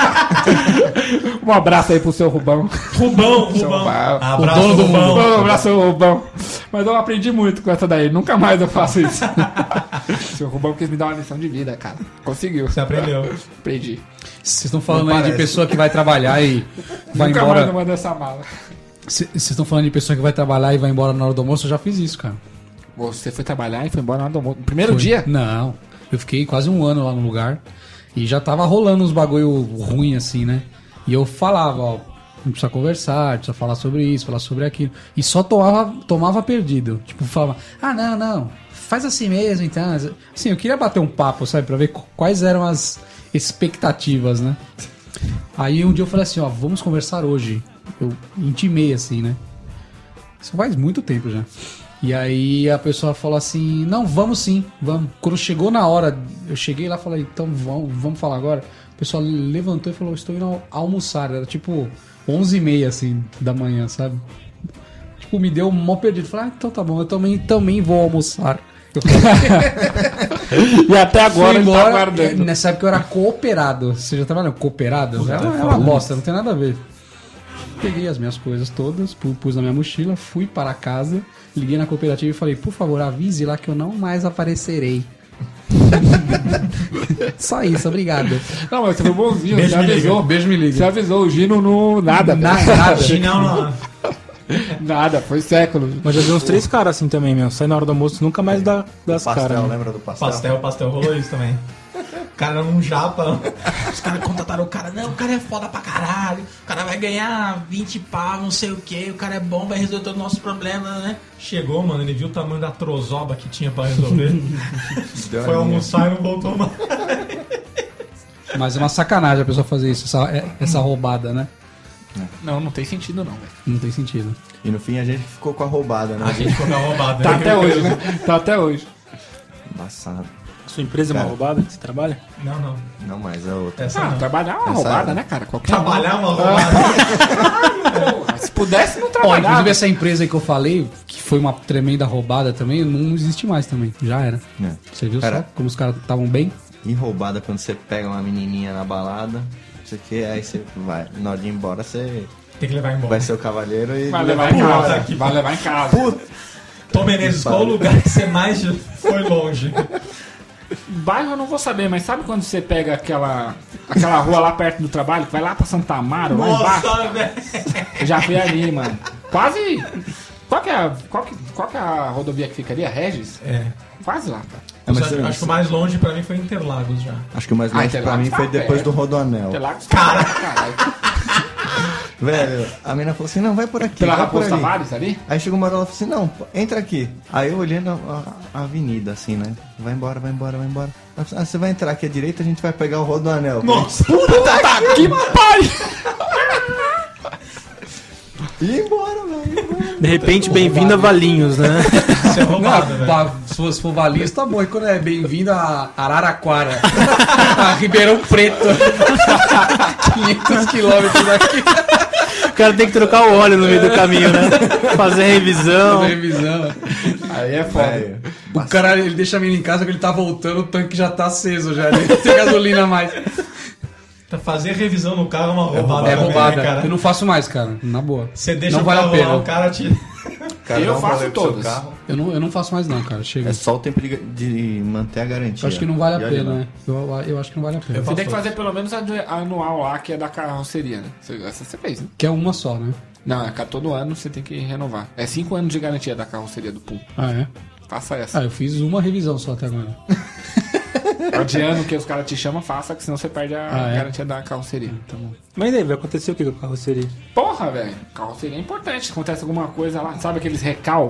Speaker 3: Um abraço aí pro seu Rubão.
Speaker 2: Rubão,
Speaker 3: Seu
Speaker 2: Rubão.
Speaker 3: Rubão.
Speaker 2: Abraço,
Speaker 4: O dono do
Speaker 2: Rubão.
Speaker 3: Um abraço, Rubão. Mas eu aprendi muito com essa daí. Nunca mais eu faço isso. Seu Rubão quis me dar uma lição de vida, cara. Conseguiu.
Speaker 2: Você aprendeu.
Speaker 3: Aprendi.
Speaker 4: Vocês estão falando
Speaker 6: Não
Speaker 4: aí de
Speaker 6: parece.
Speaker 4: pessoa que vai trabalhar e vai
Speaker 3: Nunca mais eu
Speaker 4: embora.
Speaker 3: mando essa mala.
Speaker 4: Vocês estão falando de pessoa que vai trabalhar e vai embora na hora do almoço, eu já fiz isso, cara.
Speaker 3: Você foi trabalhar e foi embora na hora do almoço. No primeiro
Speaker 4: Foi.
Speaker 3: dia?
Speaker 4: Não. Eu fiquei quase um ano lá no lugar. E já tava rolando uns bagulho ruim, assim, né? E eu falava, ó, não precisa conversar, precisa falar sobre isso, falar sobre aquilo. E só tomava, tomava perdido. Tipo, falava, ah, não, não, faz assim mesmo, então. Assim, eu queria bater um papo, sabe? Pra ver qu- quais eram as expectativas, né? Aí um dia eu falei assim, ó, vamos conversar hoje. Eu intimei, assim, né? Isso faz muito tempo já. E aí a pessoa falou assim, não, vamos sim, vamos. Quando chegou na hora, eu cheguei lá e falei, então vamos, vamos falar agora. O pessoal levantou e falou, estou indo al- almoçar. Era tipo onze e meia, assim, da manhã, sabe? Tipo, me deu um mó perdido. Falei, ah, então tá bom, eu também, também vou almoçar.
Speaker 3: E até agora
Speaker 4: Fui
Speaker 3: ele tá
Speaker 4: embora,
Speaker 3: guardando.
Speaker 4: nessa época eu era cooperado. Você já trabalhou cooperado? É uma, é uma bosta, não tem nada a ver. Peguei as minhas coisas todas, pu- pus na minha mochila, fui para casa, liguei na cooperativa e falei, por favor, avise lá que eu não mais aparecerei. Só isso, obrigado.
Speaker 3: Não, mas você foi bonzinho.
Speaker 2: Beijo,
Speaker 3: Você
Speaker 2: me liga.
Speaker 3: avisou.
Speaker 4: Beijo, me liga.
Speaker 3: Você avisou o Gino no nada.
Speaker 4: Na-
Speaker 3: velho.
Speaker 4: nada.
Speaker 2: Não, não.
Speaker 3: Nada, foi século.
Speaker 5: Mas já vi uns três caras assim também, meu. Sai na hora do almoço, nunca mais dá das
Speaker 6: Pastel,
Speaker 5: caras. né?
Speaker 6: lembra do pastel?
Speaker 2: Pastel, pastel, rolou isso também. O cara era um japa. Os caras contrataram o cara. Não, o cara é foda pra caralho. O cara vai ganhar vinte pau, não sei o que. O cara é bom, vai resolver todos os nossos problemas, né? Chegou, mano, ele viu o tamanho da trozoba que tinha pra resolver.
Speaker 6: Deu
Speaker 2: Foi
Speaker 6: a minha.
Speaker 2: almoçar e não voltou mais.
Speaker 4: Mas é uma sacanagem a pessoa fazer isso, essa, é- essa roubada, né?
Speaker 3: Não, não tem sentido não, velho.
Speaker 4: Não tem sentido.
Speaker 6: E no fim a gente ficou com a roubada, né?
Speaker 2: A gente ficou com a roubada.
Speaker 3: Tá até hoje, né? Tá até hoje.
Speaker 6: Embaçado.
Speaker 5: Sua empresa é uma
Speaker 6: Cara.
Speaker 5: roubada que você trabalha?
Speaker 2: Não, não.
Speaker 6: Não, mas é outra.
Speaker 2: Essa
Speaker 3: Ah,
Speaker 2: não.
Speaker 3: trabalhar é uma
Speaker 6: Essa
Speaker 3: roubada,
Speaker 6: é-
Speaker 3: né, cara? Qualquer um.
Speaker 2: Trabalhar uma roubada.
Speaker 3: Porra, se pudesse, não
Speaker 4: Ó,
Speaker 3: trabalhava.
Speaker 4: inclusive essa empresa aí que eu falei, que foi uma tremenda roubada também, não existe mais também. Já era.
Speaker 6: É.
Speaker 4: Você viu
Speaker 6: Cara.
Speaker 4: só como os caras estavam bem?
Speaker 6: E roubada quando você pega uma menininha na balada, não sei o que, aí você vai. Na hora de ir embora, você
Speaker 2: Tem que levar embora.
Speaker 6: vai ser o cavaleiro e.
Speaker 3: Vai levar em
Speaker 2: Puta
Speaker 3: casa.
Speaker 2: que
Speaker 3: Vai levar em casa.
Speaker 2: Tom Menezes, qual o lugar que você mais foi longe?
Speaker 3: Bairro eu não vou saber, mas sabe quando você pega aquela, aquela rua lá perto do trabalho, que vai lá pra Santa Amaro, lá embaixo?
Speaker 2: Nossa, velho.
Speaker 3: Eu já fui ali, mano. Quase... Qual que é a, qual que, qual que é a rodovia que fica ali? A Regis?
Speaker 2: É.
Speaker 3: Quase lá, tá?
Speaker 6: É, mas
Speaker 2: acho,
Speaker 6: você-
Speaker 2: acho que o mais longe pra mim foi Interlagos já.
Speaker 6: Acho que o mais
Speaker 3: Ah,
Speaker 6: longe pra
Speaker 3: Interlagos
Speaker 6: mim
Speaker 3: tá
Speaker 6: foi depois
Speaker 3: perto.
Speaker 6: do Rodoanel.
Speaker 3: Interlagos, cara. Caralho.
Speaker 6: Velho, a menina falou assim: não, vai por aqui.
Speaker 3: Pela
Speaker 6: vai por
Speaker 3: Raposa
Speaker 6: ali.
Speaker 3: Tavares ali?
Speaker 6: Aí chegou uma hora ela falou assim: não, pô, entra aqui. Aí eu olhando a, a avenida assim, né? Vai embora, vai embora, vai embora. Ela falou, ah, você vai entrar aqui à direita, a gente vai pegar o Rodoanel.
Speaker 2: Nossa,
Speaker 3: Puta que pariu!
Speaker 6: E ia embora, velho.
Speaker 5: De repente, bem-vindo a Valinhos, né?
Speaker 2: isso é roubado, velho.
Speaker 4: Ba- se fosse for Valinhos, tá bom. E quando é bem-vindo a Araraquara, a Ribeirão Preto, quinhentos quilômetros daqui,
Speaker 5: O cara tem que trocar o óleo no meio do caminho, né? Fazer revisão.
Speaker 4: na revisão.
Speaker 3: Aí é foda.
Speaker 6: Velho.
Speaker 4: O cara, ele deixa a menina em casa que ele tá voltando, o tanque já tá aceso já, ele não tem gasolina mais.
Speaker 2: Fazer revisão no carro é uma roubada.
Speaker 4: É
Speaker 2: também,
Speaker 4: roubada.
Speaker 2: né, cara?
Speaker 4: Eu não faço mais, cara, na boa.
Speaker 2: Você deixa
Speaker 4: não
Speaker 2: o
Speaker 4: vale a
Speaker 2: carro
Speaker 4: pena.
Speaker 2: lá, o cara te...
Speaker 6: Cara,
Speaker 3: Eu
Speaker 6: dá um
Speaker 3: faço
Speaker 6: rolê com seu
Speaker 3: todas.
Speaker 6: carro.
Speaker 4: Eu não, eu não faço mais não, cara, chega.
Speaker 6: É só o tempo de, de manter a garantia.
Speaker 4: Eu acho que não vale a
Speaker 6: E olha
Speaker 4: pena,
Speaker 6: lá.
Speaker 4: né? Eu, eu acho que não vale a pena.
Speaker 2: Eu
Speaker 3: Você tem que
Speaker 2: todas.
Speaker 3: fazer pelo menos a de- a anual lá, que é da carroceria, né? Você- Essa você fez, né?
Speaker 4: Que é uma só, né?
Speaker 3: Não, é que todo ano você tem que renovar. É cinco anos de garantia da carroceria do Pum.
Speaker 4: Ah, é?
Speaker 3: Faça essa.
Speaker 4: Ah, eu fiz uma revisão só até agora.
Speaker 3: É de ano que os caras te chamam, faça, que senão você perde a
Speaker 4: Ah, é?
Speaker 3: garantia da carroceria. Tá bom.
Speaker 5: Mas daí, vai acontecer o que com a carroceria?
Speaker 3: Porra, velho. Carroceria é importante. Se acontece alguma coisa lá, sabe aqueles recal?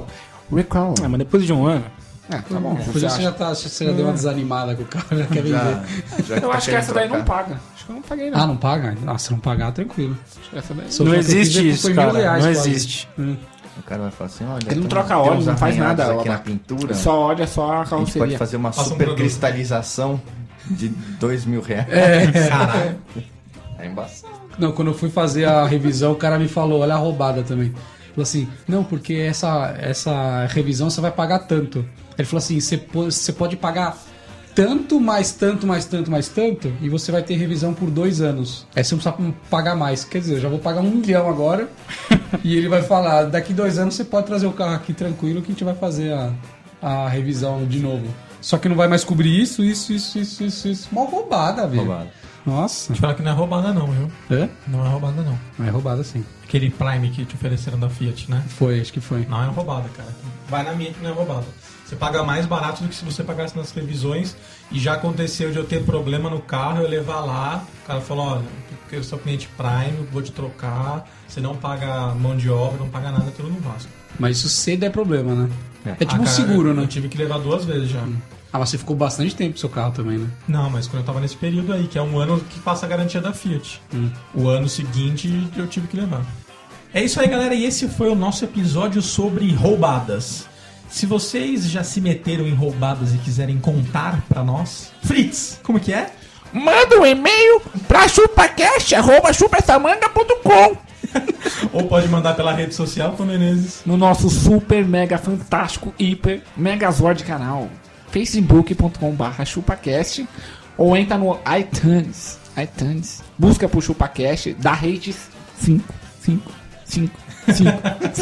Speaker 3: Recall.
Speaker 5: Ah, mas depois de um ano.
Speaker 3: É, tá bom.
Speaker 4: Depois
Speaker 3: Você
Speaker 4: você
Speaker 3: acha?
Speaker 4: já, tá, você já deu uma desanimada com o carro, já quer vender.
Speaker 6: Já, já
Speaker 3: Eu
Speaker 6: tá
Speaker 3: acho que
Speaker 6: querendo
Speaker 3: essa daí não
Speaker 6: trocar.
Speaker 3: paga. Acho que eu não paguei, não.
Speaker 4: Ah, não paga? Ah, se não pagar, tranquilo.
Speaker 3: Acho que essa daí...
Speaker 4: Se eu
Speaker 5: Não
Speaker 4: já fiz,
Speaker 5: existe
Speaker 4: foi
Speaker 5: isso,
Speaker 4: mil
Speaker 5: cara.
Speaker 4: reais
Speaker 5: Não
Speaker 4: quase.
Speaker 5: existe.
Speaker 6: O cara vai falar assim, olha...
Speaker 3: Ele não
Speaker 6: tem-
Speaker 3: troca
Speaker 6: tem
Speaker 3: óleo,
Speaker 6: uns
Speaker 3: não faz
Speaker 6: arranhados
Speaker 3: nada,
Speaker 6: aqui
Speaker 3: ó,
Speaker 6: na pintura.
Speaker 3: Só olha só a
Speaker 6: A gente pode
Speaker 3: carroceria.
Speaker 6: fazer uma
Speaker 2: Passa um
Speaker 6: super
Speaker 2: produto.
Speaker 6: cristalização de dois mil reais.
Speaker 2: Caralho.
Speaker 6: É embaçado.
Speaker 4: Não, quando eu fui fazer a revisão, o cara me falou, olha a roubada também. Falou assim, não, porque essa, essa revisão você vai pagar tanto. Ele falou assim, você po- você pode pagar tanto, mais tanto, mais tanto, mais tanto, e você vai ter revisão por dois anos. Aí você não precisa pagar mais. Quer dizer, eu já vou pagar um milhão agora, e ele vai falar, daqui dois anos você pode trazer o carro aqui tranquilo que a gente vai fazer a, a revisão de novo. Só que não vai mais cobrir isso, isso, isso, isso, isso, isso. Mó roubada, velho.
Speaker 6: Roubado.
Speaker 4: Nossa.
Speaker 2: Te falar que não é roubada não, viu?
Speaker 4: É?
Speaker 2: Não é roubada não.
Speaker 4: É roubada sim.
Speaker 2: Aquele Prime que te ofereceram da Fiat, né?
Speaker 4: Foi, acho que foi.
Speaker 2: Não é roubada, cara. Vai na minha que não é roubada. Você paga mais barato do que se você pagasse nas revisões. E já aconteceu de eu ter problema no carro, eu levar lá. O cara falou, olha, porque eu sou cliente Prime, eu vou te trocar. Você não paga mão de obra, não paga nada, tudo no Vasco.
Speaker 4: Mas isso cedo é problema, né? É, tipo
Speaker 2: Ah,
Speaker 4: um
Speaker 2: cara,
Speaker 4: seguro,
Speaker 2: eu,
Speaker 4: né?
Speaker 2: Eu tive que levar duas vezes já.
Speaker 4: Ah, mas você ficou bastante tempo no seu carro também, né?
Speaker 2: Não, mas quando eu tava nesse período aí, que é um ano que passa a garantia da Fiat. O ano seguinte eu tive que levar. É isso aí, galera, e esse foi o nosso episódio sobre roubadas. Se vocês já se meteram em roubadas e quiserem contar pra nós, Fritz, como que é?
Speaker 3: Manda um e-mail pra chupacast, arroba chupaessamanga ponto com.
Speaker 2: Ou pode mandar pela rede social, Tom Menezes.
Speaker 3: No nosso super, mega, fantástico, hiper, megazord canal. facebook ponto com barra chupacast. Ou entra no iTunes. iTunes. Busca por chupacast, dá rates cinco, cinco, cinco, cinco,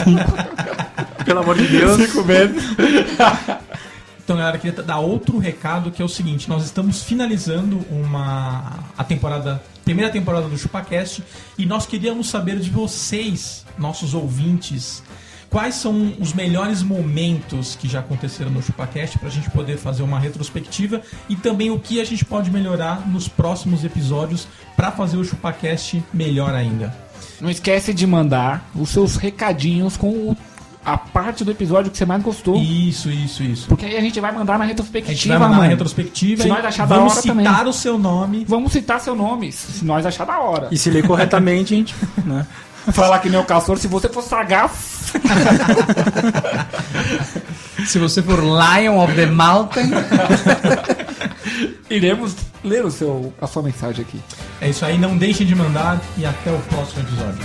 Speaker 3: cinco.
Speaker 5: Pelo amor de Deus.
Speaker 3: cinco vezes.
Speaker 2: Então, galera, eu queria dar outro recado, que é o seguinte: nós estamos finalizando uma a temporada, primeira temporada do ChupaCast, e nós queríamos saber de vocês, nossos ouvintes, quais são os melhores momentos que já aconteceram no ChupaCast, pra gente poder fazer uma retrospectiva, e também o que a gente pode melhorar nos próximos episódios pra fazer o ChupaCast melhor ainda.
Speaker 3: Não esquece de mandar os seus recadinhos com o, a parte do episódio que você mais gostou.
Speaker 2: Isso, isso, isso.
Speaker 3: Porque aí a gente vai mandar na
Speaker 2: A
Speaker 3: retrospectiva,
Speaker 2: gente vai mandar
Speaker 3: mano.
Speaker 2: na retrospectiva
Speaker 3: Se
Speaker 2: e
Speaker 3: nós achar da
Speaker 2: vamos
Speaker 3: hora
Speaker 2: citar
Speaker 3: também.
Speaker 2: o seu nome.
Speaker 3: Vamos citar seu nome, se nós achar da hora.
Speaker 5: E se ler corretamente, a gente. Né?
Speaker 3: Falar que nem o Castor, se você for sagaz.
Speaker 4: Se você for Lion of the Mountain.
Speaker 3: Iremos ler o seu, a sua mensagem aqui.
Speaker 2: É isso aí, não deixem de mandar e até o próximo episódio.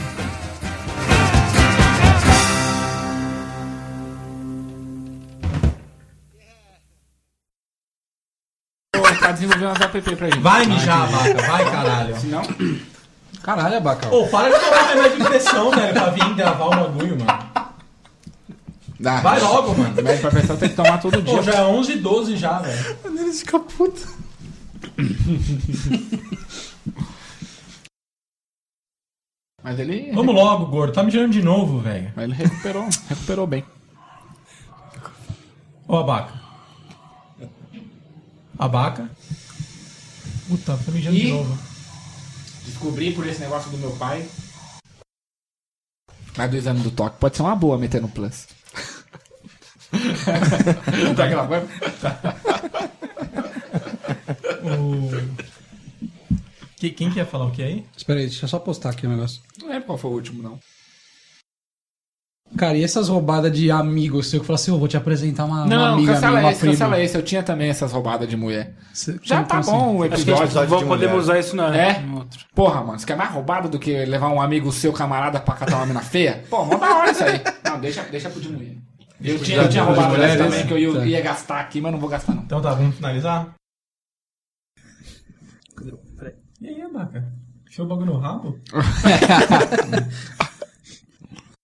Speaker 3: Tá desenvolvendo umas app pra gente.
Speaker 2: Vai mijar, vaca, vai caralho.
Speaker 3: Se não,
Speaker 4: Caralho, Abaca.
Speaker 2: Ô, para de tomar remédio de pressão, velho, pra vir gravar o bagulho, mano.
Speaker 3: dá.
Speaker 2: Vai logo, mano.
Speaker 3: Médico pra pressão tem que tomar todo dia.
Speaker 2: Pô, já é onze e doze já, velho.
Speaker 5: Eles ficam putos.
Speaker 3: Mas ele.
Speaker 2: Vamos logo, gordo. Tá mijando de novo, velho.
Speaker 3: Mas ele recuperou, recuperou bem.
Speaker 2: Ô, Abaca. Abaca. Puta, tá mijando de
Speaker 3: E-
Speaker 2: novo.
Speaker 3: Descobri por esse negócio do meu pai. Mais dois anos do toque. Pode ser uma boa meter no plus. Não tá gravando?
Speaker 2: O... Que- Quem que ia falar o que aí?
Speaker 4: Espera aí, deixa eu só postar aqui o negócio.
Speaker 3: Não lembro qual foi o último, não.
Speaker 4: Cara, e essas roubadas de amigo seu que fala assim, eu vou te apresentar uma, uma
Speaker 3: Não,
Speaker 4: amiga
Speaker 3: cancela
Speaker 4: minha, uma
Speaker 3: esse,
Speaker 4: prima.
Speaker 3: cancela esse. Eu tinha também essas roubadas de mulher.
Speaker 4: Cê-
Speaker 3: Já
Speaker 4: como
Speaker 3: tá
Speaker 4: assim?
Speaker 3: bom o
Speaker 5: Acho que a gente
Speaker 3: episódio.
Speaker 6: episódio
Speaker 5: vou-
Speaker 6: de
Speaker 5: podemos
Speaker 6: mulher.
Speaker 5: usar isso na,
Speaker 3: É?
Speaker 5: no outro.
Speaker 3: Porra, mano, você quer mais roubado do que levar um amigo seu, camarada, pra catar uma mina feia? Pô, mó da hora isso aí. Não, deixa, deixa pro de mulher. Eu tinha, eu tinha
Speaker 4: de
Speaker 3: roubado
Speaker 4: mulher,
Speaker 3: essa também,
Speaker 4: esse?
Speaker 3: que eu ia,
Speaker 4: Tá.
Speaker 3: ia gastar aqui, mas não vou gastar não.
Speaker 2: Então tá, vamos finalizar? E aí, Abaca? Enfiou o bagulho no rabo?